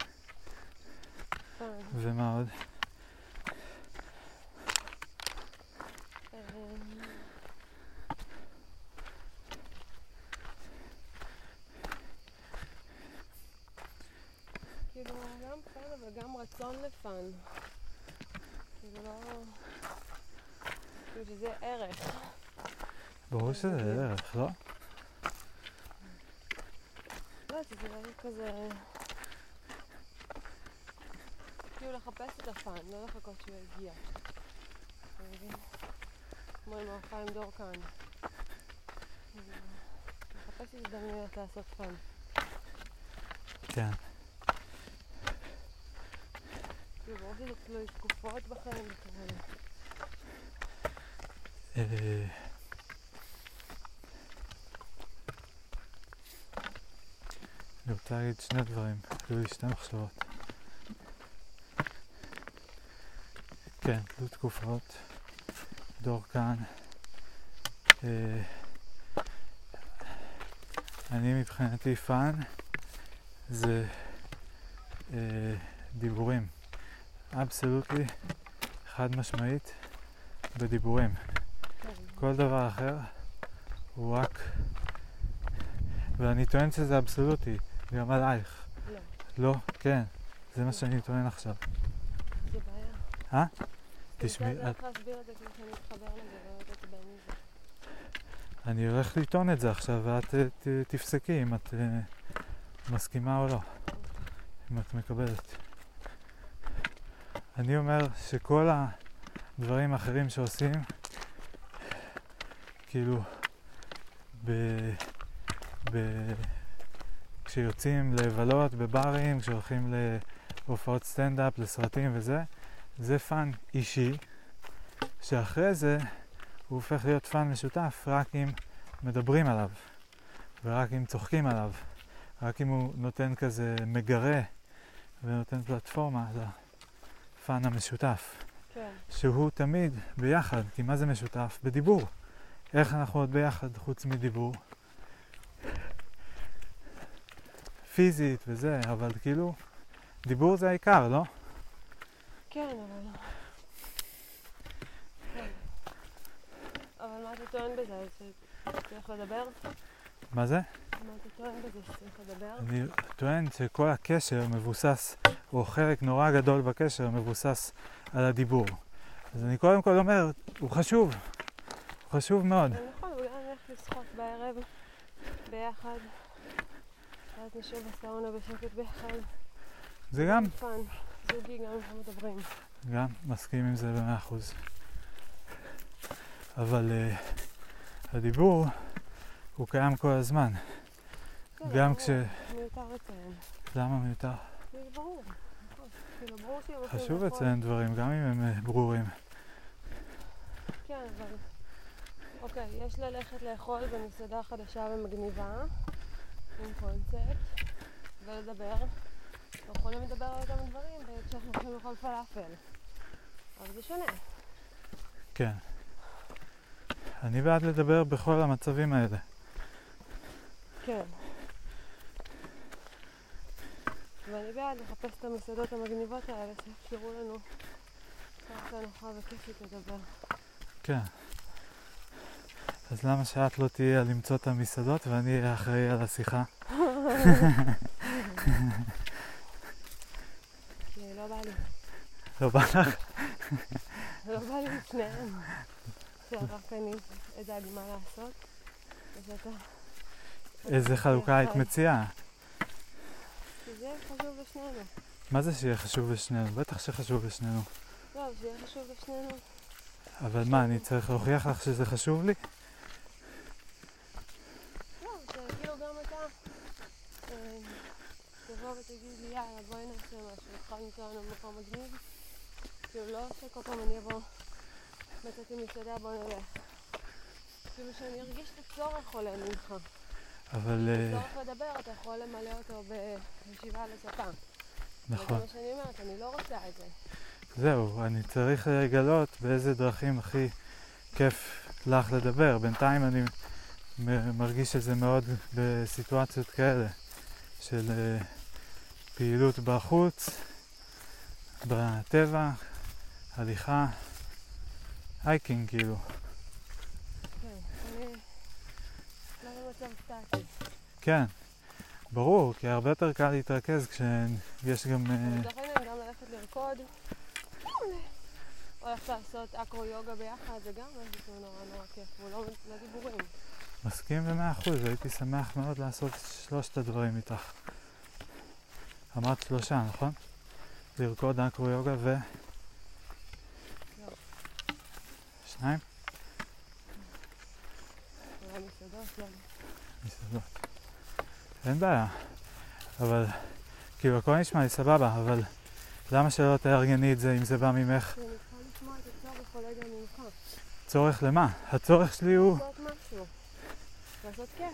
ומה עוד? כאילו גם פן אבל גם רצון לפן. כאילו לא... כאילו שזה ערך. ברור שזה ערך, לא? לא, שזה לא כזה... כאילו לחפש את הפן, לא לחכות שהוא יגיע. אתה מבין? כמו עם ההופעה עם דור כאן. לחפש הזדמנויות לעשות פן. כן. כאילו ברור שזה תלוי תקופות בחיים וכאלה. אני רוצה להגיד שני דברים, היו לי שתי מחשבות. כן, תלוי תקופות, דור כאן. אני מבחינתי פן זה דיבורים. אבסולוטלי, חד משמעית, בדיבורים. כל דבר אחר הוא רק... ואני טוען שזה אבסולוטי, גם עלייך. לא. לא, כן, זה מה שאני טוען עכשיו. זה בעיה. אה? תשמעי, אני רוצה להסביר את זה כאילו שאני מתחבר לזה ולא יודעת בין מזה. אני הולך לטעון את זה עכשיו ואת תפסקי אם את מסכימה או לא, אם את מקבלת. אני אומר שכל הדברים האחרים שעושים, כאילו, כשיוצאים לבלות בברים, כשהולכים להופעות סטנדאפ, לסרטים וזה, זה פאן אישי, שאחרי זה הוא הופך להיות פאן משותף רק אם מדברים עליו, ורק אם צוחקים עליו, רק אם הוא נותן כזה מגרה ונותן פלטפורמה לפאן המשותף. כן. שהוא תמיד ביחד, כי מה זה משותף? בדיבור. איך אנחנו עוד ביחד חוץ מדיבור? פיזית וזה, אבל כאילו, דיבור זה העיקר, לא? כן, אבל... כן. אבל מה אתה טוען בזה? שצריך לדבר? מה זה? מה אתה טוען בזה שצריך לדבר? אני טוען שכל הקשר מבוסס, או חלק נורא גדול בקשר מבוסס על הדיבור. אז אני קודם כל אומר, הוא חשוב. הוא חשוב מאוד. זה נכון, וגם נלך לשחות בערב ביחד. ואז נשב בסאונה בשקט ביחד. זה גם... פאן, זוגי גם אנחנו מדברים. גם מסכים עם זה ב100%. אבל הדיבור הוא קיים כל הזמן. גם כש... מיותר לציין. למה מיותר? זה ברור. נכון. כאילו ברור שהם חשוב לציין דברים, גם אם הם ברורים. כן, אבל... אוקיי, יש ללכת לאכול במסעדה חדשה ומגניבה, עם קונספט, ולדבר. אנחנו יכולים לדבר על אותם דברים כשאנחנו הולכים לאכול פלאפל. אבל זה שונה. כן. אני בעד לדבר בכל המצבים האלה. כן. ואני בעד לחפש את המסעדות המגניבות האלה שאפשרו לנו קצת נוחה וכיפית לדבר. כן. אז למה שאת לא תהיה למצוא את המסעדות ואני אהיה אחראי על השיחה? כי לא בא לי. לא בא לך? לא בא לי לפניהם. שרק אני אדע לי מה לעשות. אז אתה... איזה חלוקה היית מציעה? שזה יהיה חשוב לשנינו. מה זה שיהיה חשוב לשנינו? בטח שחשוב לשנינו. לא, שזה יהיה חשוב לשנינו. אבל מה, אני צריך להוכיח לך שזה חשוב לי? לא, שכאילו גם אתה תבוא ותגיד לי, יאללה, בואי נעשה משהו. נוכל למצוא לנו מקום מגניב. כאילו לא שכל פעם אני אבוא מצאתי מסעדה, בוא נלך. כאילו שאני ארגיש את הצורך עולה ממך. אבל... הצורך לדבר, אתה יכול למלא אותו בישיבה לספה. נכון. וזה מה שאני אומרת, אני לא רוצה את זה. זהו, אני צריך לגלות באיזה דרכים הכי כיף לך לדבר. בינתיים אני מרגיש את זה מאוד בסיטואציות כאלה של פעילות בחוץ, בטבע, הליכה, הייקינג כאילו. כן, אני לא במצב סטטי. כן, ברור, כי הרבה יותר קל להתרכז כשיש גם... לכן גם ללכת לרקוד, או ללכת לעשות אקרו-יוגה ביחד, זה גם משהו נורא כיף, הוא לא דיבורים. מסכים ב100%, הייתי שמח מאוד לעשות 3 הדברים איתך. אמרת 3, נכון? לרקוד אקרו-יוגה ו... 2? מסעדות, לא. מסעדות. אין בעיה. אבל, כאילו הכל נשמע לי סבבה, אבל למה שלא תארגני את זה אם זה בא ממך? אני צריכה לשמוע את הצורך עולה גם ממך. צורך למה? הצורך שלי הוא... לעשות משהו. לעשות כיף.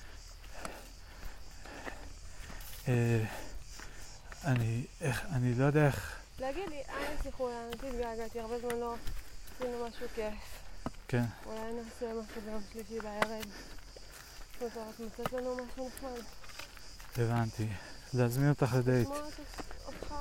אני לא יודע איך... להגיד לי, סליחו, אני התגעגעתי, הרבה זמן לא עשינו משהו כיף. כן. אולי נעשה משהו ביום שלישי בערב. זאת אומרת, מצאת לנו משהו נחמד. הבנתי. להזמין אותך לדייט. לשמוע אותך.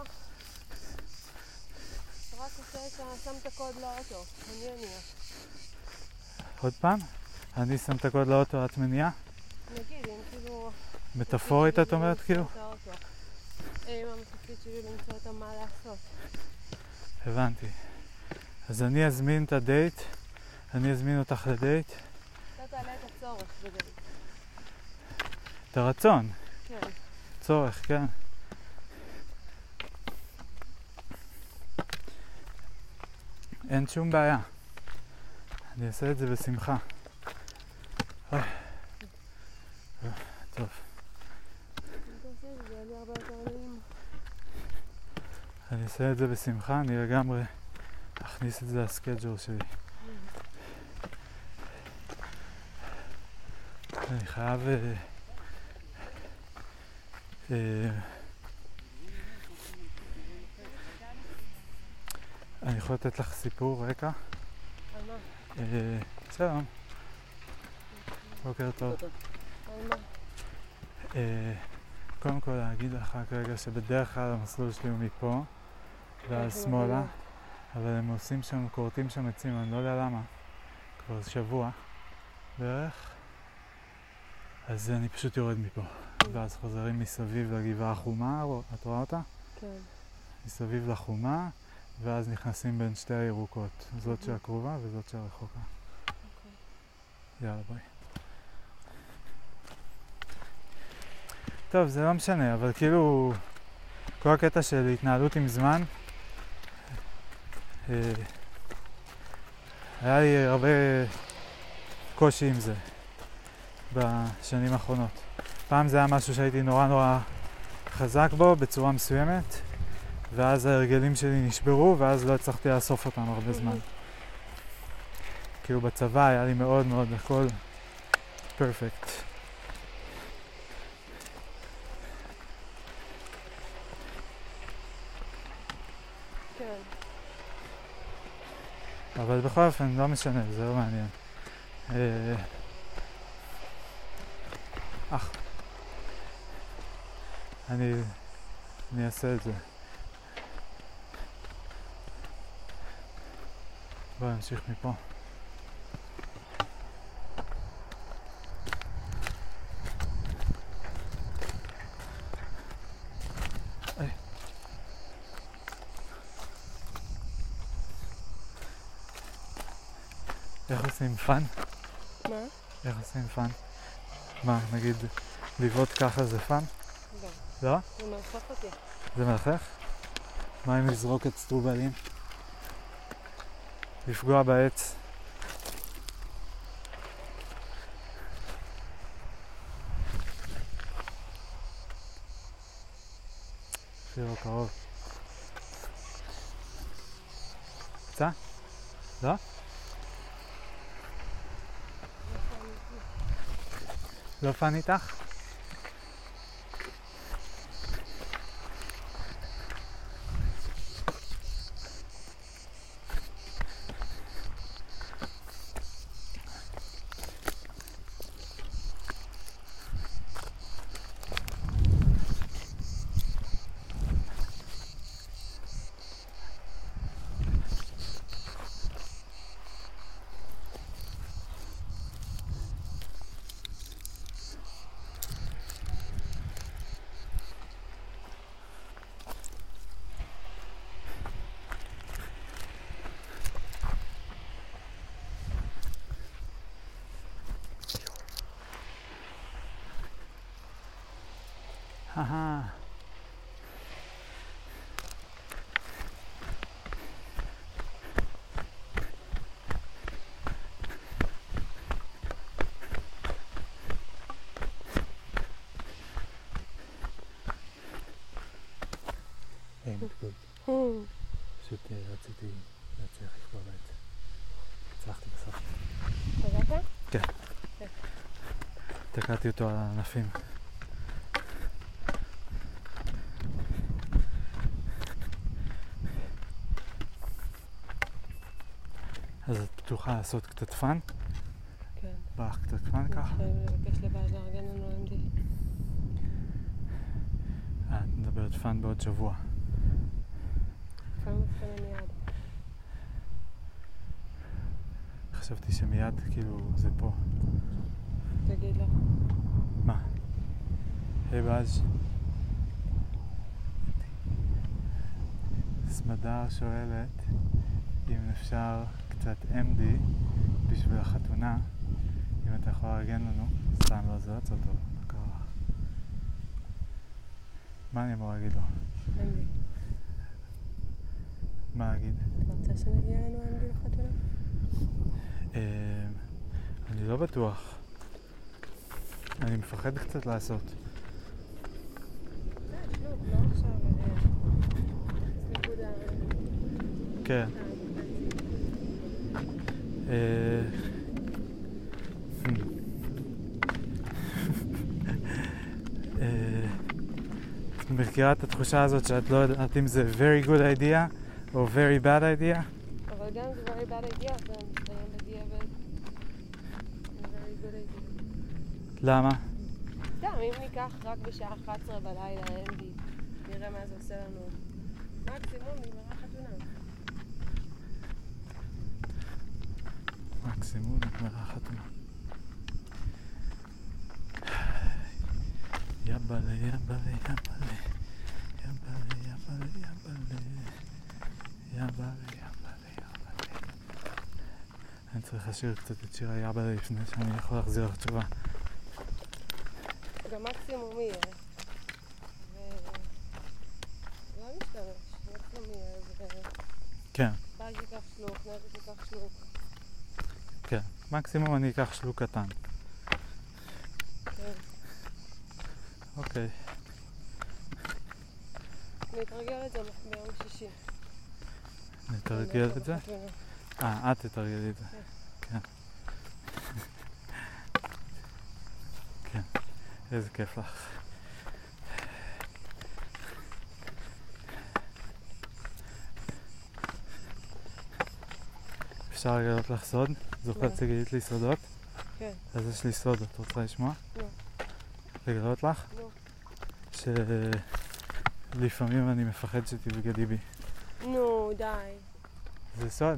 רק עושה את שם את הקוד לאוטו. אני אניע. עוד פעם? אני שם את הקוד לאוטו, את מניעה? נגיד, אם כאילו... מטאפורית את אומרת כאילו? אם המתפקיד שלי למצוא אותם מה לעשות. הבנתי. אז אני אזמין את הדייט, אני אזמין אותך לדייט. אתה תעלה את הצורך בדייט. את הרצון. כן. צורך, כן. אין שום בעיה. אני אעשה את זה בשמחה. טוב. אם אתה עושה את זה, יהיה לי הרבה יותר נעים. אני אעשה את זה בשמחה, אני לגמרי אכניס את זה לסקייג'ור שלי. אני חייב... אני יכול לתת לך סיפור רקע? על מה? שלום. בוקר טוב. על מה? קודם כל להגיד לך רק רגע שבדרך כלל המסלול שלי הוא מפה ועל שמאלה, אבל הם עושים שם, קורטים שם עצים, אני לא יודע למה, כבר שבוע בערך, אז אני פשוט יורד מפה, ואז חוזרים מסביב לגבעה החומה, את רואה אותה? כן. מסביב לחומה, ואז נכנסים בין שתי הירוקות, זאת שהקרובה וזאת שהרחוקה. יאללה ביי. טוב, זה לא משנה, אבל כאילו כל הקטע של התנהלות עם זמן היה לי הרבה קושי עם זה בשנים האחרונות. פעם זה היה משהו שהייתי נורא חזק בו בצורה מסוימת, ואז ההרגלים שלי נשברו ואז לא הצלחתי לאסוף אותם הרבה זמן. כאילו בצבא היה לי מאוד הכל פרפקט. כן. אבל בכל אופן לא משנה, זה לא מעניין. אני אעשה את זה. בואו נמשיך מפה. איך עושים פאן? מה? איך עושים פאן? מה, נגיד, לבעוט ככה זה פאן? לא. לא? זה מלכך אותי. זה מלכך? מה אם לזרוק את סטרובלים? לפגוע בעץ? שירו קרוב. קצה? לא? לא פאן איתך? אהה. אין גדול. פשוט רציתי להצליח לפגוע בעץ. הצלחתי בסוף. פגעת? כן. תקעתי אותו על הענפים. אז את פתוחה לעשות קצת פאן? כן. בא לך קצת פאן ככה? אנחנו יכולים לבקש לבעל לארגן לנו MD. נדברת פאן בעוד שבוע. כמה מפנה מיד? חשבתי שמיד כאילו זה פה. תגיד לה. מה? היי באז. סמדר שואלת אם אפשר קצת MD בשביל החתונה, אם אתה יכול לארגן לנו. סתם לא, זה לא צוט טוב, מה קרה לך? מה אני אמור להגיד לו? MD. מה להגיד? אתה רוצה שנגיע לנו MD לחתונה? אני לא בטוח. אני מפחד קצת לעשות. לא עכשיו. סיפור כן. את מכירה את התחושה הזאת שאת לא יודעת אם זה very good idea או very bad idea? אבל גם זה very bad idea, זה מסתיים בדיעבד. זה very good idea. למה? סתם, אם ניקח רק בשעה 11 בלילה MD, נראה מה זה עושה לנו. מקסימום נגמרה חתונה. מקסימום נגמרה חתונה. יבלה, יבלה, יבלה, יבלה, יבלה, יבלה, יבלה, יבלה, יבלה. אני צריך לשיר קצת את שיר היבלה לפני שאני יכול להחזיר לך תשובה. גם מקסימום יהיה. לא משתמש, מקסימום יהיה. כן. באז ייקח שלוק, נזק ייקח שלוק. כן, מקסימום אני אקח שלוק קטן. כן. אוקיי. אני אתרגל את זה ביום שישי. נתרגל את זה? את תתרגלי את זה. כן. כן. איזה כיף לך. אפשר לגלות לך סוד? זוכרת שגילית לי סודות? כן. אז יש לי סוד, את רוצה לשמוע? לא. לגלות לך? לא. שלפעמים אני מפחד שתבגדי בי. נו, די. זה סוד.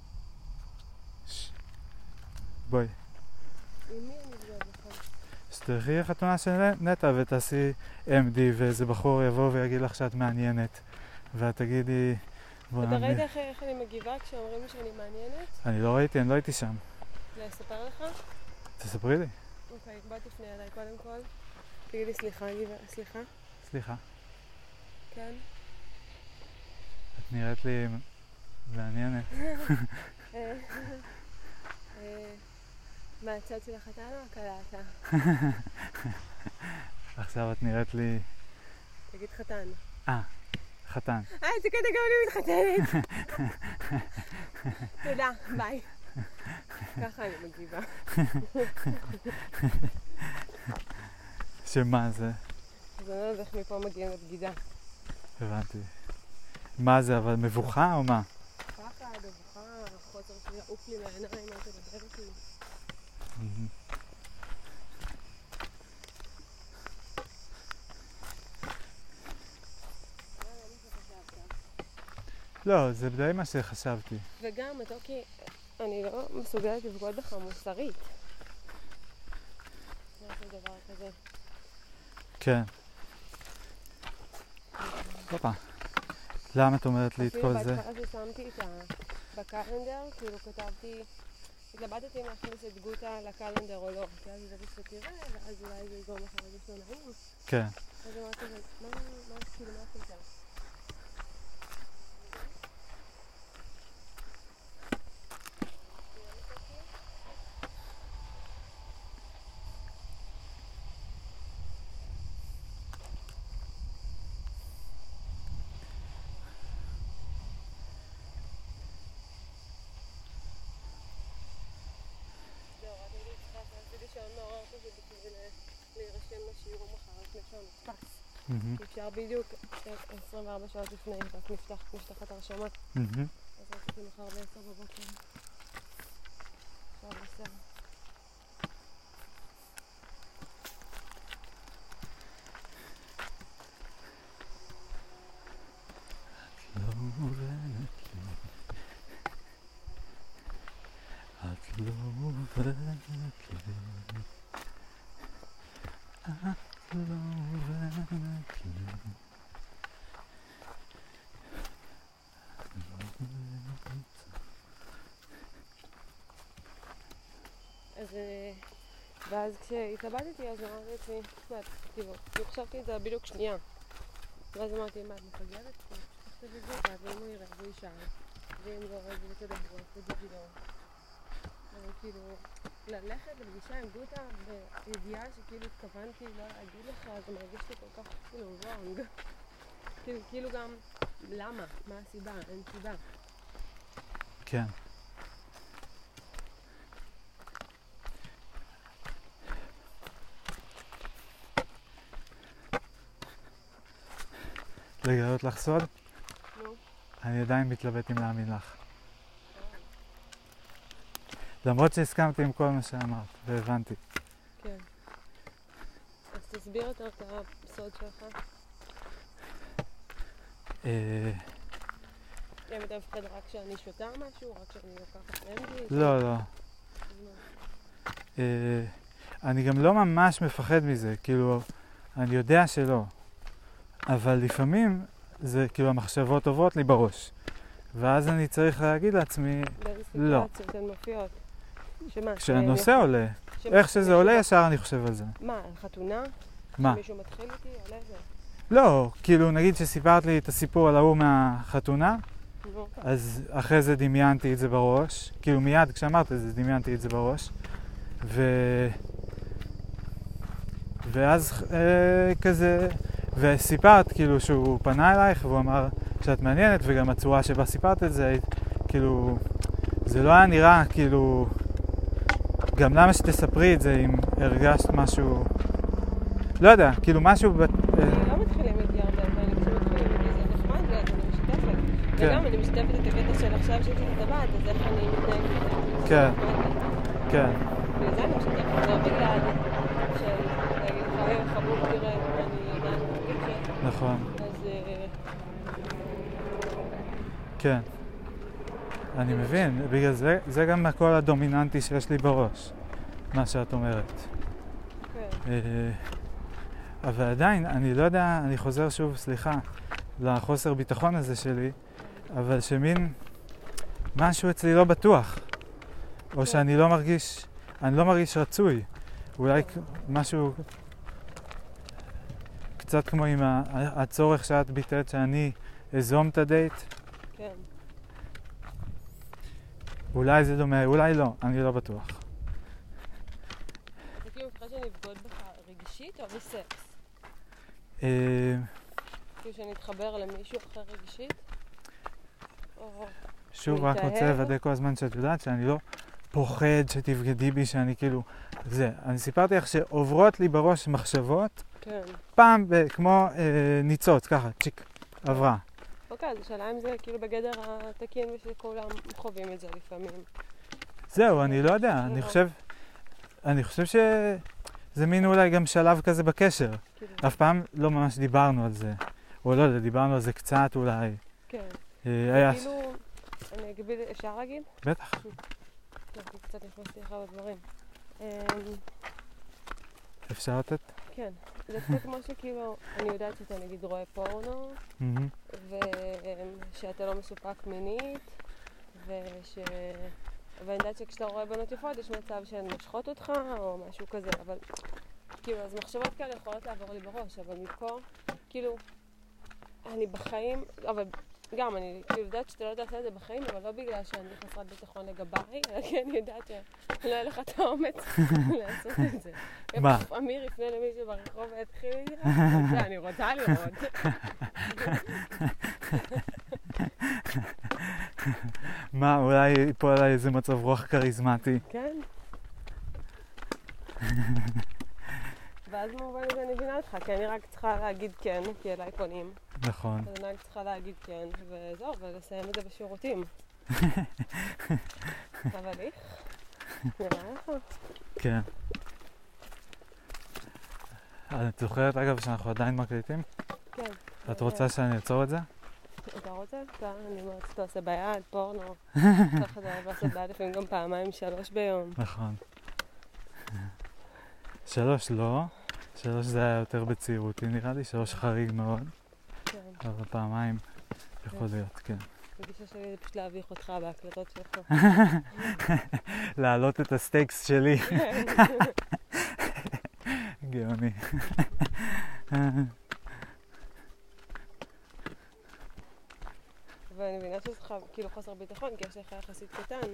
בואי. עם מי אני אבגד לך? שתלכי לחתונה של נטע ותעשי MD ואיזה בחור יבוא ויגיד לך שאת מעניינת ואת תגידי... אתה ראית איך אני מגיבה כשאומרים לי שאני מעניינת? אני לא ראיתי, אני לא הייתי שם. לספר לך? תספרי לי. אוקיי, בוא תפנה אליי קודם כל. תגיד לי סליחה, סליחה? סליחה. כן? את נראית לי מעניינת. מהצד של החתן או הקלטה? עכשיו את נראית לי... תגיד חתן. חתן. זה כדי גם אני מתחתנת. תודה, ביי. ככה אני מגיבה. שמה זה? אז אני לא יודעת איך מפה מגיעים לבגידה. הבנתי. מה זה, אבל מבוכה או מה? פחד, מבוכה, חוסר שיעוף לי מהעיניים, מה תדבר איתי. לא, זה די מה שחשבתי. וגם, מתוקי, אני לא מסוגלת לבגוד בך מוסרית. זה דבר כזה. כן. הופה. למה את אומרת לי את כל זה? אפילו בהתחלה ששמתי את בקלנדר, כאילו כתבתי, התלבטתי אם להכניס את גוטה לקלנדר או לא. כי אז זה תראה, ואז אולי זה יגרום לך רגע שלא נעים. כן. אז אמרתי, כאילו, מה עשית? להירשם לשיעור מחר לפני שהוא נתפס. אפשר בדיוק 24 שעות לפני, רק נפתחת הרשמה. אז רציתי מחר ב-10 בבוקר. עכשיו 10. את לא מובנת לי. את לא מובנת לי. אז ואז כשהתלבטתי אז אמרתי לעצמי, כאילו, חשבתי את זה בדיוק שנייה. ואז אמרתי, מה, את מפגרת? תכתב את זה, ואם הוא יראה, והוא ישאל. ואם לא, אז הוא תדברו, אז תגידי לו. אבל כאילו, ללכת לפגישה עם גוטה בידיעה שכאילו התכוונתי לא להגיד לך, זה מרגיש לי כל כך כאילו רונג. כאילו גם, למה? מה הסיבה? אין סיבה. כן. לגלות לך סוד? נו. אני עדיין מתלבט אם להאמין לך. למרות שהסכמתי עם כל מה שאמרת, והבנתי. כן. אז תסביר יותר את הסוד שלך. אם אתה מפחד רק שאני שותה משהו, רק שאני לוקחת אמבי? לא, לא. אני גם לא ממש מפחד מזה, כאילו, אני יודע שלא. אבל לפעמים זה כאילו המחשבות עוברות לי בראש. ואז אני צריך להגיד לעצמי, לא. באיזה סיטואציות הן מופיעות? שמה? כשהנושא עולה, איך שזה עולה ישר אני חושב על זה. מה, על חתונה? מה? שמישהו מתחיל איתי? על איזה? לא, כאילו נגיד שסיפרת לי את הסיפור על ההוא מהחתונה, נו. אז אחרי זה דמיינתי את זה בראש, כאילו מיד כשאמרת את זה דמיינתי את זה בראש, ואז כזה, וסיפרת כאילו שהוא פנה אלייך והוא אמר שאת מעניינת, וגם הצורה שבה סיפרת את זה, כאילו, זה לא היה נראה כאילו, גם למה שתספרי את זה אם הרגשת משהו, לא יודע, כאילו משהו לא מתחילים איתי הרבה, אבל כשמתחילים איתי זה נחמד ואז אני משתפת. וגם אני משתפת את הקטע של עכשיו שיש לי את הבת, אז איך אני מתנהגת. כן. כן. וזה אני משתפת, לא בגלל של להגיד לך, אוי, חבוב, תראה, אני עדיין מרגישת. נכון. אז כן. אני מבין, בגלל זה גם הקול הדומיננטי שיש לי בראש, מה שאת אומרת. כן. אבל עדיין, אני לא יודע, אני חוזר שוב, סליחה, לחוסר ביטחון הזה שלי, אבל שמין משהו אצלי לא בטוח, או שאני לא מרגיש, אני לא מרגיש רצוי. אולי משהו קצת כמו עם הצורך שאת ביטאת שאני אזום את הדייט. כן. אולי זה דומה, אולי לא, אני לא בטוח. אתה כאילו מפחד שאני אבגוד בך רגשית או בסקס? כאילו שאני אתחבר למישהו אחר רגשית? או... שוב, רק רוצה לוודא כל הזמן שאת יודעת שאני לא פוחד שתבגדי בי, שאני כאילו... זה, אני סיפרתי לך שעוברות לי בראש מחשבות, כן. פעם כמו ניצוץ, ככה, צ'יק, עברה. אוקיי, אז השאלה אם זה כאילו בגדר התקין ושכולם חווים את זה לפעמים. זהו, אני לא יודע, אני חושב שזה מין אולי גם שלב כזה בקשר. אף פעם לא ממש דיברנו על זה, או לא יודע, דיברנו על זה קצת אולי. כן. היה... כאילו, אני אגיד, אפשר להגיד? בטח. כי קצת נכנסתי לך בדברים. אפשר לתת? כן. זה קצת כמו שכאילו, אני יודעת שאתה נגיד רואה פורנו, ושאתה לא מסופק מינית, ואני יודעת שכשאתה רואה בנות יפות יש מצב שהן משכות אותך או משהו כזה, אבל כאילו, אז מחשבות כאלה יכולות לעבור לי בראש, אבל מפה, כאילו, אני בחיים, אבל גם, אני כאילו יודעת שאתה לא יודעת לעשות את זה בחיים, אבל לא בגלל שאני חסרת ביטחון לגביי, אלא כי אני יודעת שלא יהיה לך את האומץ לעשות את זה. מה? אמיר יפנה למישהו ברחוב והתחיל לי, זה, אני רוצה לראות. מה, אולי ייפול עליי איזה מצב רוח כריזמטי? כן. ואז במובן הזה אני מבינה אותך, כי אני רק צריכה להגיד כן, כי אליי פונים. נכון. אז אני רק צריכה להגיד כן, וזהו, ולסיים את זה בשירותים. אבל איך? נראה לך? כן. את זוכרת אגב שאנחנו עדיין מקליטים? כן. את רוצה שאני אעצור את זה? אתה רוצה? אני אומרת שאתה עושה ביד, פורנו. ככה זה אוהב לעשות ביד, לפעמים גם פעמיים, 3 ביום. נכון. 3 לא. 3 זה היה יותר בצעירותי נראה לי, 3 חריג מאוד. כן. אבל פעמיים יכול להיות, כן. הגישה שלי זה פשוט להביך אותך בהקלטות שלך. להעלות את הסטייקס שלי. כן. גאוני. ואני מבינה שזה לך כאילו חוסר ביטחון, כי יש לך יחסית קטן.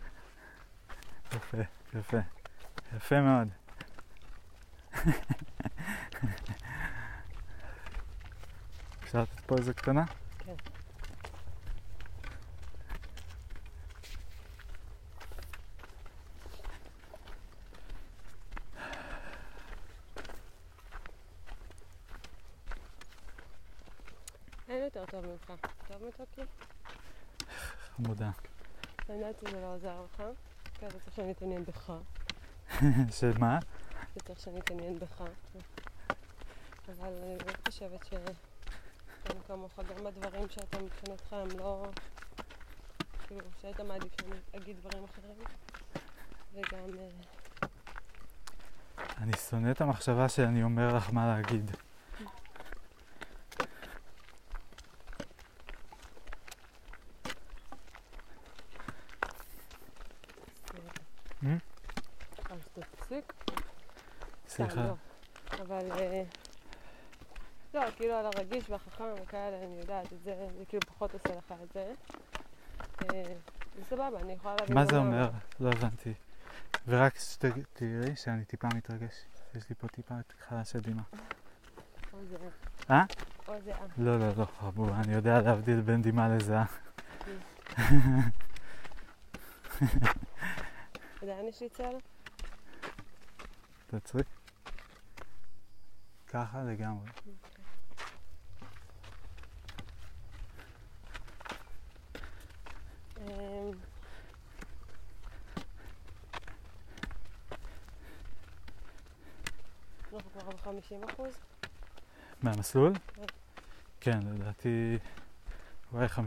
יפה, יפה. יפה מאוד. אפשר לתת פה איזה קטנה? כן. אין יותר טוב ממך. טוב מתוקי? חמודה. אני יודעת שזה לא עוזר לך. כן, אתה צריך שאני אתעניין בך. שמה? אתה צריך שאני אתעניין בך. אבל אני באמת חושבת שאני כמוך, גם בדברים שאתה מבחינתך הם לא... כאילו, שהיית מעדיף שאני אגיד דברים אחרים. וגם... אני שונא את המחשבה שאני אומר לך מה להגיד. אז תפסיק. סליחה. לא. אבל... לא, כאילו על הרגיש והחכם וכאלה, אני יודעת את זה, זה כאילו פחות עושה לך את זה. זה סבבה, אני יכולה להבין... מה זה אומר? לא הבנתי. ורק תראי שאני טיפה מתרגש. יש לי פה טיפה התחלה של דמעה. או זה... אה? או זה... לא, לא, לא, חבוב, אני יודע להבדיל בין דמעה לזהה. עדיין יש לי צל? תעצרי. ככה לגמרי. אנחנו כבר ב-50%? מהמסלול? כן, לדעתי אולי 55-60.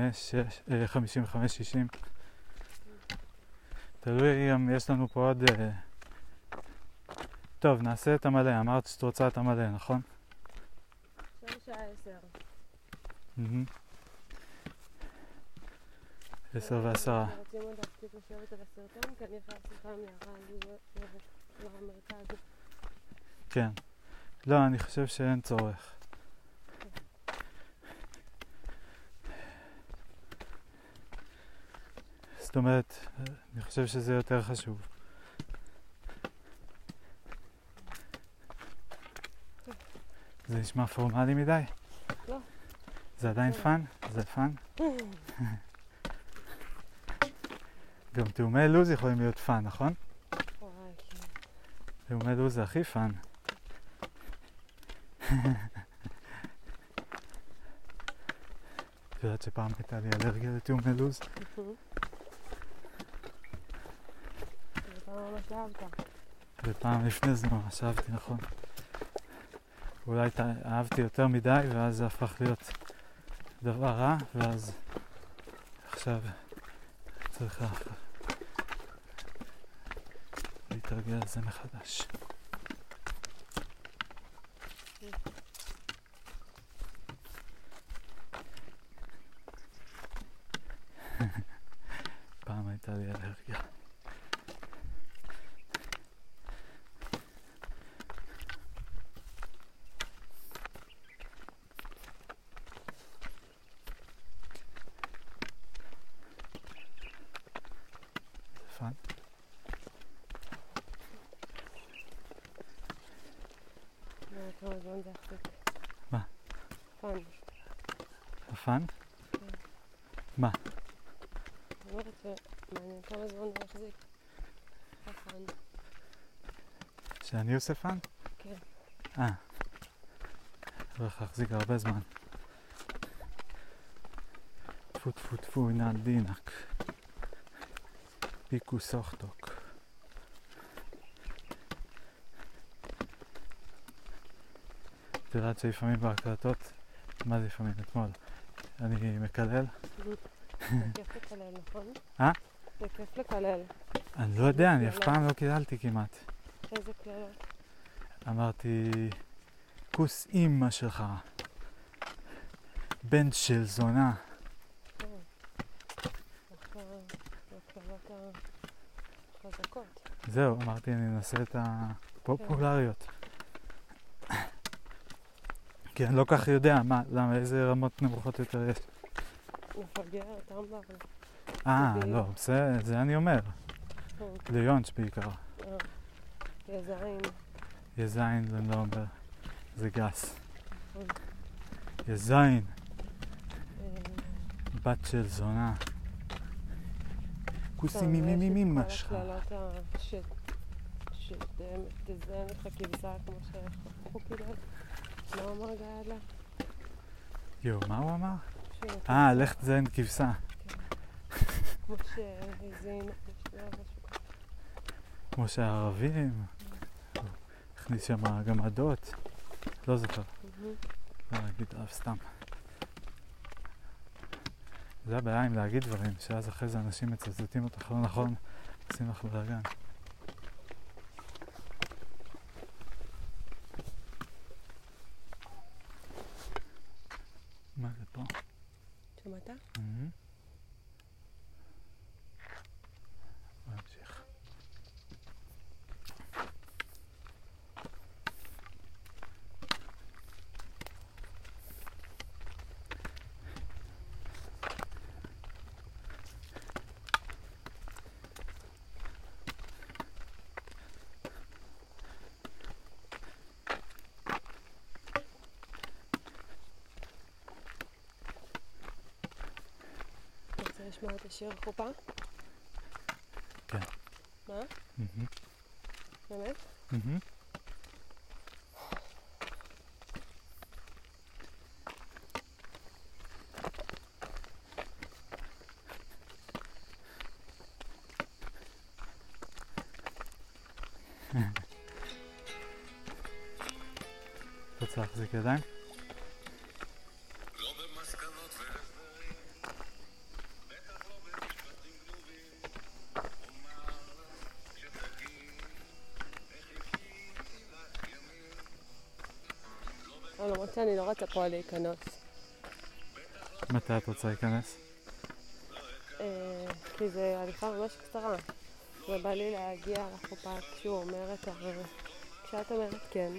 תלוי גם יש לנו פה עוד... טוב, נעשה את המלא. אמרת שאת רוצה את המלא, נכון? עכשיו שעה 10 ו10. רוצים עוד להפסיק לשבת על הסרטון? כי אני יכולה שיחה מהרע לא המרכז. כן. לא, אני חושב שאין צורך. זאת אומרת, אני חושב שזה יותר חשוב. זה נשמע פורמלי מדי? לא. זה עדיין פאן? זה פאן? גם תאומי לוז יכולים להיות פאן, נכון? וואי, כן. תאומי לוז זה הכי פאן. את יודעת שפעם הייתה לי אלרגיה לתאומי לוז? ופעם ממש אהבת. ופעם לפני זה ממש אהבתי, נכון. אולי אהבתי יותר מדי ואז זה הפך להיות דבר רע, ואז עכשיו צריך להתרגל על זה מחדש. פעם הייתה לי אלרגיה. פאן? כמה זמן זה יחזיק? מה? פאן. הפאן? כן. מה? אני אומרת שמעניין כמה זמן זה יחזיק. הפאן. שאני עושה פאן? כן. הולך להחזיק הרבה זמן. טפו טפו טפו נעדינק. פיקו סוכטוק. את יודעת שלפעמים בהקלטות, מה זה לפעמים אתמול? אני מקלל? זה כיף לקלל, נכון? זה כיף לקלל. אני לא יודע, אני אף פעם לא קיללתי כמעט. איזה קללות? אמרתי, כוס אימא שלך, בן של זונה. כן. הקללות החזקות. זהו, אמרתי, אני אנסה את הפופולריות. כי אני לא כך יודע, למה, איזה רמות נמוכות יותר יש. מפגר, טמבר. לא, זה אני אומר. ליונץ' בעיקר. יזיים. יזיים, אני לא אומר. זה גס. נכון. יא זין. בת של זונה. כוסי מי משך. כל הכללות שתזיין לך כבשה כמו שחכו כאילו. מה הוא אמר גאלה? יו, מה הוא אמר? לך תזיין כבשה. כמו שהזין, כמו שהערבים. הכניס שם גמדות. לא זוכר. לא להגיד אף סתם. זה הבעיה עם להגיד דברים, שאז אחרי זה אנשים מצטטים אותך לא נכון, עושים לך בלגן. מה זה פה? שמעת? בוא נמשיך. לשמוע את השיר חופה? כן. מה? באמת? אתה צריך להחזיק ידיים? למרות שאני לא רצה פה להיכנס. מתי את רוצה להיכנס? כי זה הליכה ממש קצרה. ובא לי להגיע לחופה כשהוא אומר את כשאת אומרת כן.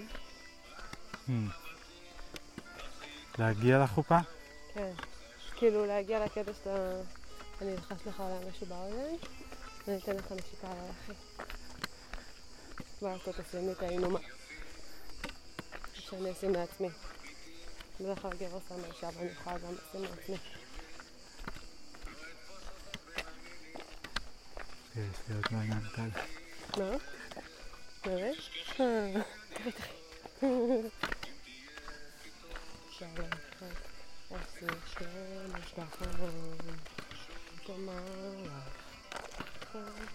להגיע לחופה? כן. כאילו להגיע לקטע שאתה... אני אלחש לך עליי משהו באוזן, ואני אתן לך נשיקה על הלכי. ואז אתה תשים לי את האינומה. שאני אשים לעצמי. בדרך כלל גבר שם לאישה ואני יכולה גם לשים לעצמי. יש לי עוד מעניין קל. מה? באמת? תראי. שלכת עשי שמש בחלום תאמר לך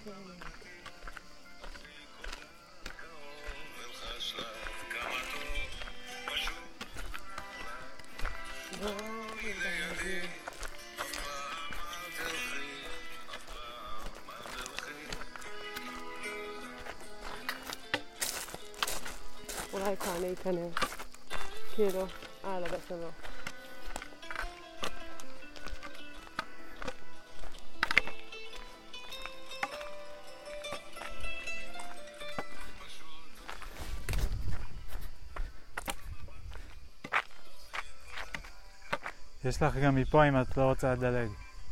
אולי כאן להיכנס כאילו, לא בעצם לא יש לך גם מפה אם את לא רוצה לדלג.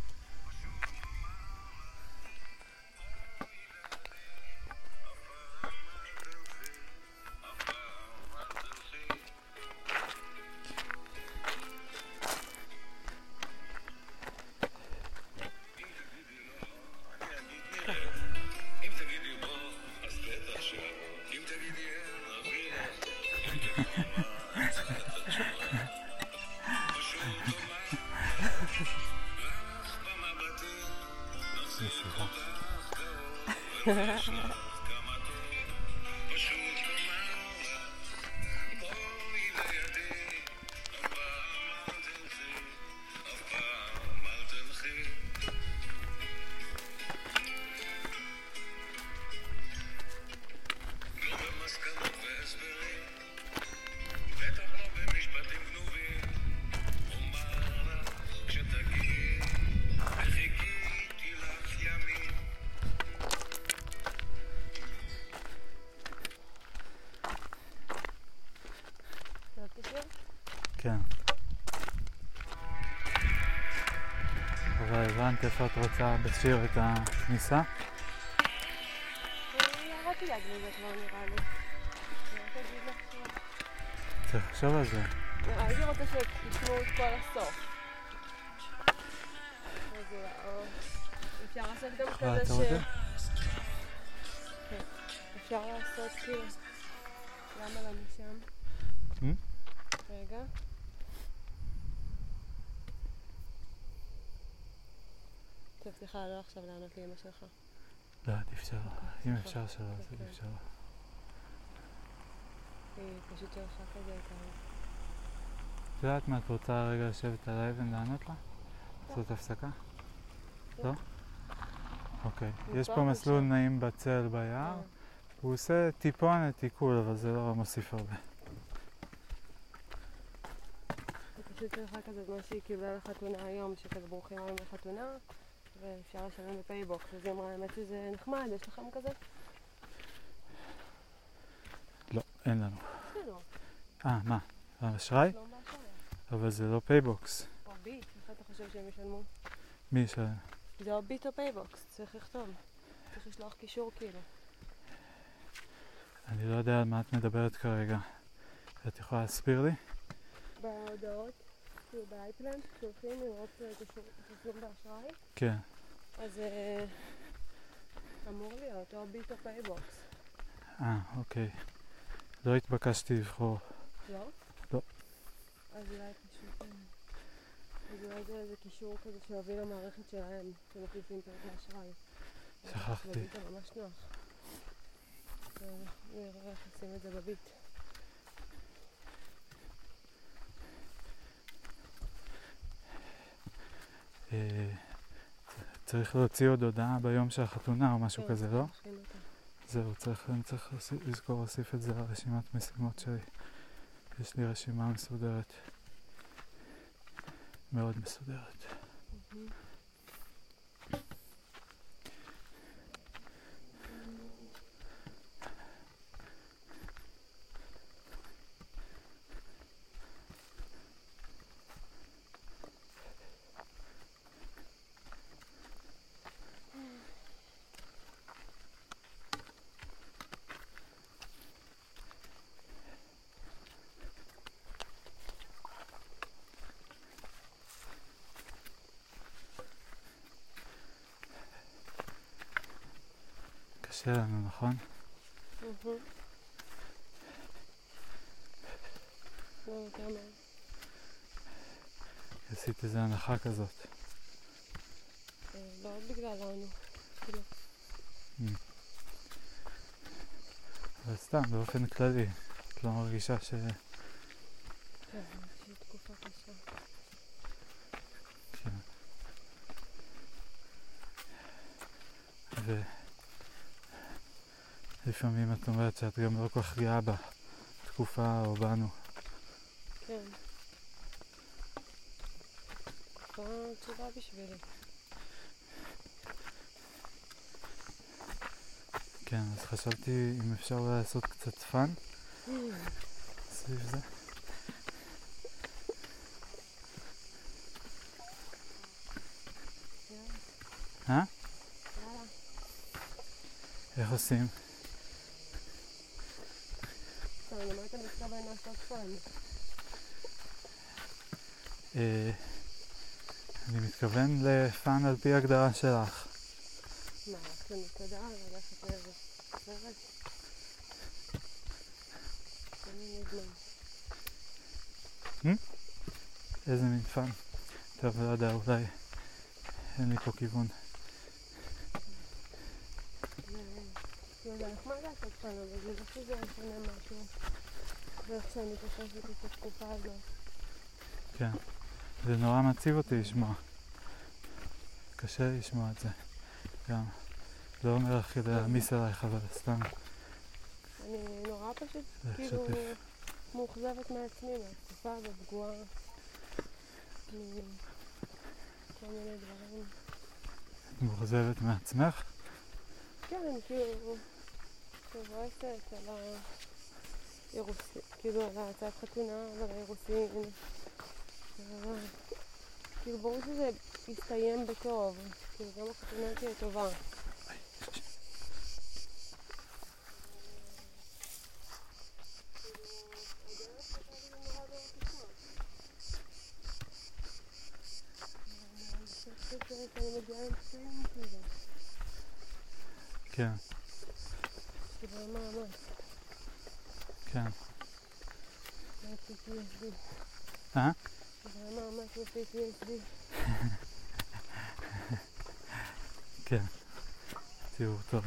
כן. אבל הבנת איפה את רוצה בשיר את הכניסה? ירדתי להגניב את כבר נראה לי. צריך לחשוב על זה. הייתי רוצה שתשמעו את כל הסוף. אפשר לעשות גם כזה אפשר לעשות כאילו... למה לא משם? רגע. טוב, סליחה, לא עכשיו לענות לי אמא שלך. לא, עדיף שלא. אם אפשר שלא, אז עדיף שלא. היא פשוט שלך כזה איתה. את יודעת מה, את רוצה רגע לשבת על האבן לענות לה? זאת הפסקה? לא? אוקיי. יש פה מסלול נעים בצל ביער. הוא עושה טיפונת עיכול, אבל זה לא מוסיף הרבה. זה פשוט שלך כזה מה שהיא קיבלה לחתונה היום, שכזה ברוכים היום לחתונה, ואפשר לשלם בפייבוקס. אז היא אמרה, האמת שזה נחמד, יש לכם כזה? לא, אין לנו. בסדר. מה? אשראי? לא באשראי. אבל זה לא פייבוקס. או ביט, איך אתה חושב שהם ישלמו? מי ישלם? זה או ביט או פייבוקס, צריך לכתוב. צריך לשלוח קישור כאילו. אני לא יודע על מה את מדברת כרגע. את יכולה להסביר לי? בהודעות, כאילו באייפלן, שולחים לראות תשלום באשראי. כן. אז אמור להיות או ביט או פייבוקס. אוקיי. לא התבקשתי לבחור. לא? לא. אז אולי פשוט... אז אולי זה איזה קישור כזה שהוביל למערכת שלהם, שמחליפים פרק לאשראי. שכחתי. זה ממש נוח. נראה איך עושים את זה בביט. צריך להוציא עוד הודעה ביום של החתונה או משהו כזה, לא? זהו, אני צריך לזכור להוסיף את זה לרשימת משימות שלי. יש לי רשימה מסודרת. מאוד מסודרת. קשה לנו, נכון? לא, יותר מהר. עשית איזו הנחה כזאת. לא בגללנו. אבל סתם, באופן כללי. את לא מרגישה ש... כן, שהיא תקופה קשה. כן. ולפעמים את אומרת שאת גם לא כל כך גאה בתקופה או בנו. כן. תקופה תשובה בשבילי. כן, אז חשבתי אם אפשר לעשות קצת פאן סביב זה. יאללה. איך עושים? טוב, למה אתה מתכוון לעשות פאן? אני מתכוון לפאן על פי הגדרה שלך. מה, ללכת למסעדה, ללכת לאיזה סרט? אני מזמן. איזה מין פאן? טוב, לא יודע, אולי אין לי פה כיוון. זה נחמד לעשות פאן, אבל זה לא שזה משנה משהו. ואיך שאני תופסת את התקופה הזאת. כן, זה נורא מציב אותי לשמוע. קשה לשמוע את זה. גם לא אומר לך כדי להעמיס עלייך, אבל סתם. אני נורא פשוט כאילו מאוכזבת מעצמי, מהתקופה ופגועה מכל מיני דברים. מאוכזבת מעצמך? כן, אני כאילו מבואסת על האירוסין, כאילו על הצעת חתונה ועל האירוסין. כאילו ברור שזה יסתיים בטוב, כאילו גם החתונה תהיה טובה. כן, זה ממש. כן. מה-PTSD. אה? זה ממש ב-PTSD. כן, תראו טוב.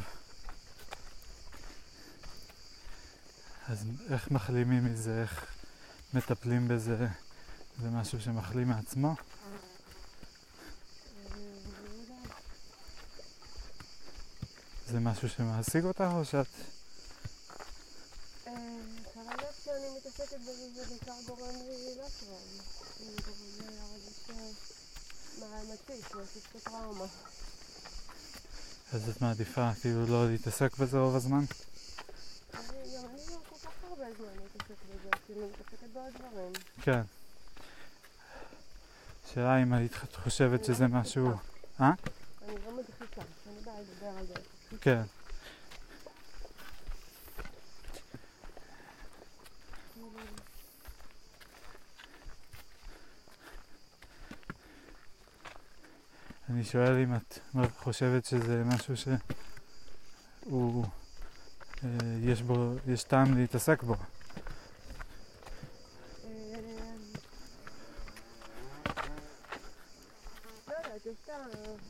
אז איך מחלימים מזה, איך מטפלים בזה? זה משהו שמחלים מעצמו? זה משהו שמעסיק אותך או שאת... כרגע כשאני מתעסקת בזה זה בעיקר גורם לי לא טוב. זה גורם לי להרגיש מציף את הטראומה. אז את מעדיפה כאילו לא להתעסק בזה רוב הזמן? גם אני לא כל כך הרבה זמן להתעסק בזה, כאילו אני מתעסקת בעוד דברים. כן. שאלה אם היית חושבת שזה משהו... אני לא מדחיקה, אני באה לדבר על זה. כן. אני שואל אם את חושבת שזה משהו שהוא... יש טעם להתעסק בו. לא יודעת, יש טעם.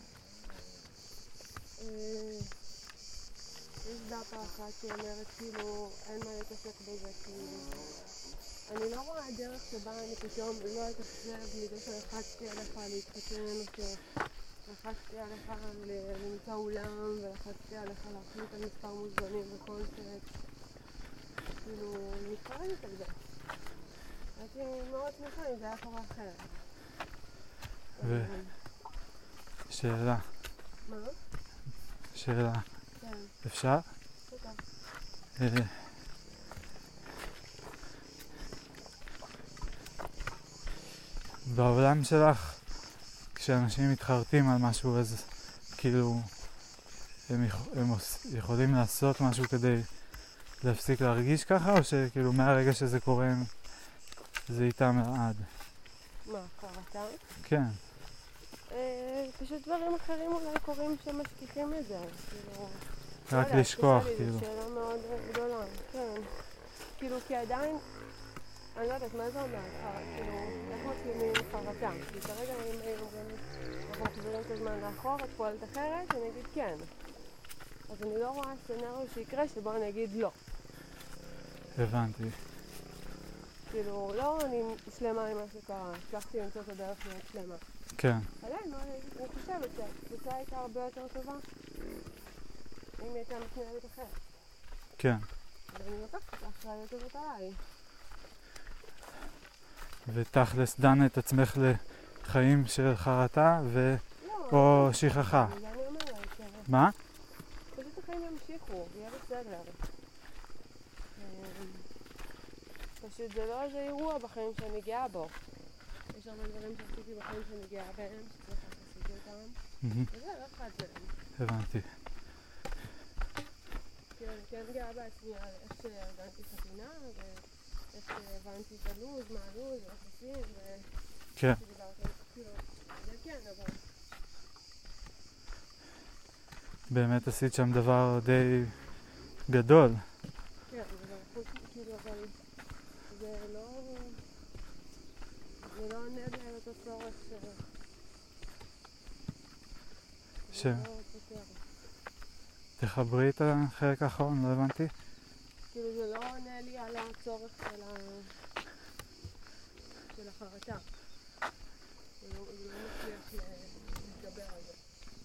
יש דאטה אחת שאומרת כאילו אין מה להתעסק בזה, כאילו אני לא רואה דרך שבה אני פתאום לא אתאכזב מזה שלחצתי עליך להתחתן או שלחצתי עליך למצוא אולם ולחצתי עליך להחליט על מספר מוזמנים וקונספט, כאילו מתחרדת על זה. הייתי מאוד שמחה אם זה היה קורה אחרת. שאלה. מה? שאלה. כן. אפשר? תודה. בעולם שלך, כשאנשים מתחרטים על משהו, אז כאילו הם יכולים לעשות משהו כדי להפסיק להרגיש ככה, או שכאילו מהרגע שזה קורה זה איתם לעד? מה, חרטה? כן. פשוט דברים אחרים אולי קוראים שמשכיחים את זה, כאילו... רק לשכוח, כאילו. זו שאלה מאוד גדולה, כן. כאילו, כי עדיין... אני לא יודעת, מה זה אומר? כאילו, איך מתחילים חרטה? כי כרגע אם אנחנו מחזירים את הזמן לאחור, את פועלת אחרת, אני אגיד כן. אז אני לא רואה סצנריו שיקרה שבו אני אגיד לא. הבנתי. כאילו, לא אני שלמה עם מה שקרה, הצלחתי למצוא את הדרך להיות שלמה. כן. עדיין, אני חושבת שהקבוצה הייתה הרבה יותר טובה אם היא הייתה מתנהלת אחרת. כן. ואני לוקחת את האחריות הזאת עליי. ותכלס דן את עצמך לחיים של חרטה או שכחה. זה אני אומרת. מה? פשוט החיים ימשיכו, יהיה בסדר. פשוט זה לא איזה אירוע בחיים שאני גאה בו. יש הרבה דברים שעשיתי בחיים שאני גאה בהם, שצריך עשיתי אותם. וזה לא אחד מהם. הבנתי. כאילו אני כן גאה בעצמי על איך שארגנתי חתונה ואיך שהבנתי את הלוז, מה הלוז, איך עושים כן. כאילו, זה כן, אבל... באמת עשית שם דבר די גדול. כן, אבל חוץ כאילו, אבל זה לא עונה לי על אותו צורך זה לא פותר. תחברי את החלק האחרון, לא הבנתי. כאילו זה לא עונה לי על הצורך של החרטה. זה לא מצליח להתגבר על זה.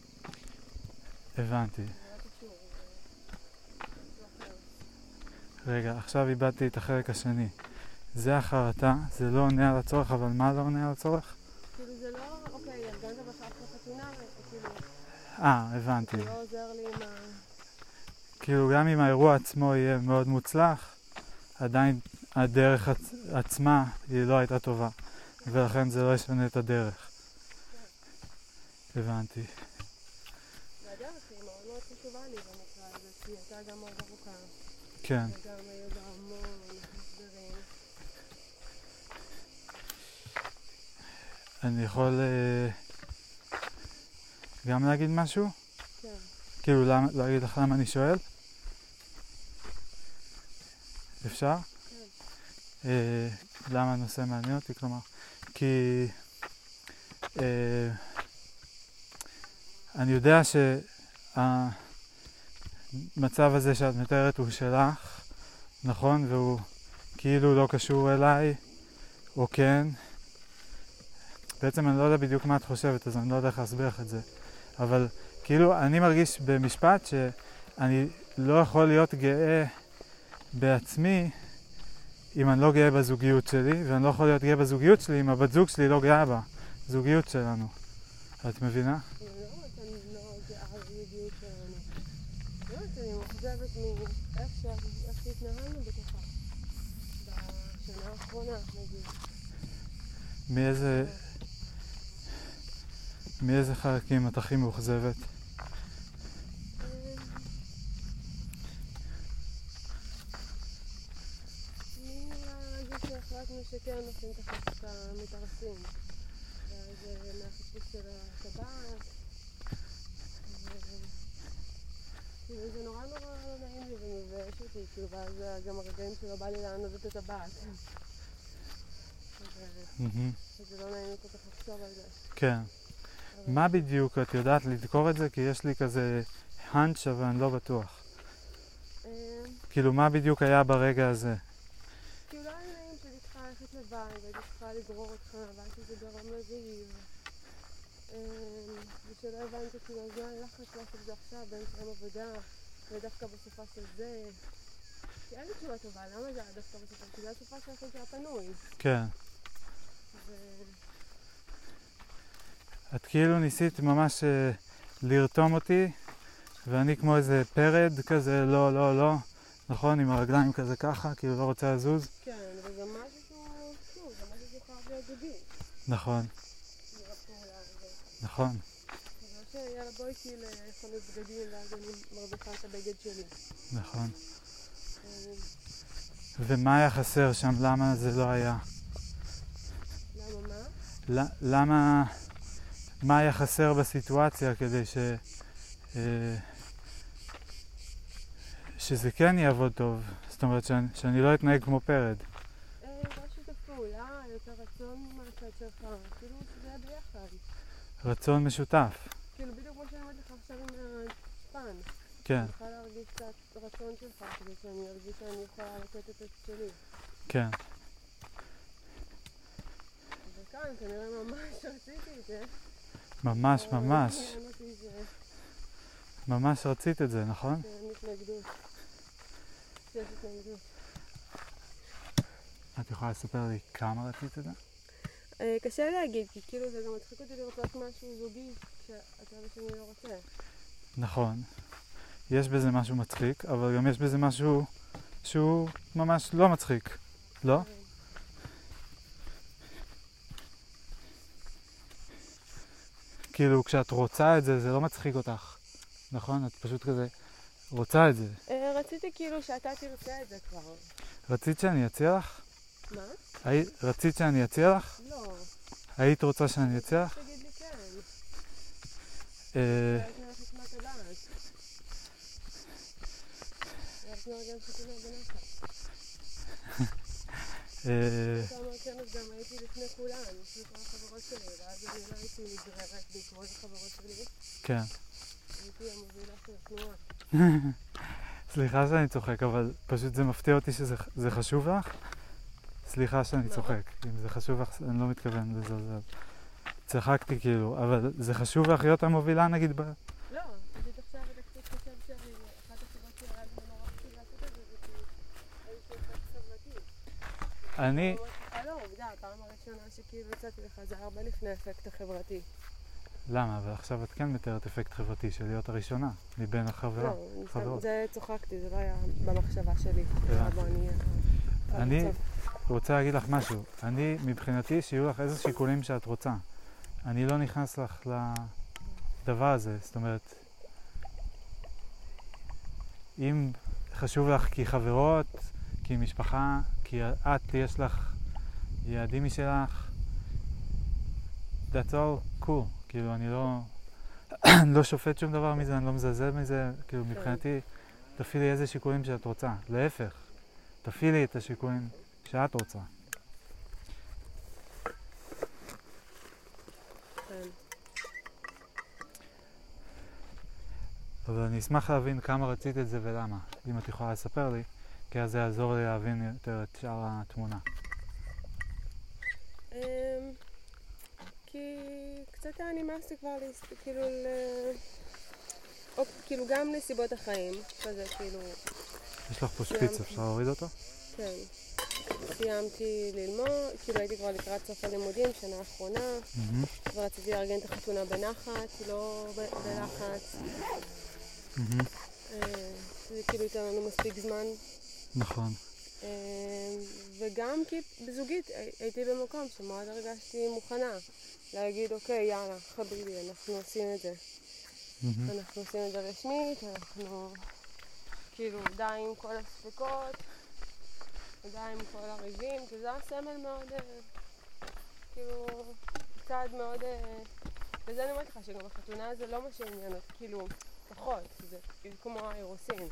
הבנתי. זה לא קשור, זה לא אחר. רגע, עכשיו איבדתי את החלק השני. זה החרטה, זה לא עונה על הצורך, אבל מה לא עונה על הצורך? כאילו זה לא, אוקיי, ארגנת בכך לחתונה, כאילו... הבנתי. זה לא עוזר לי עם ה... כאילו גם אם האירוע עצמו יהיה מאוד מוצלח, עדיין הדרך עצמה היא לא הייתה טובה, ולכן זה לא ישנה את הדרך. הבנתי. והדרך היא מאוד מאוד חשובה לי במקרה הזה, כי הייתה גם מאוד ארוכה. כן. וגם היו בה המון מסדרים. אני יכול גם להגיד משהו? כן. כאילו, לא אגיד לך למה אני שואל? אפשר? כן. למה הנושא מעניין אותי? כלומר, כי אני יודע שהמצב הזה שאת מתארת הוא שלך, נכון? והוא כאילו לא קשור אליי, או כן. בעצם אני לא יודע בדיוק מה את חושבת, אז אני לא יודע איך להסביר לך את זה. אבל כאילו אני מרגיש במשפט שאני לא יכול להיות גאה בעצמי אם אני לא גאה בזוגיות שלי, ואני לא יכול להיות גאה בזוגיות שלי אם הבת זוג שלי לא גאה בה. זוגיות שלנו. את מבינה? אני לא גאה בזוגיות שלנו. אני מאוכזבת מאיך שהתנהלנו בתוכה. בשנה האחרונה, נגיד. מאיזה חלקים את הכי מאוכזבת? החלטנו שכן נושאים את החלטת המתארסים, ואז מהחיפוש של הטבעת, כאילו זה נורא לא נעים לי ומבאש אותי, כאילו ואז גם הרגעים שלא בא לי לענוד את הטבעת. זה לא נעים לי כל כך לחשוב על זה. כן. מה בדיוק את יודעת לדקור את זה? כי יש לי כזה הנץ' אבל אני לא בטוח. כאילו מה בדיוק היה ברגע הזה? כאילו לא היה נעים שהייתי צריכה ללכת לבד, והייתי צריכה לגרור אותך, ואז שזה גרם לריב. ושלא הבנתי כאילו זה הלחץ לעשות את זה עכשיו באמצע יום עבודה, ודווקא בסופה של זה. כי אין לי תשובה טובה, למה זה היה דווקא בסופה? כי זה הסופה שהחלטי היה פנוי. כן. את כאילו ניסית ממש לרתום אותי, ואני כמו איזה פרד כזה, לא, לא, לא, נכון? עם הרגליים כזה ככה, כאילו לא רוצה לזוז. כן, אבל גם משהו שהוא, גם משהו שהוא חייב להיות זוגי. נכון. נכון. זה לא שיאללה בואי כי לחנות בגדים, ואז אני מרוויחה את הבגד שלי. נכון. ומה היה חסר שם? למה זה לא היה? למה מה? למה... מה היה חסר בסיטואציה כדי שזה כן יעבוד טוב? זאת אומרת שאני לא אתנהג כמו פרד. יותר שיתוף פעולה, יותר רצון מהצד שלך, כאילו שזה היה ביחד. רצון משותף. כאילו בדיוק כמו שאני אומרת לך עכשיו עם הפן. כן. אני יכולה להרגיש קצת רצון שלך, כדי שאני ארגיש שאני יכולה לתת את שלי. כן. וכאן כנראה ממש רציתי את זה. ממש, ממש. ממש רצית את זה, נכון? כן, התנגדות. שיש התנגדות. את יכולה לספר לי כמה רצית את זה? קשה להגיד, כי כאילו זה גם מצחיק אותי לרצות משהו זוגי כשאתה ושני לא רוצה. נכון. יש בזה משהו מצחיק, אבל גם יש בזה משהו שהוא ממש לא מצחיק, לא? כאילו כשאת רוצה את זה, זה לא מצחיק אותך, נכון? את פשוט כזה רוצה את זה. רציתי כאילו שאתה תרצה את זה כבר. רצית שאני אציע לך? מה? רצית שאני אציע לך? לא. היית רוצה שאני אציע לך? תגיד לי כן. איך נלכת מהטבעת? איך נארגן חתונה בנחת? אתה אומר כן, אז גם הייתי לפני כולן, לפני כל החברות שלי, ואז אני לא הייתי נגררת בעקבות החברות שלי. כן. הייתי המובילה של התנועה. סליחה שאני צוחק, אבל פשוט זה מפתיע אותי שזה חשוב לך. סליחה שאני צוחק, אם זה חשוב לך, אני לא מתכוון לזלזל. צחקתי כאילו, אבל זה חשוב לך להיות המובילה נגיד ב... לא, פשוט עכשיו אתה קצת חושב שאני, אחת הסיבות שירד ונורא חשוב לעשות את זה, זה כי הייתי אפקט חברתי. אני... לא, עובדה, הפעם הראשונה שכאילו יצאתי לך זה הרבה לפני אפקט החברתי. למה? אבל עכשיו את כן מתארת אפקט חברתי של להיות הראשונה, מבין החברות. לא, זה צוחקתי, זה לא היה במחשבה שלי. אני רוצה להגיד לך משהו. אני, מבחינתי, שיהיו לך איזה שיקולים שאת רוצה. אני לא נכנס לך לדבר הזה. זאת אומרת, אם חשוב לך כי חברות, כי משפחה, כי את, יש לך יעדים משלך, that's all cool. כאילו, אני לא... אני לא שופט שום דבר מזה, אני לא מזלזל מזה, כאילו מבחינתי, תפעילי איזה שיקולים שאת רוצה. להפך, תפעילי את השיקולים שאת רוצה. כן. אבל אני אשמח להבין כמה רצית את זה ולמה, אם את יכולה לספר לי, כי אז זה יעזור לי להבין יותר את שאר התמונה. כי קצת היה נמאס לי כבר כאילו או כאילו גם נסיבות החיים, כזה כאילו... יש לך פה שפיץ, אפשר להוריד אותו? כן. סיימתי ללמוד, כאילו הייתי כבר לקראת סוף הלימודים, שנה האחרונה, ורציתי לארגן את החתונה בנחת, לא בלחץ. זה כאילו ייתן לנו מספיק זמן. נכון. וגם כי בזוגית הייתי במקום שמאוד הרגשתי מוכנה להגיד, אוקיי, יאללה, חביבי, אנחנו עושים את זה. אנחנו עושים את זה רשמית, אנחנו כאילו די עם כל הספקות, די עם כל הריבים, כי זה הסמל מאוד, כאילו, צעד מאוד, וזה אני אומרת לך שגם החתונה זה לא מה שעניין, כאילו, פחות, זה כמו האירוסין,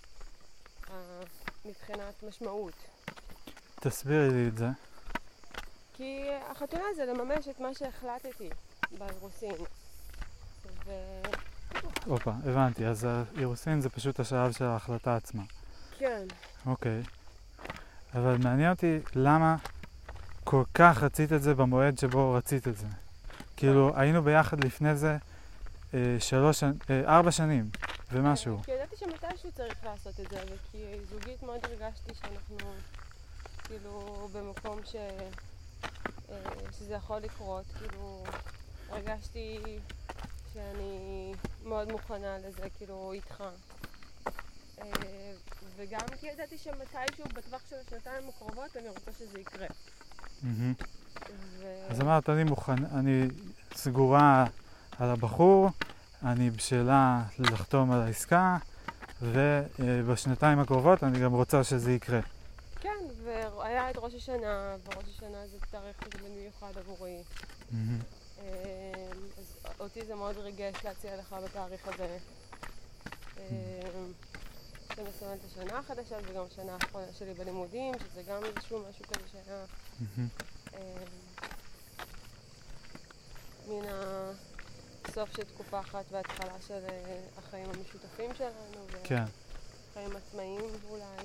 מבחינת משמעות. תסבירי לי את זה. כי החתונה זה לממש את מה שהחלטתי באירוסין. אופה, הבנתי. אז האירוסין זה פשוט השלב של ההחלטה עצמה. כן. אוקיי. אבל מעניין אותי למה כל כך רצית את זה במועד שבו רצית את זה. כאילו, היינו ביחד לפני זה 4 שנים ומשהו. כי ידעתי שמתישהו צריך לעשות את זה, וכי זוגית מאוד הרגשתי שאנחנו כאילו במקום שזה יכול לקרות, כאילו הרגשתי שאני מאוד מוכנה לזה, כאילו איתך. וגם כי ידעתי שמתישהו בטווח של השנתיים הקרובות אני רוצה שזה יקרה. אז אמרת, אני סגורה על הבחור, אני בשלה לחתום על העסקה, ובשנתיים הקרובות אני גם רוצה שזה יקרה. כן, והיה את ראש השנה, וראש השנה זה תאריך במיוחד עבורי. אז אותי זה מאוד ריגש להציע לך בתאריך הזה. שמסתמנת השנה החדשה, וגם השנה האחרונה שלי בלימודים, שזה גם איזשהו משהו כזה שהיה מן הסוף של תקופה אחת וההתחלה של החיים המשותפים שלנו, כן. וחיים עצמאיים אולי.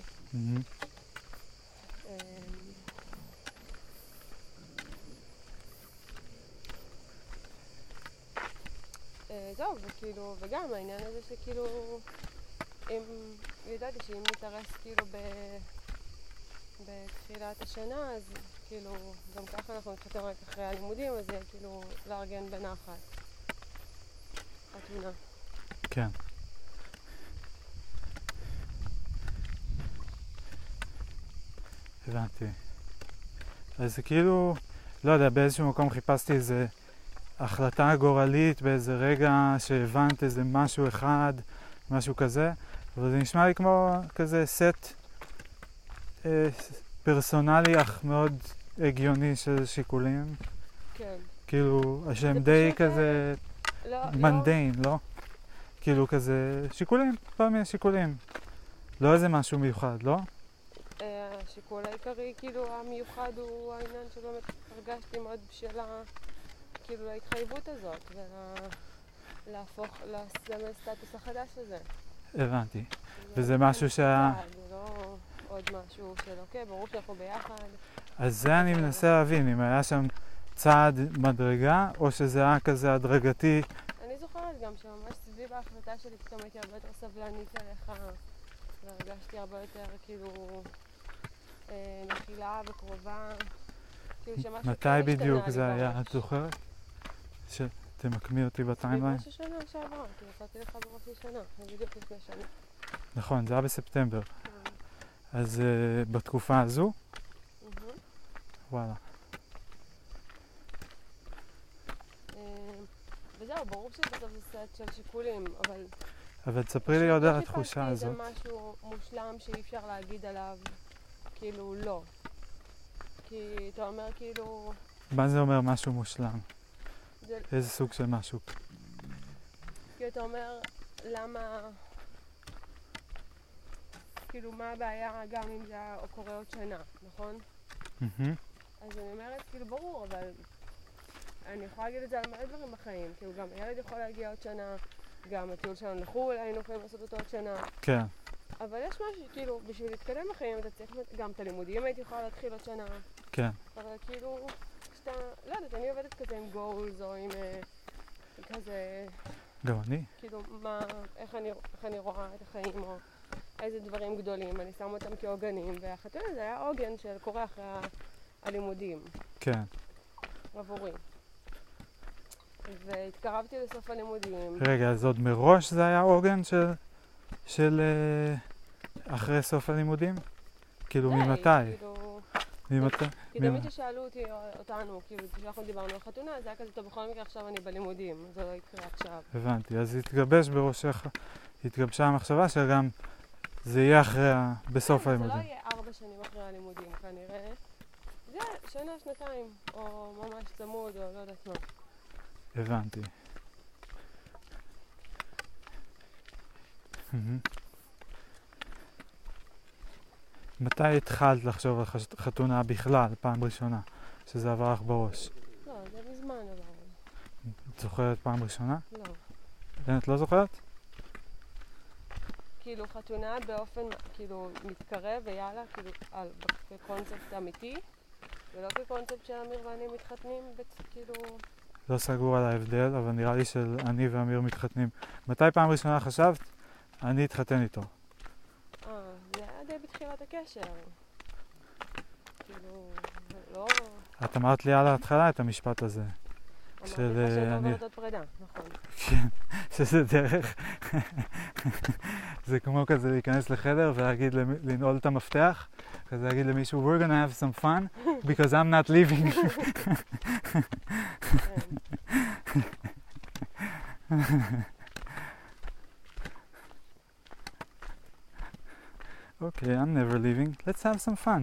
זהו, וכאילו, וגם העניין הזה שכאילו, אם ידעתי שאם נתארס כאילו בתחילת השנה, אז כאילו, גם ככה אנחנו נתחתן רק אחרי הלימודים, אז יהיה כאילו לארגן בנחת. חתונה. כן. הבנתי. אז זה כאילו, לא יודע, באיזשהו מקום חיפשתי איזה החלטה גורלית באיזה רגע שהבנת איזה משהו אחד, משהו כזה, אבל זה נשמע לי כמו כזה סט פרסונלי אך מאוד הגיוני של שיקולים. כן. כאילו, שהם די כזה מנדיין, לא? כאילו כזה שיקולים, פעם יש שיקולים. לא איזה משהו מיוחד, לא? השיקול העיקרי, כאילו המיוחד הוא העניין שבאמת הרגשתי מאוד בשלה כאילו להתחייבות הזאת ולהפוך לסמל סטטוס החדש הזה. הבנתי. וזה משהו זה לא עוד משהו של אוקיי, ברור שאנחנו ביחד. אז זה אני מנסה להבין, אם היה שם צעד מדרגה או שזה היה כזה הדרגתי. אני זוכרת גם שממש סביב ההחלטה שלי פתאום הייתי הרבה יותר סבלנית עליך והרגשתי הרבה יותר כאילו מכילה וקרובה. מתי בדיוק זה היה? את זוכרת? שתמקמי אותי בטיימליין? בראש השנה שעברה, כי יצאתי לך בראש השנה, בדיוק לפני שנה. נכון, זה היה בספטמבר. אז בתקופה הזו? וואלה. וזהו, ברור שבסוף זה סט של שיקולים, אבל תספרי לי עוד על התחושה הזאת. זה משהו מושלם שאי אפשר להגיד עליו, כאילו לא. כי אתה אומר כאילו... מה זה אומר משהו מושלם? איזה סוג של משהו? כי אתה אומר, למה... כאילו, מה הבעיה גם אם זה היה קורה עוד שנה, נכון? אז אני אומרת, כאילו, ברור, אבל... אני יכולה להגיד את זה על מלא דברים בחיים. כאילו, גם הילד יכול להגיע עוד שנה, גם הטיול שלנו לחו"ל היינו יכולים לעשות אותו עוד שנה. כן. אבל יש משהו, כאילו, בשביל להתקדם בחיים אתה צריך גם את הלימודים הייתי יכולה להתחיל עוד שנה. כן. אבל כאילו, שאתה, לא יודעת, אני עובדת כזה עם גולס או עם כזה... גם אני. כאילו, איך אני רואה את החיים או איזה דברים גדולים, אני שם אותם כעוגנים, והחתונה זה היה עוגן של קורה אחרי הלימודים. כן. עבורי. והתקרבתי לסוף הלימודים. רגע, אז עוד מראש זה היה עוגן של אחרי סוף הלימודים? כאילו ממתי? ממתי? תמיד ששאלו אותנו, כאילו כשאנחנו דיברנו על חתונה, זה היה כזה טוב, בכל מקרה עכשיו אני בלימודים, זה לא יקרה עכשיו. הבנתי, אז התגבשה המחשבה שגם זה יהיה בסוף הלימודים. זה לא יהיה 4 שנים אחרי הלימודים כנראה. זה שנה, שנתיים, או ממש צמוד, או לא יודעת מה. הבנתי. מתי התחלת לחשוב על חתונה בכלל, פעם ראשונה, שזה עבר לך בראש? לא, זה מזמן עבר. את זוכרת פעם ראשונה? לא. את לא זוכרת? כאילו חתונה באופן, כאילו מתקרב ויאללה, כאילו כקונספט אמיתי, ולא כקונספט של אמיר ואני מתחתנים, כאילו... לא סגור על ההבדל, אבל נראה לי שאני ואמיר מתחתנים. מתי פעם ראשונה חשבת? אני אתחתן איתו. זה היה די בתחילת הקשר. כאילו, לא... את אמרת לי על ההתחלה את המשפט הזה. אמרתי לך שאתה אומרת עוד פרידה, נכון. כן, שזה דרך... זה כמו כזה להיכנס לחדר ולהגיד, לנעול את המפתח, כזה להגיד למישהו, we're gonna have some fun, because I'm not leaving. Okay, I'm never leaving. Let's have some fun.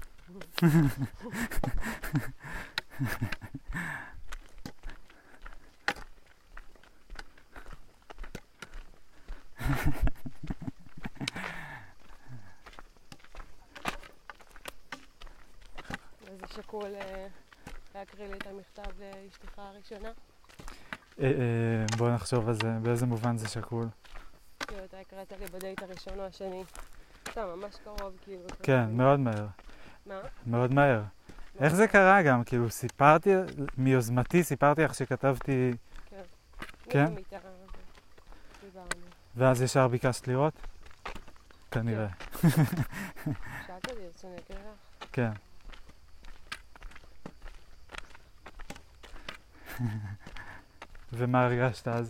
וזה שקול להקריא לי את המכתב לאשתך הראשונה? בוא נחשוב על זה, באיזה מובן זה שקול. כאילו אתה הקראת לי בדייט הראשון או השני. אתה ממש קרוב כאילו. כן, מאוד מהר. מה? מאוד מהר. איך זה קרה גם? כאילו סיפרתי, מיוזמתי סיפרתי לך שכתבתי... כן. כן? דיברנו. ואז ישר ביקשת לראות? כנראה. שאלת לי, אז שאני אקריא לך? כן. ומה הרגשת אז?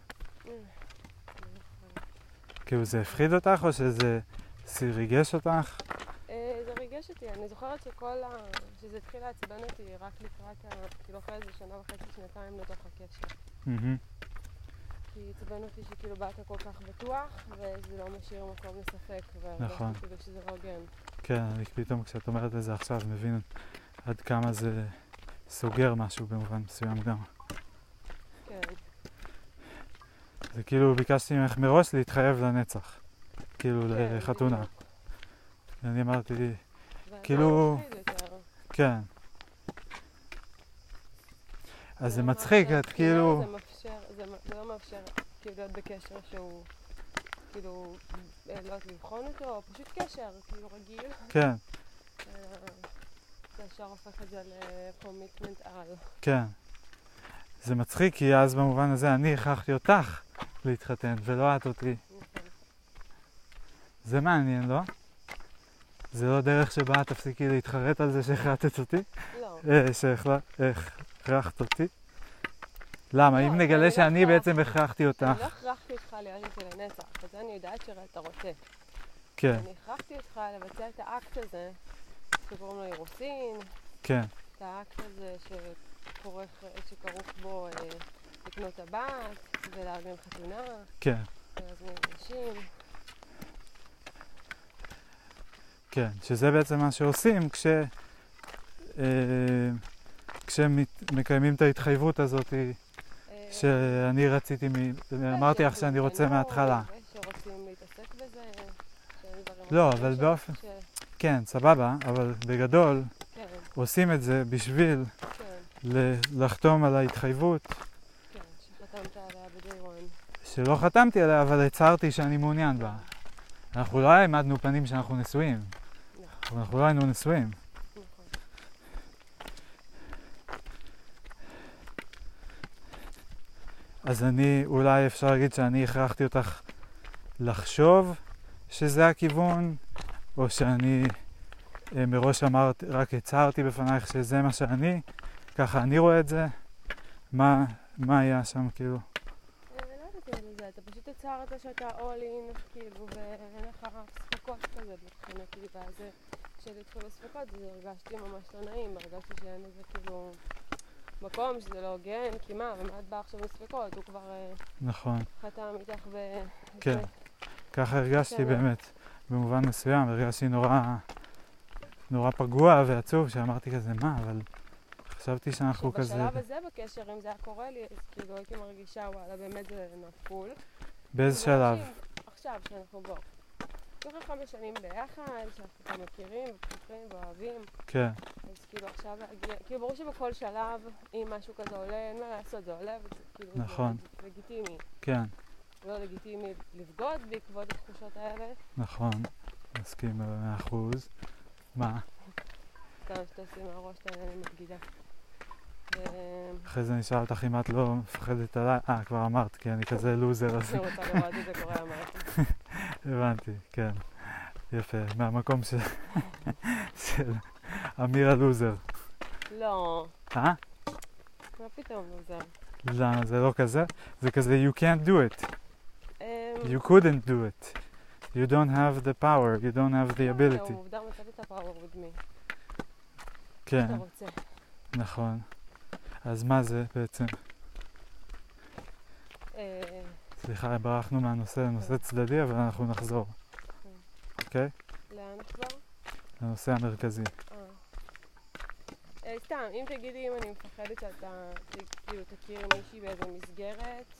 כאילו זה הפחיד אותך או שזה ריגש אותך? זה ריגש אותי, אני זוכרת שזה התחיל לעצבן אותי רק לקראת, כאילו אחרי איזה שנה וחצי, שנתיים לתוך הקשר. כי עצבן אותי שכאילו באת כל כך בטוח וזה לא משאיר מקום לספק. נכון. כאילו שזה לא הוגן. כן, אני פתאום כשאת אומרת את זה עכשיו מבין עד כמה זה סוגר משהו במובן מסוים גם. כן. זה כאילו ביקשתי ממך מראש להתחייב לנצח, כאילו לחתונה. אני אמרתי, כאילו... כן. אז זה מצחיק, את כאילו... זה לא מאפשר כאילו להיות בקשר שהוא, כאילו, לא יודעת לבחון אותו, או פשוט קשר, כאילו רגיל. כן. זה ישר הופך את זה לקומיטמנט על. כן. זה מצחיק, כי אז במובן הזה אני הכרחתי אותך להתחתן, ולא את אותי. זה מעניין, לא? זה לא דרך שבה תפסיקי להתחרט על זה שהחלטת אותי? לא. שהכרחת אותי? למה? אם נגלה שאני בעצם הכרחתי אותך. אני לא הכרחתי אותך להיות איתי לנצח, וזה אני יודעת שאתה רוצה. כן. אני הכרחתי אותך לבצע את האקט הזה, שקוראים לו אירוסין. כן. את האקט הזה שכרוך בו לקנות הבת, ולארגן חתונה. כן. ולהזמין אנשים. כן, שזה בעצם מה שעושים כשמקיימים את ההתחייבות הזאת שאני רציתי, אמרתי לך שאני רוצה מההתחלה. שרוצים להתעסק בזה, לא, אבל באופן... כן, סבבה, אבל בגדול עושים את זה בשביל לחתום על ההתחייבות. כן, שחתמת עליה ב-day one. שלא חתמתי עליה, אבל הצהרתי שאני מעוניין בה. אנחנו לא העמדנו פנים שאנחנו נשואים. אנחנו לא היינו נשואים. אז אולי אפשר להגיד שאני הכרחתי אותך לחשוב שזה הכיוון, או שאני מראש רק הצהרתי בפנייך שזה מה שאני, ככה אני רואה את זה. מה היה שם כאילו? לא יודעת אם זה, אתה פשוט הצהרת שאתה all in, כאילו, ואין לך ספקות כזה מבחינתי, ואז כשהתחילו ספקות זה הרגשתי ממש לא נעים, הרגשתי שאין איזה כאילו מקום שזה לא הוגן, כי מה, ומה את באה עכשיו מספקות, הוא כבר נכון. חתם איתך כן, ככה הרגשתי באמת, במובן מסוים, הרגשתי נורא פגוע ועצוב, שאמרתי כזה מה, אבל חשבתי שאנחנו כזה... בשלב הזה בקשר, אם זה היה קורה לי, אז כאילו הייתי מרגישה, וואלה, באמת זה נפול. באיזה שלב? עכשיו, שאנחנו בו. ככה 5 שנים ביחד, שאנחנו כבר מכירים ופתוחים ואוהבים. כן. אז כאילו עכשיו להגיע, כאילו ברור שבכל שלב, אם משהו כזה עולה, אין מה לעשות, זה עולה, וזה כאילו נכון. זה לגיטימי. כן. לא לגיטימי לבגוד בעקבות התחושות האלה. נכון, מסכים 100%. מה? סתם שאתה עושים מהראש, אני מבגידה. אחרי זה אני שאל אותך אם את לא מפחדת עליי, כבר אמרת, כי אני כזה לוזר. אני רוצה לראות את זה קורה, אמרתי. הבנתי, כן. יפה, מהמקום של אמיר הלוזר. לא. מה פתאום לוזר? למה, זה לא כזה? זה כזה you can't do it. You couldn't do it. You don't have the power, you don't have the ability. הוא עובדה מצאת את ה-power with me. כן. אתה רוצה. נכון. אז מה זה בעצם? סליחה, ברחנו מהנושא, לנושא צדדי, אבל אנחנו נחזור. אוקיי? לאן כבר? לנושא המרכזי. סתם, אם תגידי אם אני מפחדת שאתה כאילו תכיר מישהי באיזו מסגרת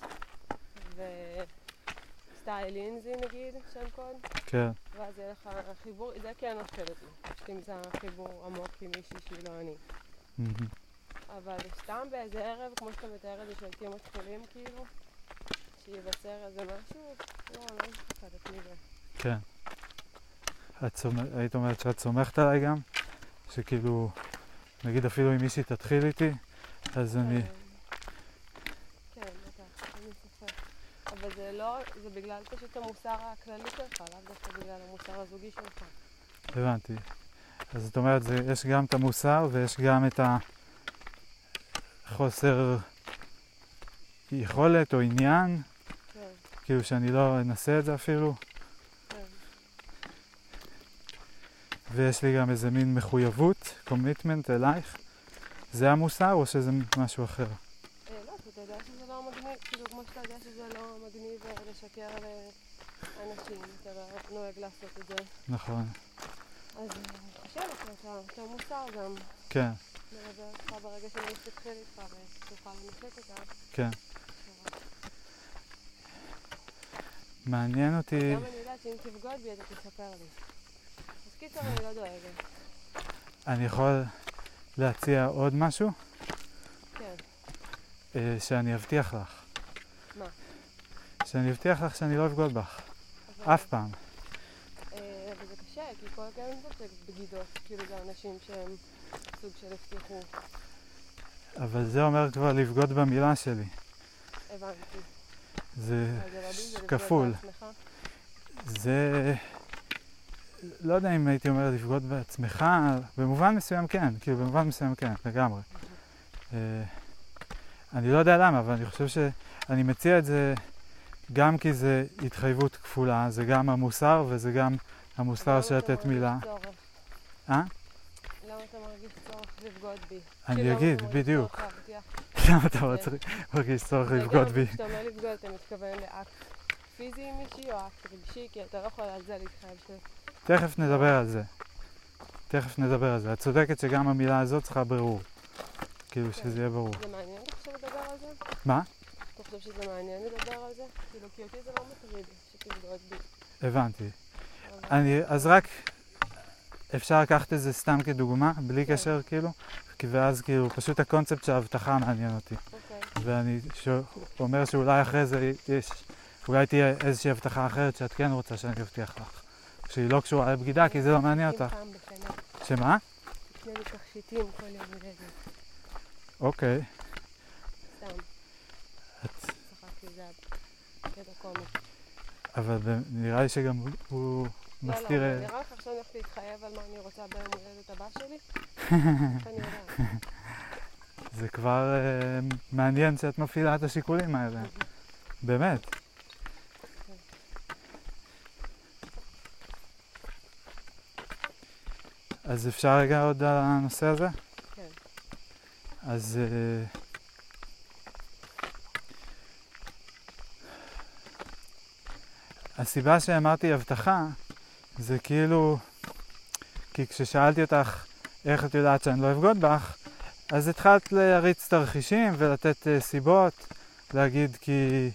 וסטייל לינזי נגיד, שם קוד. כן. ואז יהיה לך חיבור, זה כן מפחדת לי. שתמצא חיבור עמוק עם מישהי שהיא לא אני. אבל סתם באיזה ערב, כמו שאתה מתאר את זה שהייתי מתחילים כאילו, שייווצר איזה משהו, לא מפחדת מזה. כן. היית אומרת שאת סומכת עליי גם? שכאילו, נגיד אפילו אם מישהי תתחיל איתי, אז אני... כן, בטח, אני סופר. אבל זה לא, זה בגלל פשוט המוסר הכללי שלך, לאו דווקא בגלל המוסר הזוגי שלך. הבנתי. אז זאת אומרת, יש גם את המוסר ויש גם את החוסר יכולת או עניין, כן. כאילו שאני לא אנסה את זה אפילו. כן. ויש לי גם איזה מין מחויבות, קומיטמנט אלייך. זה המוסר או שזה משהו אחר? לא, אתה יודע שזה לא מגניב, כאילו כמו שאתה יודע שזה לא מגניב לשקר לאנשים, אתה לא נוהג לעשות את זה. נכון. אז אני חושבת שאתה מוסר גם. כן. לדבר אותך ברגע שאני אסתכל איתך ותוכל לנשק אותה. כן. מעניין אותי... גם אני יודעת שאם תבגוד בי אתה תספר לי. אז קיצור אני לא דואגת. אני יכול להציע עוד משהו? כן. שאני אבטיח לך. מה? שאני אבטיח לך שאני לא אבגוד בך. אף פעם. וזה קשה, כי כל הכלל זה בגידות, כאילו זה אנשים שהם סוג של הבטיחו. אבל זה אומר כבר לבגוד במילה שלי. הבנתי. זה כפול. זה... לא יודע אם הייתי אומר לבגוד בעצמך, במובן מסוים כן, כאילו במובן מסוים כן, לגמרי. אני לא יודע למה, אבל אני חושב שאני מציע את זה גם כי זה התחייבות כפולה, זה גם המוסר וזה גם המוסר של לתת מילה. למה אתה מרגיש צורך לבגוד בי? אני אגיד, בדיוק. למה אתה מרגיש צורך לבגוד בי? כשאתה אומר לבגוד, אתה מתכוון לאקט פיזי עם מישהי או אקט רגשי, כי אתה לא יכול על זה להתחייב ש... תכף נדבר על זה. את צודקת שגם המילה הזאת צריכה ברור. כאילו שזה יהיה ברור. זה מעניין לך לדבר על זה? מה? חושב שזה מעניין לדבר על זה? כאילו, כי אותי זה לא מטריד, שכאילו דואג בי. הבנתי. אז רק אפשר לקחת את זה סתם כדוגמה, בלי קשר כאילו, ואז כאילו פשוט הקונספט של ההבטחה מעניין אותי. ואני אומר שאולי אחרי זה אולי תהיה איזושהי הבטחה אחרת שאת כן רוצה שאני אבטיח לך. שהיא לא קשורה לבגידה, כי זה לא מעניין אותך. שמה? לפני לי תכשיטים כל יום הולדת. אוקיי. סתם. שחקתי זה קטע קומי. אבל נראה לי שגם הוא מסתיר... לא, נראה לך עכשיו אני הולכת להתחייב על מה אני רוצה ביום הולדת הבא שלי? איך אני יודעת? זה כבר מעניין שאת מפעילה את השיקולים האלה. באמת. אז אפשר רגע עוד על הנושא הזה? כן. אז... הסיבה שאמרתי הבטחה זה כאילו... כי כששאלתי אותך איך את יודעת שאני לא אבגוד בך, אז התחלת להריץ תרחישים ולתת סיבות, להגיד כי...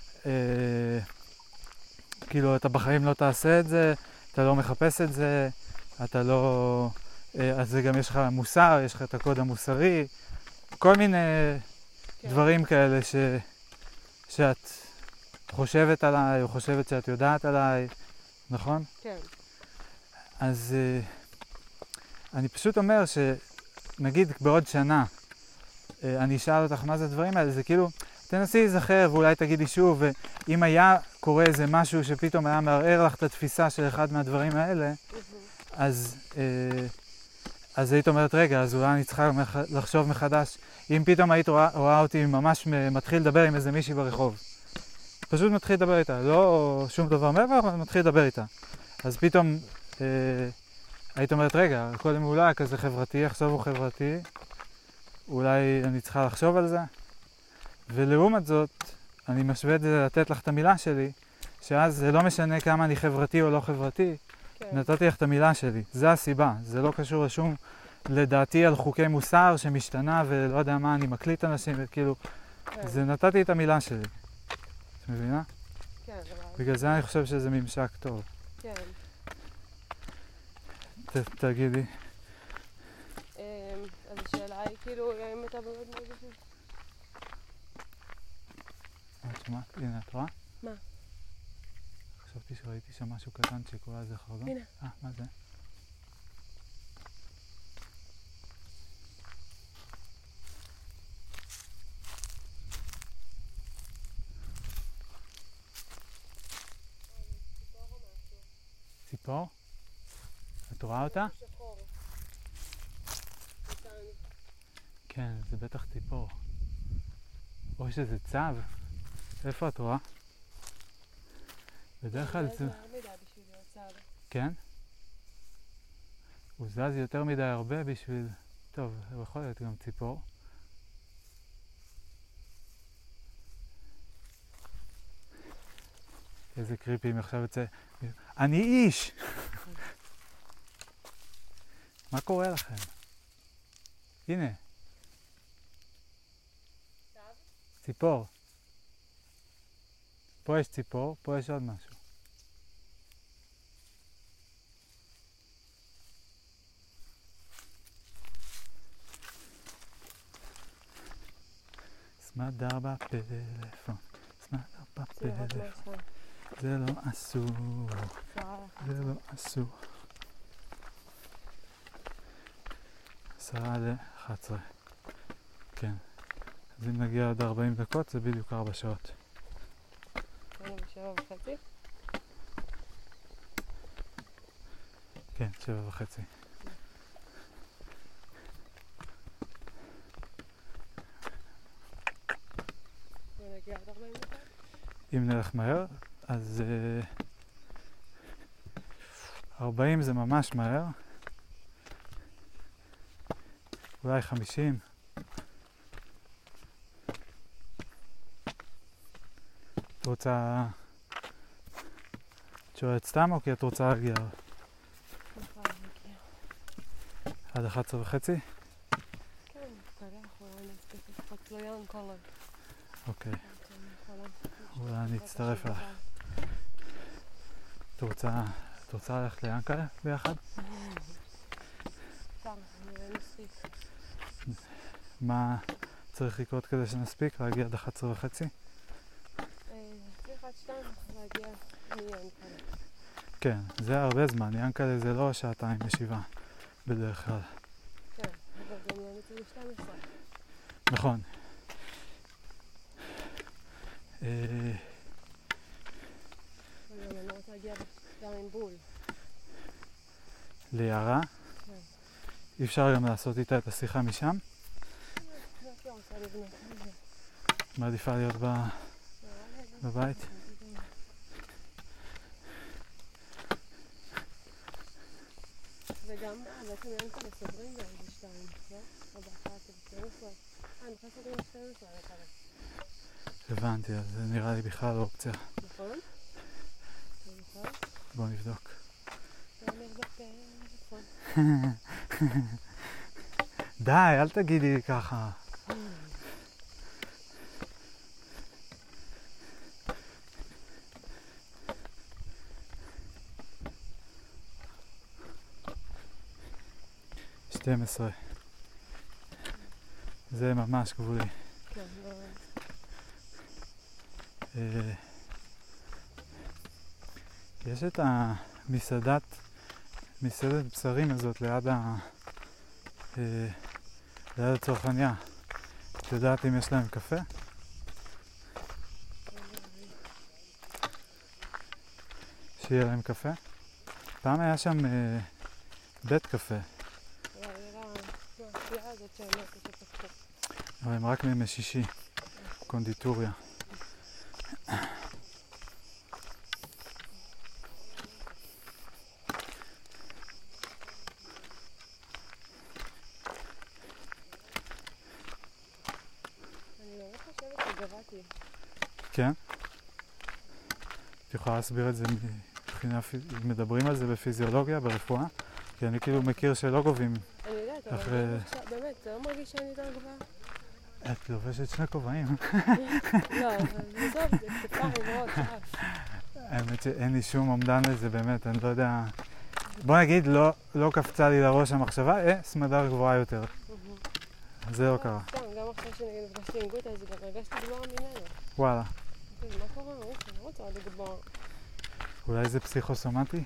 כאילו אתה בחיים לא תעשה את זה, אתה לא מחפש את זה, אתה לא... אז זה גם יש לך מוסר, יש לך את הקוד המוסרי, כל מיני דברים כאלה שאת חושבת עליי או חושבת שאת יודעת עליי, נכון? כן. אז אני פשוט אומר שנגיד בעוד שנה אני אשאל אותך מה זה הדברים האלה, זה כאילו תנסי להיזכר ואולי תגידי שוב, ואם היה קורה איזה משהו שפתאום היה מערער לך את התפיסה של אחד מהדברים האלה, אז היית אומרת, רגע, אז אולי אני צריכה לחשוב מחדש, אם פתאום היית רואה אותי ממש מתחיל לדבר עם איזה מישהי ברחוב. פשוט מתחיל לדבר איתה, לא שום דבר מעבר, אבל מתחיל לדבר איתה. אז פתאום היית אומרת, רגע, קודם אולי היה כזה חברתי, עכשיו הוא חברתי, אולי אני צריכה לחשוב על זה. ולעומת זאת, אני משווה את זה לתת לך את המילה שלי, שאז זה לא משנה כמה אני חברתי או לא חברתי, נתתי לך את המילה שלי, זה הסיבה, זה לא קשור לשום, לדעתי על חוקי מוסר שמשתנה ולא יודע מה, אני מקליט אנשים, כאילו, זה נתתי את המילה שלי. את מבינה? כן. בגלל זה אני חושב שזה ממשק טוב. כן. תגידי. אז השאלה היא כאילו, אם אתה באמת מרגיש... את שומעת? הנה, את רואה? מה? חשבתי שראיתי שם משהו קטן שקורא לזה חרדון. הנה. מה זה? ציפור? את רואה אותה? שחור. כן, זה בטח ציפור. או שזה צב. איפה את רואה? בדרך כלל זה... זה הרבה בשביל להיות צב. כן? הוא זז יותר מדי הרבה בשביל... טוב, הוא יכול להיות גם ציפור. איזה קריפי אם עכשיו יוצא... אני איש! מה קורה לכם? הנה. ציפור. פה יש ציפור, פה יש עוד משהו. סמדר בפלאפון, סמדר בפלאפון. זה לא אסור. זה לא אסור. 10:50. כן. אז אם נגיע עד 40 דקות, זה בדיוק 4 שעות. היינו ב7:30? כן, 7:30. ונגיע עד 40 דקות? אם נלך מהר, אז 40 זה ממש מהר. אולי 50. את רוצה... את שואלת סתם או כי את רוצה להגיע? עד 11:30? כן, תראה, אנחנו נספיק לפחות תלויה עם כל עוד. אוקיי. אולי אני אצטרף אליי. את רוצה ללכת ליענקלה ביחד? סתם, אני מספיק. מה צריך לקרות כדי שנספיק? להגיע עד 11:30? צריך עד 2 להגיע מיענקלה. כן, זה הרבה זמן. יענקלה זה לא שעתיים ישיבה בדרך כלל. כן, אבל גם לא נצא ל-12. נכון. וגם אני רוצה להגיע גם עם בול. ליערה? כן. אי אפשר גם לעשות איתה את השיחה משם? אני לא רוצה לבנות את זה. מעדיפה להיות בבית? וגם, בעצם יענקלה סוגרים באיזה 2, לא? או ב-11:12. אני חושבת סוגרים ב-12, אני מקווה. הבנתי, אז זה נראה לי בכלל לא אופציה. נכון? נכון? בוא נבדוק. אני אבדוק טלפון. די, אל תגידי ככה. .12. זה ממש גבולי. כן, לא. יש את מסעדת בשרים הזאת ליד הצרכניה. את יודעת אם יש להם קפה? שיהיה להם קפה? פעם היה שם בית קפה. אבל הם רק מימי שישי. קונדיטוריה. כן? את יכולה להסביר את זה מבחינה, מדברים על זה בפיזיולוגיה, ברפואה? כי אני כאילו מכיר שלא גובים. אני יודעת, אבל באמת, זה לא מרגיש שאני יותר גבוהה? את לובשת 2 כובעים. לא, אבל בסוף זה כתפיים, ראש, אף. האמת שאין לי שום אומדן לזה, באמת, אני לא יודע. בוא נגיד, לא קפצה לי לראש המחשבה, סמדר גבוהה יותר. זה לא קרה. סתם, גם אחרי שנגיד נפגשתי עם גוטה, אז גם הרגשתי גבוהה ממנו. וואלה. מה קורה? אני לא רוצה עוד לגבוה. אולי זה פסיכוסומטי?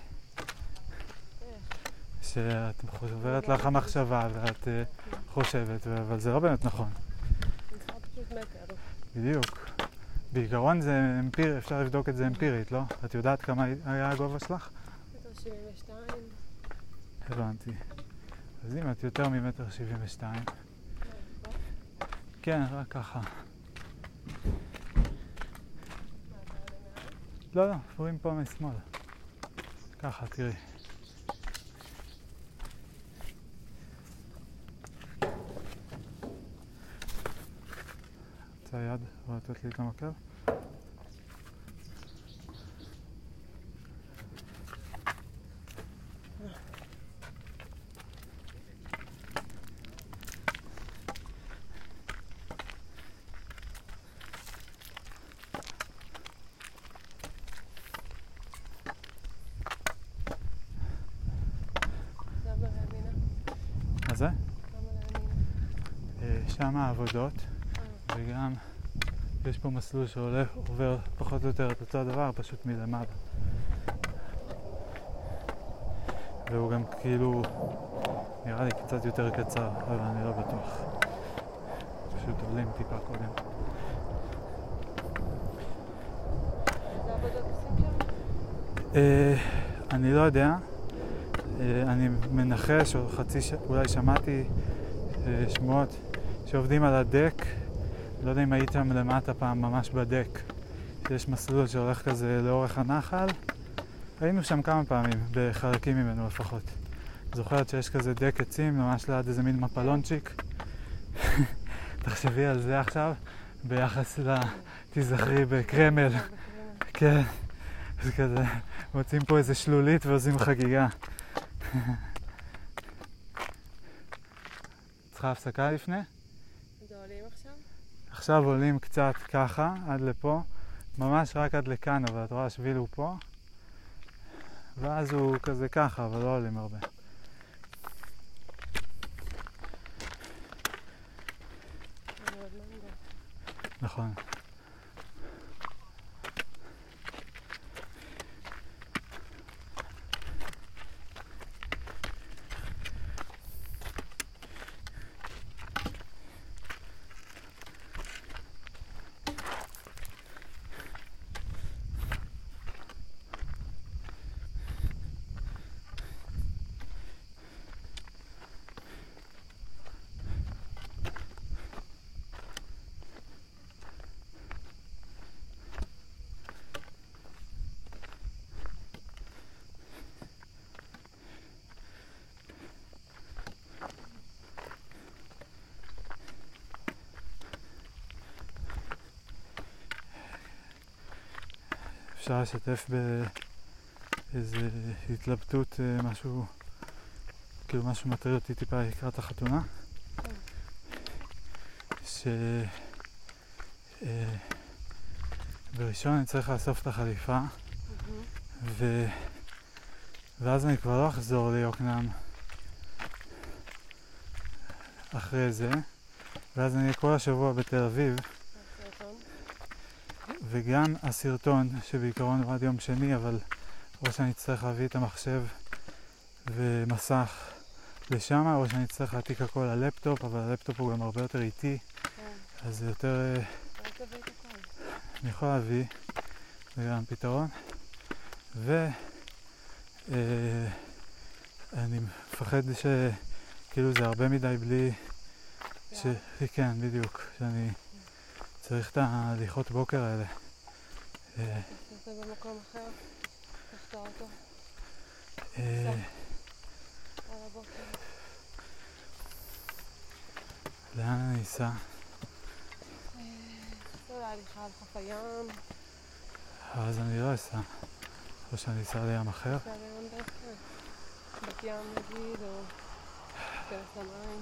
שאת חוברת לך המחשבה ואת חושבת, אבל זה לא באמת נכון. אני צריכה פשוט מטר. בדיוק. בעיקרון זה אמפירי, אפשר לבדוק את זה אמפירית, לא? את יודעת כמה היה הגובה שלך? 1.72 מטר. הבנתי. אז אם את יותר מ1.72 מטר. כן, רק ככה. לא, רואים פה משמאל. ככה, תראי. רוצה יד? רואה לתת לי את המקל? זה? שם העבודות, וגם יש פה מסלול שעובר פחות או יותר את אותו הדבר, פשוט מלמעלה. והוא גם כאילו נראה לי קצת יותר קצר, אבל אני לא בטוח. פשוט עולים טיפה קודם. איזה עבודות עושים שם? אני לא יודע. אני מנחש, או אולי שמעתי שמועות שעובדים על הדק. לא יודע אם הייתם למטה פעם ממש בדק. יש מסלול שהולך כזה לאורך הנחל. היינו שם כמה פעמים, בחלקים ממנו לפחות. זוכרת שיש כזה דק עצים, ממש ליד איזה מין מפלונצ'יק. תחשבי על זה עכשיו, ביחס תזכרי בקרמל. כן, אז כזה, מוצאים פה איזה שלולית ועושים חגיגה. צריכה הפסקה לפני? זה עולים עכשיו? עכשיו עולים קצת ככה, עד לפה. ממש רק עד לכאן, אבל את רואה השביל הוא פה, ואז הוא כזה ככה, אבל לא עולים הרבה. נכון. אפשר לשתף באיזה התלבטות, משהו, כאילו משהו מטריד אותי טיפה לקראת החתונה. בראשון אני צריך לאסוף את החליפה, ואז אני כבר לא אחזור ליוקנעם אחרי זה, ואז אני אהיה כל השבוע בתל אביב. וגם הסרטון שבעיקרון הוא עד יום שני, אבל או שאני אצטרך להביא את המחשב ומסך לשם, או שאני אצטרך להעתיק הכל ללפטופ, אבל הלפטופ הוא גם הרבה יותר איטי, אז זה יותר... אני יכול להביא, זה גם פתרון. ואני מפחד שכאילו זה הרבה מדי בלי... כן, בדיוק, שאני... צריך את ההליכות בוקר האלה. תעשה במקום אחר, קח את האוטו. על הבוקר. לאן אני אסע? לא להליכה על חוף הים. אז אני לא אסע. או שאני אסע לים אחר. אסע לים דווקא. בת ים נגיד, או כנס למים.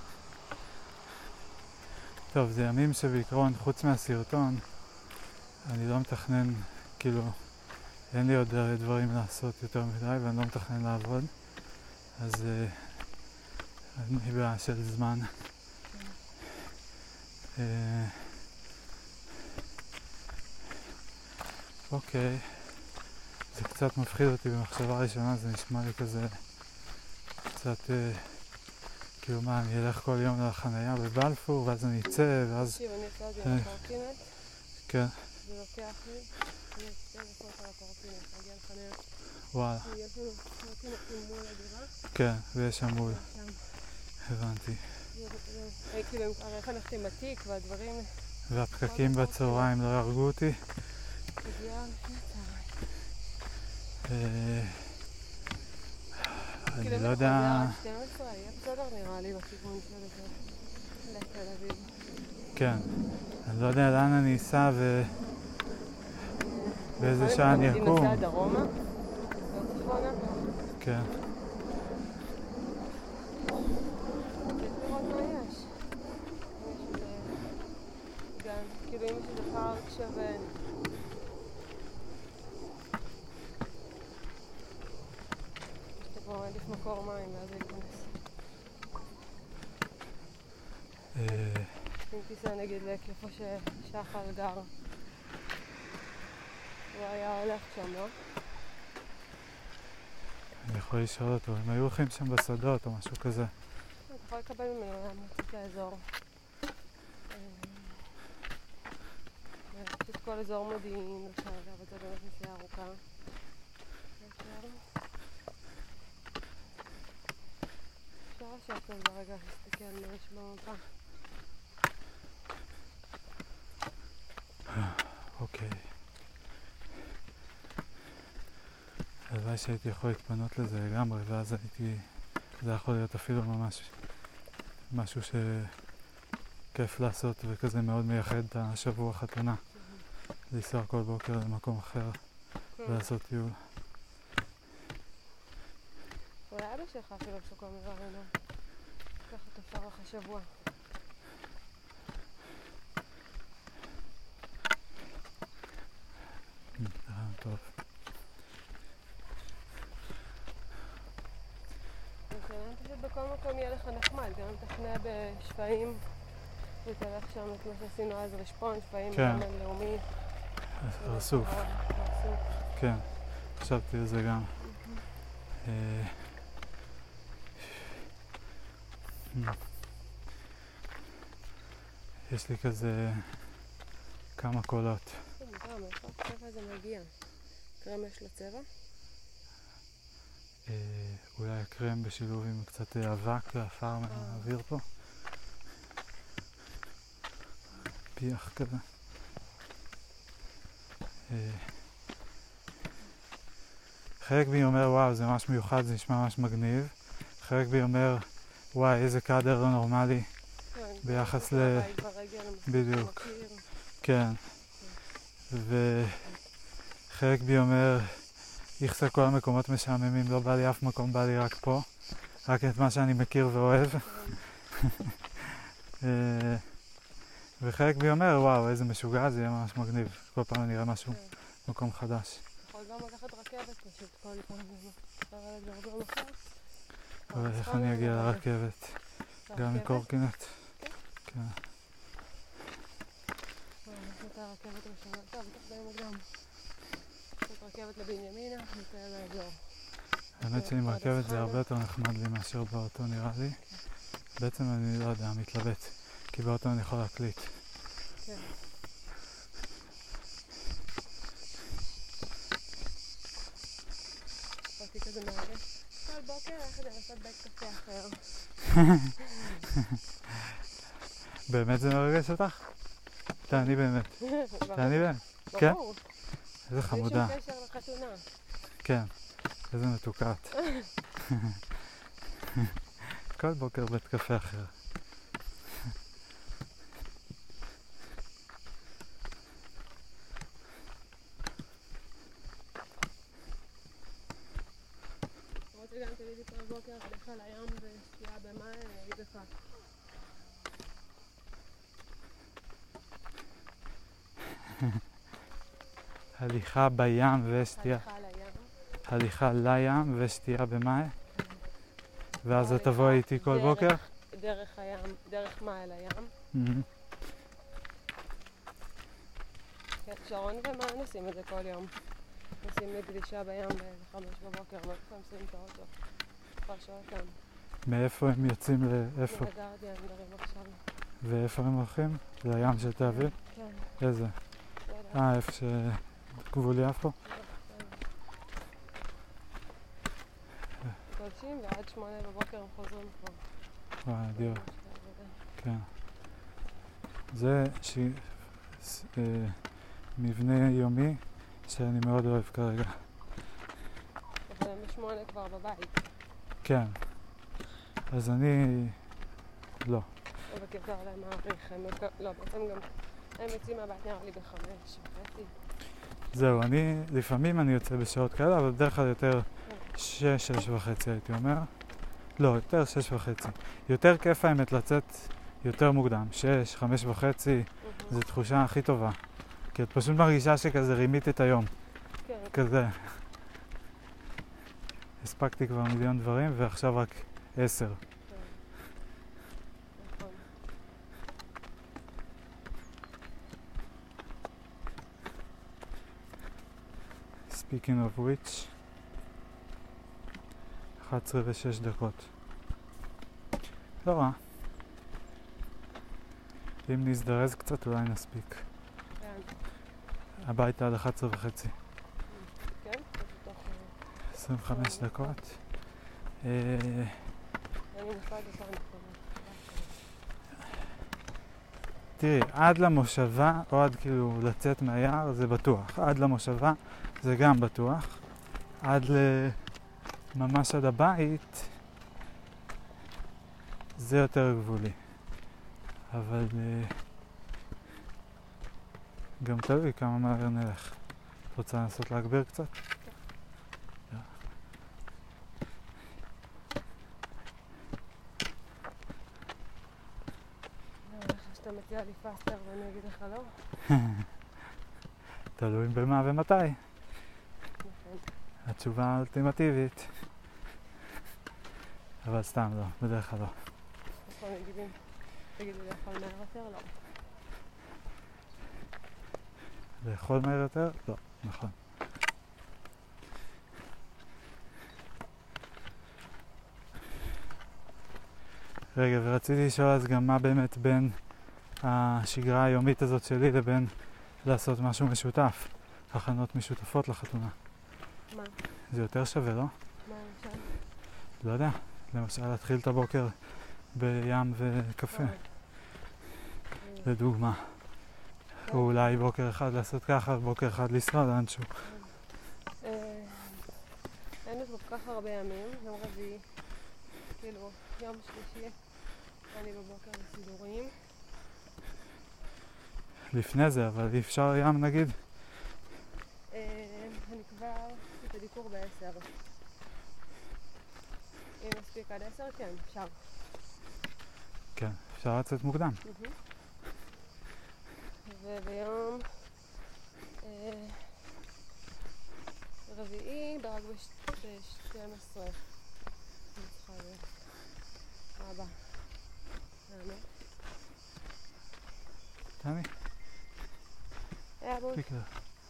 טוב, זה ימים שבעיקרון, חוץ מהסרטון, אני לא מתכנן, כאילו, אין לי עוד דברים לעשות יותר מדי, ואני לא מתכנן לעבוד. אז אני בעיה של זמן. אוקיי. זה קצת מפחיד אותי במחשבה ראשונה, זה נשמע לי כזה קצת... כאילו מה, אני אלך כל יום לחנייה בבלפור, ואז אני אצא, ואז... תקשיב, אני אצא על הקורקינט. כן. זה לוקח לי. אני אצא לפות על הקורקינט, להגיע לחניה. וואלה. יש לנו קורקינט מול הדירה. כן, ויש שם מול. הבנתי. כאילו, הרי איך הלכתי עם התיק והדברים... והפקקים בצהריים לא ירגו אותי? הגיעה לפני צהריים. אני לא יודע... יהיה בסדר נראה לי בכיוון של לתל אביב. כן. אני לא יודע לאן אני אסע באיזה שעה אני אקום. אם נסע דרומה? לא צפונה? כן. צריך לראות מה יש. גם, כאילו אם יש איזה פארק שווה... כבר מעדיף מקור מים ואז ייכנס. אם תיסע נגיד לאיפה ששחל גר, הוא היה הולך שם, לא? אני יכול לשאול אותו, הם היו הולכים שם בשדות או משהו כזה. אתה יכול לקבל ממנו להמלצות לאזור. פשוט כל אזור מודיעין, אבל זה באמת נסיעה ארוכה. אפשר לשבת על ברגע, להסתכל מה יש במפה. אוקיי. הלוואי שהייתי יכול להתפנות לזה לגמרי, ואז הייתי... זה יכול להיות אפילו ממש משהו שכיף לעשות וכזה מאוד מייחד את השבוע חתונה. לנסוע כל בוקר למקום אחר ולעשות טיול. אולי אבא שלך אפילו בסוכו מברנו. ככה תפר לך השבוע. טוב. פשוט בכל מקום יהיה לך נחמד, גם אם תחנה בשפעים ותלך שם את מה שעשינו אז רשפון, שפעים גם לאומי. רסוף. כן, חשבתי על זה גם. יש לי כזה כמה קולות. גם, איפה הצבע זה מגיע? קרם יש לו צבע? אולי הקרם בשילוב עם קצת אבק ואפר מהאוויר פה. פיח כזה. חלק בי אומר וואו זה ממש מיוחד, זה נשמע ממש מגניב. חלק בי אומר וואי איזה קאדר לא נורמלי ביחס ל... בדיוק. כן. וחלק בי אומר יחסה כל המקומות משעממים, לא בא לי אף מקום, בא לי רק פה. רק את מה שאני מכיר ואוהב. וחלק בי אומר וואו איזה משוגע, זה יהיה ממש מגניב. כל פעם אני אראה משהו, מקום חדש. יכול גם לקחת רכבת פשוט כל פעם, אפשר לגרבר מחר. אבל איך אני אגיע לרכבת? גם מקורקינט? כן. זאת הרכבת ראשונה, טוב, בטח די מוקדם. זאת רכבת לבנימינה, ניתן לאזור. האמת שעם רכבת זה הרבה יותר נחמד לי מאשר באוטו נראה לי. בעצם אני לא יודע, מתלבט, כי באוטו אני יכול להקליט. כן. באתי כזה מרגש. כל בוקר איך כדי לעשות בית קפה אחר. באמת זה מרגש אותך? תעני באמת. תעני באמת. כן? ברור. איזה חמודה. בלי שום קשר לחתונה. כן. איזה מתוקת. כל בוקר בית קפה אחר. למרות שגם תמיד כל בוקר הלכה לים ושתייה במים, אני אגיד לך. הליכה בים ושתייה. הליכה לים ושתייה במים. ואז את תבוא איתי כל בוקר? דרך הים, דרך מייל הים. שרון ומה נשים את זה כל יום. נשים לגלישה בים ב-5 בבוקר, לא יכולים לשים את האוטו. פרשו אותם. מאיפה הם יוצאים לאיפה? מגרדיה הם דברים עכשיו. ואיפה הם הולכים? לים של תל אביב? כן. איזה? איפה שגבול יפו? גולשים ועד 8 בבוקר הם חוזרים כבר. וואי, אדיר. כן. זה מבנה יומי שאני מאוד אוהב כרגע. אבל הם ב8 כבר בבית. כן. אז אני... לא. אבל כזה עליהם מעריך, לא, בעצם גם... הם יוצאים מהבית נראה לי ב5:30. זהו, לפעמים אני יוצא בשעות כאלה, אבל בדרך כלל יותר 6:30 הייתי אומר. לא, יותר 6:30. יותר כיף האמת לצאת יותר מוקדם. 6, 5:30, זו תחושה הכי טובה. כי את פשוט מרגישה שכזה רימית את היום. כן. כזה. הספקתי כבר מיליון דברים ועכשיו רק 10. Speaking of which, 11:06. לא רע. אם נזדרז קצת אולי נספיק. כן. הביתה עד 11:30. כן? 25 דקות. אני מושפעת יותר נכונה. תראי, עד למושבה, או עד כאילו לצאת מהיער, זה בטוח. עד למושבה זה גם בטוח. עד ממש עד הבית, זה יותר גבולי. אבל גם תלוי כמה מהר נלך. את רוצה לנסות להגביר קצת? אתה מציע לי פסטר ואני אגיד לך לא? תלוי במה ומתי. התשובה האולטימטיבית. אבל סתם לא, בדרך כלל לא. נכון, תגידו לאכול מהר יותר? לא. לאכול מהר יותר? לא, נכון. רגע, ורציתי לשאול אז גם מה באמת בין השגרה היומית הזאת שלי לבין לעשות משהו משותף, הכנות משותפות לחתונה. מה? זה יותר שווה, לא? מה למשל? לא יודע, למשל להתחיל את הבוקר בים וקפה, לדוגמה. או אולי בוקר אחד לעשות ככה, בוקר אחד לנסוע לאנשהו. אין עוד כל כך הרבה ימים, יום רביעי, כאילו יום שלישי, אני בבוקר בסידורים. לפני זה, אבל אי אפשר ים נגיד? אני כבר את הדיקור ב10. אם נספיק עד 10, כן, אפשר. כן, אפשר לצאת מוקדם. וביום רביעי, ברק ב-12. אני צריכה אבא. נענה. תעני. אבו. תקרא.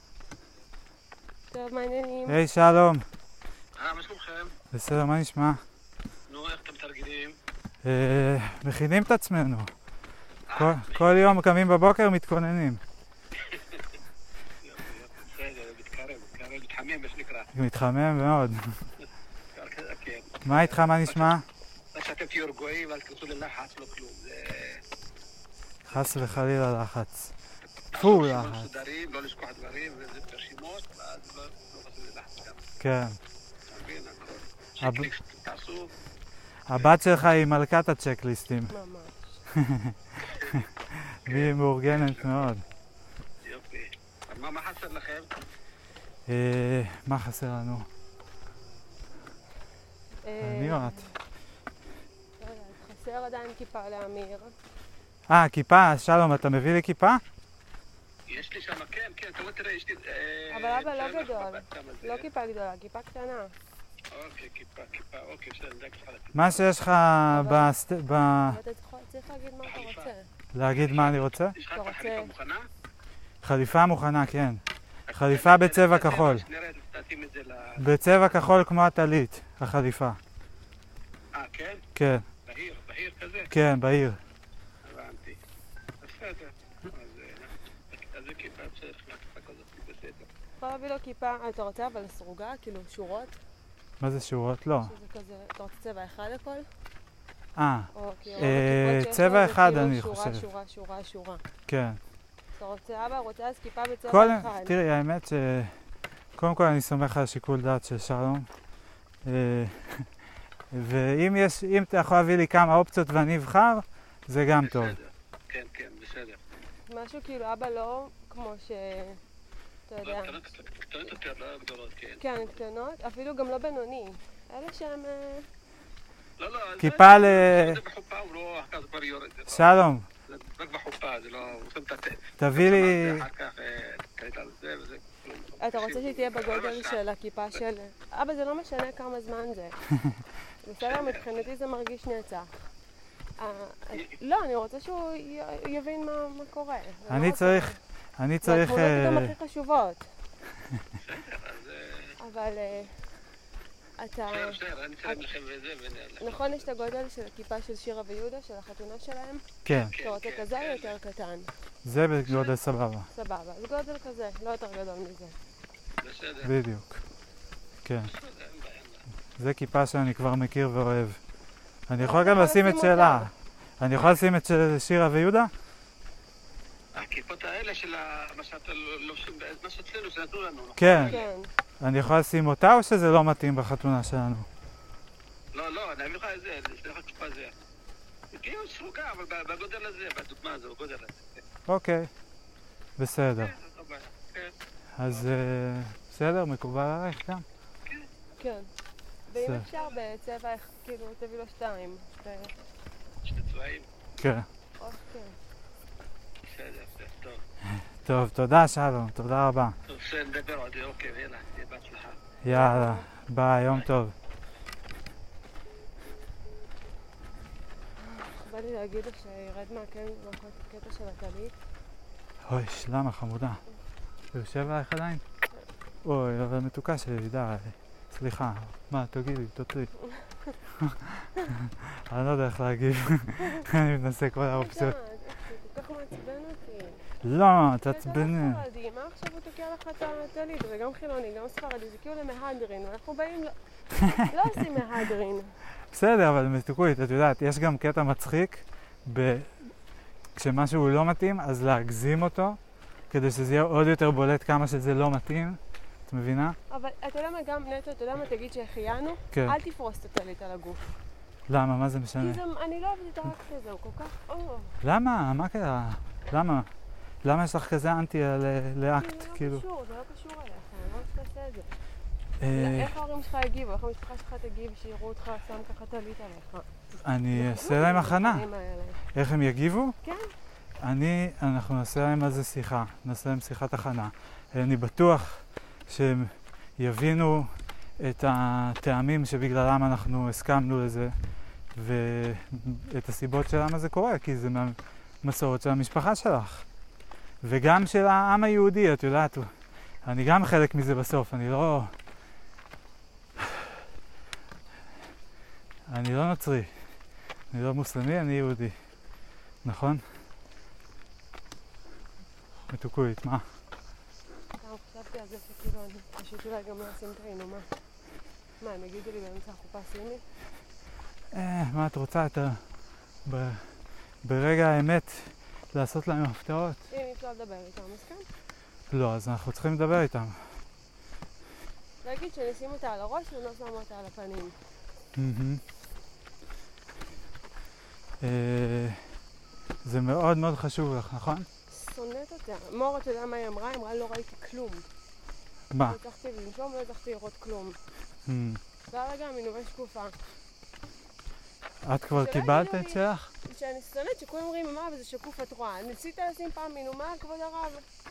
טוב, מה העניינים? היי, שלום. מה שלומכם? בסדר, מה נשמע? נו, איך אתם מתרגלים? מכינים את עצמנו. כל יום קמים בבוקר, מתכוננים. בסדר, מתחמם, מה שנקרא. מתחמם מאוד. מה איתך, מה נשמע? רק שאתם תהיו רגועים, אל תכנסו ללחץ, לא כלום. חס וחלילה לחץ. פו לחץ. מסודרים, לא לשכוח דברים, וזה ברשימות, ואז לא נכנסו ללחץ גם. כן. תבין, הכל. צ'קליסט תעשו. הבת שלך היא מלכת הצ'קליסטים. ממש. והיא מאורגנת מאוד. יופי. מה חסר לכם? מה חסר לנו? אני או את? חסר עדיין כיפה לאמיר. כיפה, שלום, אתה מביא לי כיפה? יש לי שם, כן, תראה, יש לי... אבל אבא לא גדול, לא כיפה גדולה, כיפה קטנה. אוקיי, כיפה, אוקיי, בסדר, נדאג לך לכיפה. מה שיש לך אבל אתה צריך להגיד מה אתה רוצה. להגיד מה אני רוצה? יש לך כבר חליפה מוכנה? חליפה מוכנה, כן. חליפה בצבע כחול. נראה, תתאים את זה בצבע כחול כמו הטלית, החליפה. כן? כן. בהיר כזה? כן, בהיר. הבנתי. בסדר. אז זה כיפה, בסדר, כיפה כזאת, בסדר. יכול להביא לו כיפה, אתה רוצה אבל סרוגה, כאילו שורות? מה זה שורות? לא. שזה כזה, אתה רוצה צבע אחד הכל? צבע אחד אני חושב. שורה. כן. אתה רוצה אבא, רוצה אז כיפה בצבע אחד. תראי, האמת ש... קודם כל אני סומך על שיקול דעת של שלום. ואם אתה יכול להביא לי כמה אופציות ואני אבחר, זה גם טוב. כן, בסדר. משהו כאילו אבא לא כמו ש... אתה יודע. קטנות יותר, לא גדולות, כן. כן, קטנות, אפילו גם לא בינוני. אלה שהם... לא, כיפה זה בחופה, הוא לא... זה כבר יורד. שלום. זה רק בחופה, זה לא... תביא לי... אחר כך, קראת על זה וזה... אתה רוצה שהיא תהיה בגודל של הכיפה של... אבא, זה לא משנה כמה זמן זה. בסדר, מבחינתי זה מרגיש נצח. לא, אני רוצה שהוא יבין מה קורה. אני צריך... זה התמונות גם הכי חשובות. אבל אתה... אני אצלם לכם וזה ונעלה. נכון, יש את הגודל של הכיפה של שירה ויהודה, של החתונה שלהם? כן. אתה רוצה כזה או יותר קטן? זה בגודל סבבה. סבבה, זה גודל כזה, לא יותר גדול מזה. בסדר. בדיוק. כן. זה כיפה שאני כבר מכיר ואוהב. אני יכול גם לשים את שלה. אני יכול לשים את שירה ויהודה? הכיפות האלה של מה שאתה לובשים, מה שאצלנו, שנתנו לנו. כן. אני יכול לשים אותה או שזה לא מתאים בחתונה שלנו? לא, אני אביא לך את זה, אני אשלח לך כיפה זה. כאילו שרוקה, אבל בגודל הזה, בדוגמה הזו, בגודל הזה. אוקיי, בסדר. כן. אז בסדר, מקובל עלייך גם? כן. ואם אפשר בצבע, כאילו, תביא לו 2. שני צבעים? כן. אוקיי. בסדר, טוב. טוב, תודה שלום, תודה רבה. טוב, נדבר עוד, אוקיי, יאללה, תהיה בהצלחה. יאללה, ביי, יום טוב. בא לי להגיד לך שירד מהקטע של הטלית. אוי, למה חמודה? הוא יושב עלייך עדיין? אוי, אבל מתוקה שלי, די. סליחה, מה, תגידי, תוצרי. אני לא יודע איך להגיב. אני מנסה כל האופציות. זה כל כך מעצבן אותי. לא, תעצבני. זה ספרדי, מה עכשיו הוא תוקע לך את הטלית? זה גם חילוני, גם ספרדי, זה כאילו למהדרין, ואנחנו באים לא עושים מהדרין. בסדר, אבל מתוקות, את יודעת, יש גם קטע מצחיק, כשמשהו לא מתאים, אז להגזים אותו, כדי שזה יהיה עוד יותר בולט כמה שזה לא מתאים. את מבינה? אבל אתה יודע מה, גם נטו, אתה יודע מה, תגיד שהחיינו? כן. אל תפרוס את הטלית על הגוף. למה? מה זה משנה? כי אני לא אוהבת את האקט הזה, הוא כל כך... למה? מה קרה? למה? למה יש לך כזה אנטי לאקט, כאילו? זה לא קשור אליך, אני לא רוצה לעשות את זה. איך ההורים שלך הגיבו? איך המשפחה שלך תגיב שיראו אותך שם ככה טלית עליך? אני אעשה להם הכנה. איך הם יגיבו? כן. אנחנו נעשה להם על זה שיחה, נעשה להם שיחת הכנה. אני בטוח שהם יבינו את הטעמים שבגללם אנחנו הסכמנו לזה, ואת הסיבות של למה זה קורה, כי זה מהמסורת של המשפחה שלך. וגם של העם היהודי, את יודעת, אני גם חלק מזה בסוף, אני לא נוצרי, אני לא מוסלמי, אני יהודי, נכון? מתוקות, מה? חשבתי על זה שכאילו אני פשוט אולי גם לא אשים טרינו, מה, הם יגידו לי באמצע החופה שימי? מה את רוצה? ברגע האמת לעשות להם הפתעות? אם אי אפשר לדבר איתם, אז כן. לא, אז אנחנו צריכים לדבר איתם. להגיד שנשים אותה על הראש ולא שמו אותה על הפנים. זה מאוד מאוד חשוב לך, נכון? שונאת אותה. מור, אתה יודע מה היא אמרה? היא אמרה, לא ראיתי כלום. מה? לא הצלחתי לנשום, לא הצלחתי לראות כלום. זה היה רגע מינורי שקופה. את כבר קיבלת את שלך? שאני שונאת שכולם אומרים, מה, וזה שקוף את רואה. ניסית לשים פעם מינומה, כבוד הרב?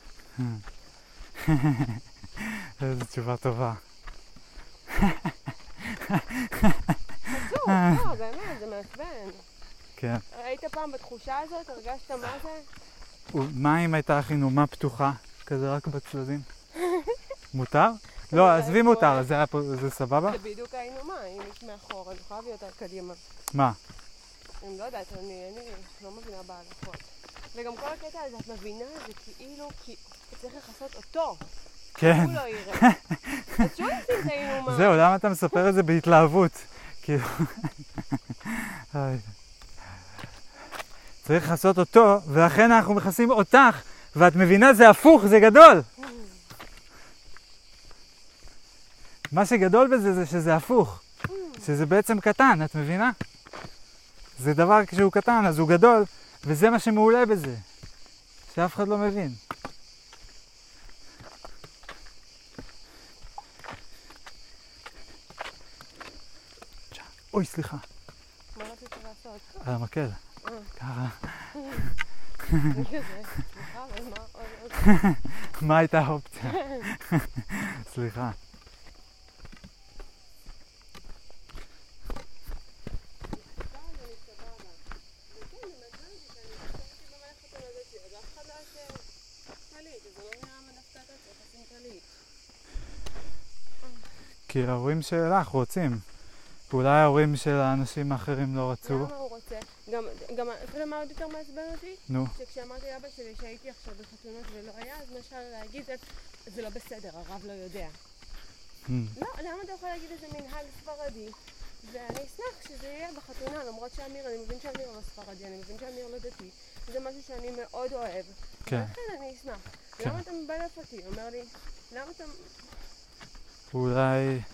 איזו תשובה טובה. חצוף, לא, באמת, זה מעצבן. כן. ראית פעם בתחושה הזאת? הרגשת מה זה? מה אם הייתה חינומה פתוחה? כזה רק בצדדים? מותר? לא, עזבי מותר, זה סבבה? זה בדיוק האינומה, אם יש מאחור, אני יכולה להביא אותה קדימה. מה? אני לא יודעת, אני לא מבינה בהלכות. וגם כל הקטע הזה, את מבינה, זה כאילו, כי צריך לחסות אותו. כן. הוא לא יראה. אז שוב נשים את האינומה. זהו, למה אתה מספר את זה בהתלהבות? כאילו... צריך לחסות אותו, ולכן אנחנו מכסים אותך, ואת מבינה, זה הפוך, זה גדול. מה שגדול בזה זה שזה הפוך, שזה בעצם קטן, את מבינה? זה דבר כשהוא קטן, אז הוא גדול, וזה מה שמעולה בזה, שאף אחד לא מבין. אוי, סליחה. מה רצית לעשות? על המקל. ככה. אני כזה, סליחה, אבל מה עוד? מה הייתה האופציה? סליחה. כי ההורים שלך רוצים. ואולי ההורים של האנשים האחרים לא רצו. למה הוא רוצה? גם, אתה יודע מה עוד יותר מעצבן אותי? נו. שכשאמרתי לאבא שלי שהייתי עכשיו בחתונות ולא היה, אז מה אפשר להגיד זה לא בסדר, הרב לא יודע. לא, למה אתה יכול להגיד איזה מנהג ספרדי? ואני אשמח שזה יהיה בחתונה, למרות שאמיר, אני מבין שאמיר לא ספרדי, אני מבין שאמיר לא דתי. זה משהו שאני מאוד אוהב. כן. ולכן אני אשמח. למה אתה מבלף אותי? אומר לי, למה אתה... אולי...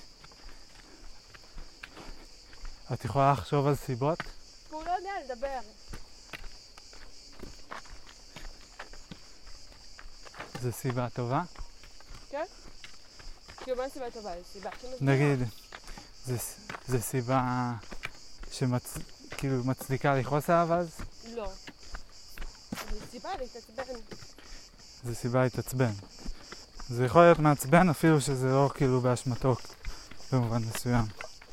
את יכולה לחשוב על סיבות? הוא לא יודע לדבר. זו סיבה טובה? כן? כאילו מה סיבה טובה? זו סיבה שמסבירה. נגיד, זו סיבה כאילו מצדיקה לכעוס עליו אז? לא. זו סיבה להתעצבן. זו סיבה להתעצבן. זה יכול להיות מעצבן אפילו שזה לא כאילו באשמתו במובן מסוים.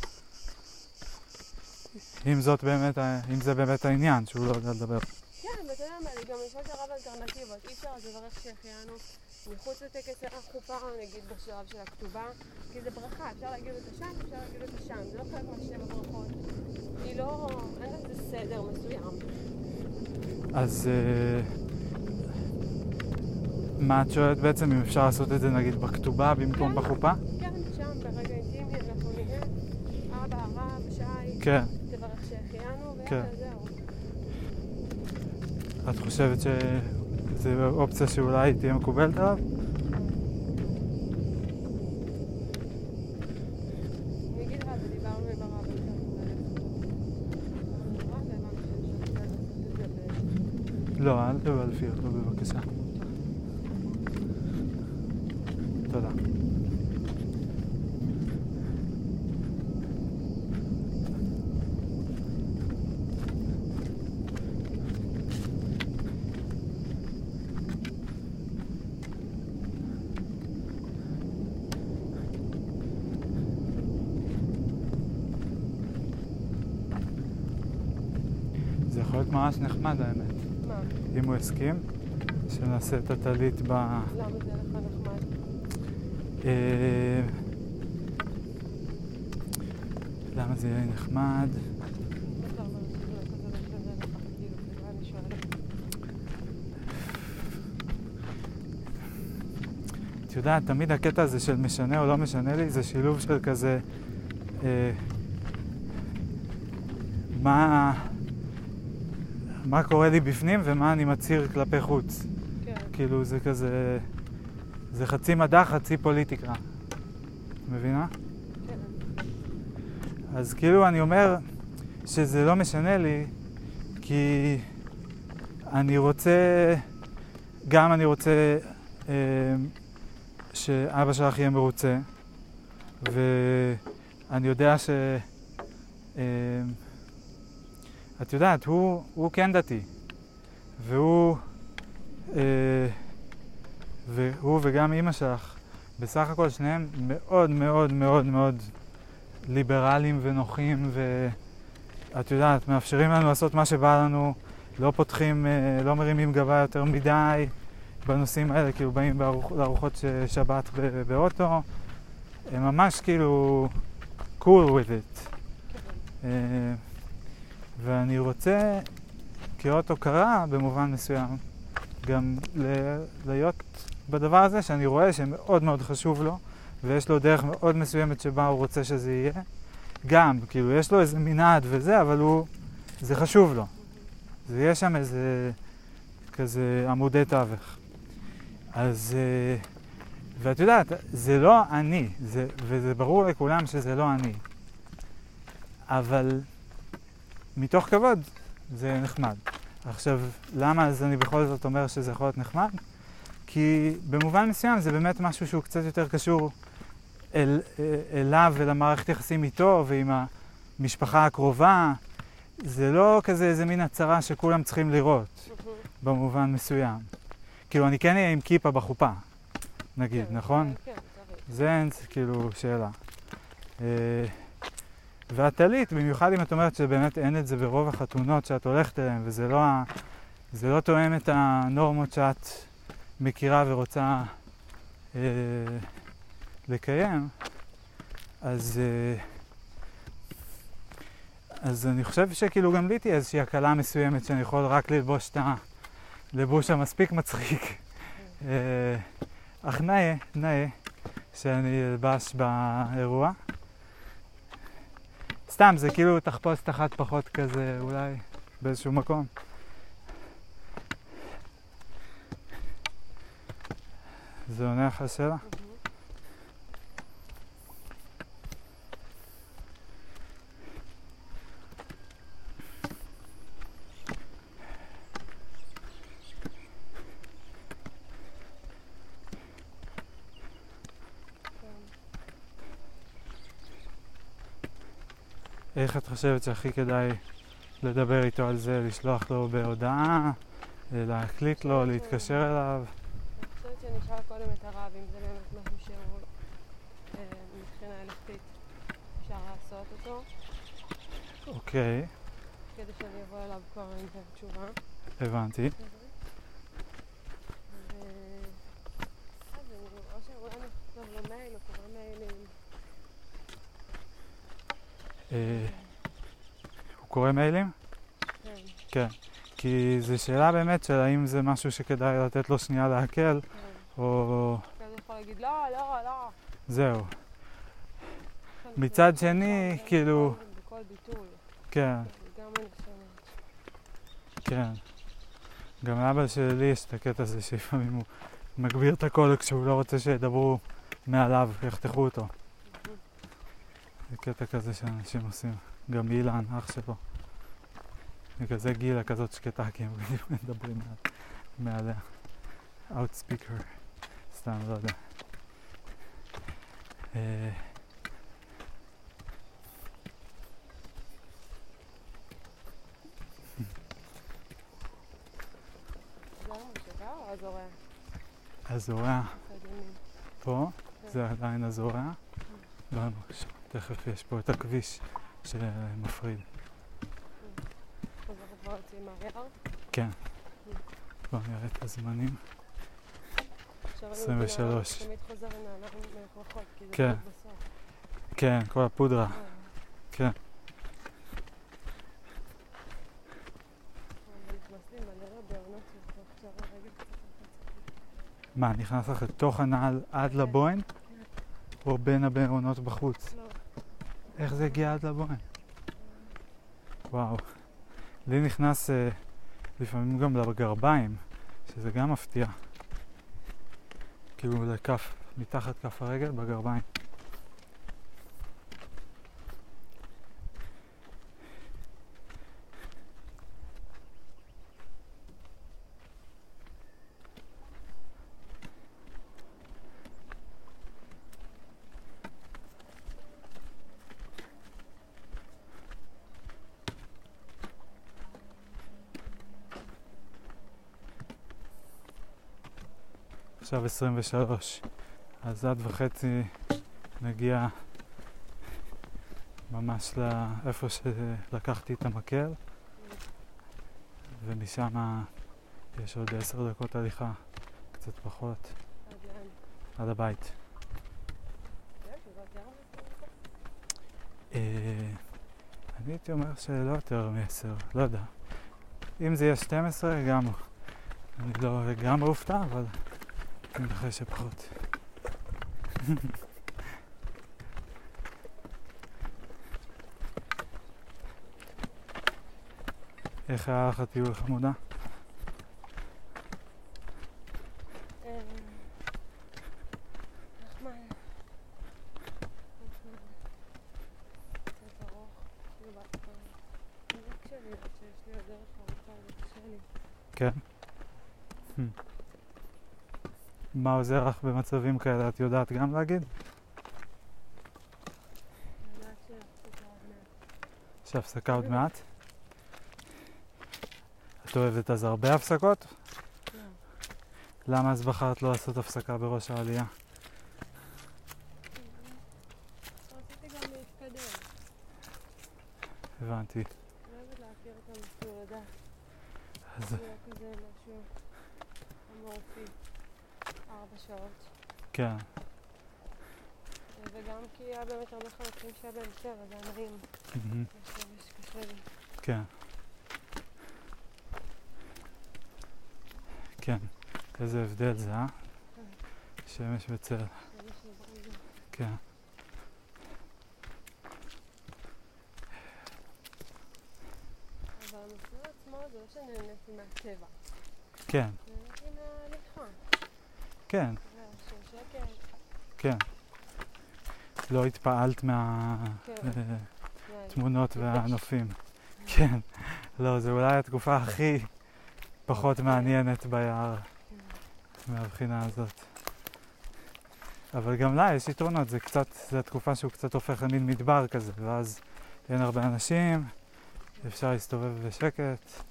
אם זה באמת העניין, שהוא לא יודע לדבר. כן, ואתה יודע מה, גם יש עוד רב אלטרנטיבות. אי אפשר אז לברך שהחיינו מחוץ לטקס החופה, נגיד בשלב של הכתובה, כי זה ברכה, אפשר להגיד אותה שם, אפשר להגיד אותה שם. זה לא חלק מהשבע ברכות. היא לא... אין לזה סדר מסוים. אז מה את שואלת בעצם, אם אפשר לעשות את זה נגיד בכתובה במקום בחופה? כן, שם ברגע אינטימי אנחנו נהיה אבא, הרב, שי, כן. תברך שהחיינו, כן. ויאללה, זהו. את חושבת שזו אופציה שאולי תהיה מקובלת עליו? אני אגיד לך, דיברנו עם הרב על זה. לא, אל תבלפי אותו בבקשה. תודה. זה יכול להיות ממש נחמד האמת. מה? אם הוא הסכים, שנעשה את הטלית ב... למה זה לך נחמד? למה זה יהיה נחמד? אתה אומר שזה לא כזה משנה לך, כאילו, זה מה אני שואלת. את יודעת, תמיד הקטע הזה של משנה או לא משנה לי, זה שילוב של כזה... מה קורה לי בפנים ומה אני מצהיר כלפי חוץ. כן. כאילו זה כזה... זה חצי מדע, חצי פוליטיקה. מבינה? כן. אז כאילו אני אומר שזה לא משנה לי, כי אני רוצה... גם אני רוצה שאבא שלך יהיה מרוצה, ואני יודע ש... את יודעת, הוא כן דתי, והוא וגם אמא שלך, בסך הכל שניהם מאוד מאוד מאוד מאוד ליברליים ונוחים, ואת יודעת, מאפשרים לנו לעשות מה שבא לנו, לא פותחים, לא מרימים גבה יותר מדי בנושאים האלה, כאילו באים לארוחות שבת באוטו, הם ממש כאילו cool with it. ואני רוצה, כאות הוקרה במובן מסוים, גם להיות בדבר הזה שאני רואה שמאוד מאוד חשוב לו, ויש לו דרך מאוד מסוימת שבה הוא רוצה שזה יהיה. גם, כאילו, יש לו איזה מנעד וזה, אבל זה חשוב לו. זה יש שם איזה כזה עמודי תווך. אז, ואת יודעת, זה לא אני, וזה ברור לכולם שזה לא אני. אבל מתוך כבוד זה נחמד. עכשיו, למה אז אני בכל זאת אומר שזה יכול להיות נחמד? כי במובן מסוים זה באמת משהו שהוא קצת יותר קשור אליו ולמערכת יחסים איתו ועם המשפחה הקרובה. זה לא כזה איזה מין הצהרה שכולם צריכים לראות במובן מסוים. כאילו אני כן אהיה עם כיפה בחופה, נגיד, נכון? כן, זה אין כאילו שאלה. והטלית, במיוחד אם את אומרת שבאמת אין את זה ברוב החתונות שאת הולכת אליהן, וזה לא תואם את הנורמות שאת מכירה ורוצה לקיים, אז אני חושב שכאילו גם לי תהיה איזושהי הקלה מסוימת שאני יכול רק ללבוש את הלבוש המספיק מצחיק, אך נאה שאני אלבש באירוע. סתם, זה כאילו תחפושת אחת פחות כזה, אולי באיזשהו מקום. זה עונה לך השאלה? איך את חושבת שהכי כדאי לדבר איתו על זה, לשלוח לו בהודעה, להקליט לו, להתקשר אליו? אני חושבת חושבת שנשאל קודם את הרב אם זה באמת משהו שהוא מבחינה הלכתית אפשר לעשות אותו. אוקיי. כדי שאני אבוא אליו כבר עם תשובה. הבנתי. או שאולי נכתוב לו מייל או קורא מיילים. הוא קורא מיילים? כן. כן. כי זו שאלה באמת של האם זה משהו שכדאי לתת לו שנייה להקל, או... כזה יכול להגיד לא, לא, לא. זהו. מצד שני, כאילו... בכל ביטוי. כן. גם אני חושבת. כן. גם לאבא שלי יש את הקטע הזה שלפעמים הוא מגביר את הקול כשהוא לא רוצה שידברו מעליו, יחתכו אותו. זה קטע כזה שאנשים עושים. גם אילן, אח שלו. וכזה גילה כזאת שקטה, כי הם מדברים מעליה. Outspeaker. סתם, לא יודע. הזורע. הזורע. פה? זה עדיין הזורע. תכף יש פה את הכביש שמפריד. אז אנחנו כבר יוצאים מהיער? כן. בואו נראה את הזמנים. 23. תמיד חוזר אנחנו מלכלכות, כי זה כן. בסוף. כן, כל הפודרה. כן. מה, נכנס לך לתוך הנעל עד לבוהן? או בין הבעונות בחוץ? לא. איך זה הגיע עד לבוהן? וואו. לי נכנס לפעמים גם לגרביים, שזה גם מפתיע. כאילו לכף, מתחת כף הרגל בגרביים. עכשיו 23, אז עד וחצי נגיע ממש לאיפה שלקחתי את המקל, ומשם יש עוד 10 דקות הליכה, קצת פחות, עד הבית. אני הייתי אומר שלא יותר מ10, לא יודע. אם זה יהיה 12 גם, אני לא גם אופתע, אבל אני חושב שפחות. איך היה לך הטיול חמודה? נחמד. קצת ארוך. כאילו בהתחלה. אני רק שלי, שיש לי הדרך ארוכה, זה קשה לי. כן? מה עוזר לך במצבים כאלה? את יודעת גם להגיד? אני יודעת שהפסקה עוד מעט. שהפסקה עוד מעט? את אוהבת אז הרבה הפסקות? לא. למה אז בחרת לא לעשות הפסקה בראש העלייה? רציתי גם להתקדם. הבנתי. אני אוהבת להכיר את המסלול, לדעת. אז... זה כזה משהו אמורפי. 4 שעות. כן. וגם כי היה באמת הרבה חלקים שהיה בהם יותר, אז היה נעים. קשה לי. כן. כן. איזה הבדל זה, אה? שמש וצל. כן. אבל המסלול עצמו זה לא שנהניתי מהטבע. כן. נהניתי מהליכה. כן. של שקט. כן. לא התפעלת מהתמונות והנופים. כן. לא, זו אולי התקופה הכי פחות מעניינת ביער מהבחינה הזאת. אבל גם לה יש יתרונות, זה קצת, זו התקופה שהוא קצת הופך למין מדבר כזה, ואז אין הרבה אנשים, אפשר להסתובב בשקט.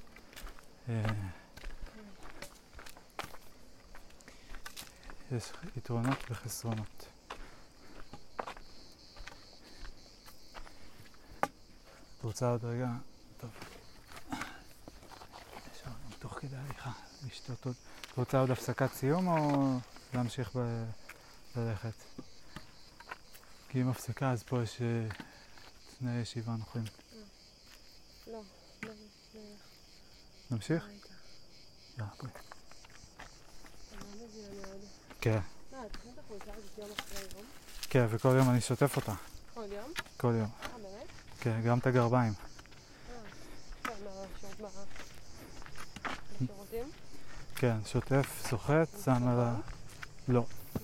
יש יתרונות וחסרונות. את רוצה עוד רגע? טוב. אפשר גם תוך כדי הליכה לשתות עוד. את רוצה עוד הפסקת סיום או להמשיך ללכת? כי אם הפסקה אז פה יש תנאי ישיבה נוחים. לא, נמשיך? יאללה, בואי. אתה לא מביא לנו עוד. כן. תכנית את החולצה הזאת יום אחרי יום? כן, וכל יום אני שוטף אותה. כל יום? כל יום. באמת? כן, גם את הגרביים. כן, מה בשירותים? כן, שוטף, סוחט, שם על ה... לא.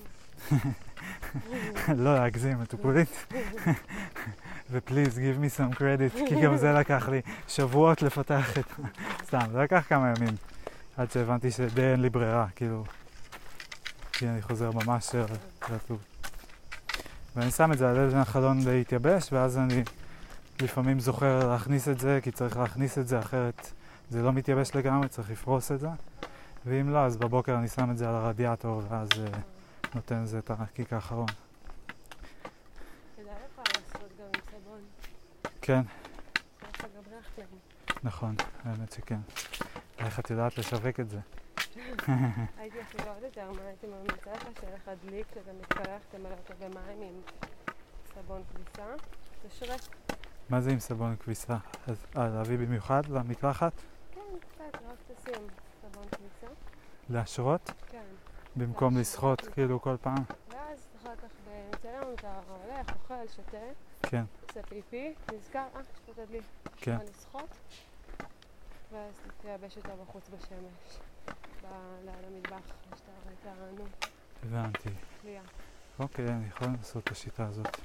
לא להגזים, מטופולית. ופליז, give me some credit, כי גם זה לקח לי שבועות לפתח את... סתם, זה לקח כמה ימים. עד שהבנתי שדי אין לי ברירה, כאילו... כי אני חוזר ממש רטוב. ואני שם את זה על איזה החלון להתייבש, ואז אני לפעמים זוכר להכניס את זה, כי צריך להכניס את זה, אחרת זה לא מתייבש לגמרי, צריך לפרוס את זה. ואם לא, אז בבוקר אני שם את זה על הרדיאטור, ואז נותן לזה את הקיק האחרון. כדאי לך לעשות גם עם סבון. כן. זה לך גם ריח להם. נכון, האמת שכן. איך את יודעת לשווק את זה? הייתי אפילו עוד יותר, מה הייתי ממליצה לך שיהיה לך דליק, שאתה מתקלח, תמלא אותו במים עם סבון כביסה. תשרק. מה זה עם סבון כביסה? אז להביא במיוחד למקלחת? כן, קצת, רק תשים סבון כביסה. להשרות? כן. במקום לשחות כאילו כל פעם? ואז אחר כך במצלם אתה הולך, אוכל, שותה. כן. עושה פיפי, נזכר, יש פה את הדליק. כן. אפשר לשחות. ואז תייבש אותה בחוץ בשמש. ליד המטבח, שאתה רואה את הענו. הבנתי. קליעה. אוקיי, אני יכול לעשות את השיטה הזאת.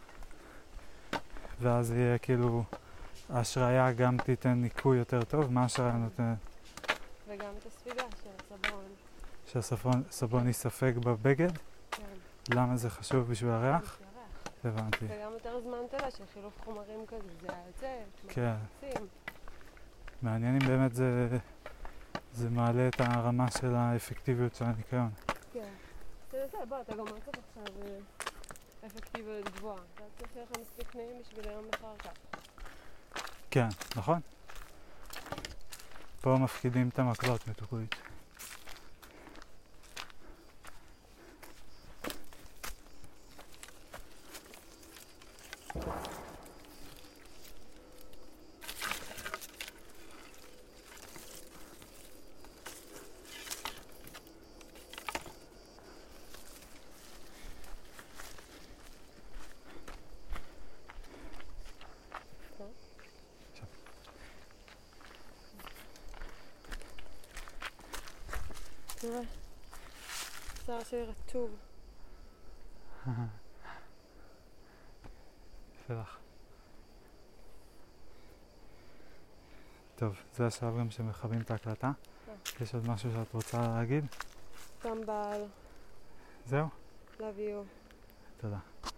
ואז יהיה כאילו, ההשראיה גם תיתן ניקוי יותר טוב. מה ההשראיה נותנת? וגם את הספיגה של הסבון. שהסבון יספג בבגד? כן. למה זה חשוב בשביל הריח? בשביל הריח. הבנתי. וגם יותר זמן תלה של חילוף חומרים כזה, זה היוצא, כן. מקצים. מעניין אם באמת זה מעלה את הרמה של האפקטיביות של הניקיון. כן. תנסה, בוא, אתה גם מצאת עכשיו אפקטיביות גבוהה. אתה צריך שיהיה לך מספיק נעים בשביל היום אחר כך. כן, נכון? פה מפקידים את המקלות מטופלית. תראה, שיער שלי רטוב. יפה לך. טוב, זה השלב גם שמכבים את ההקלטה. יש עוד משהו שאת רוצה להגיד? גם בעל. זהו? Love you. תודה.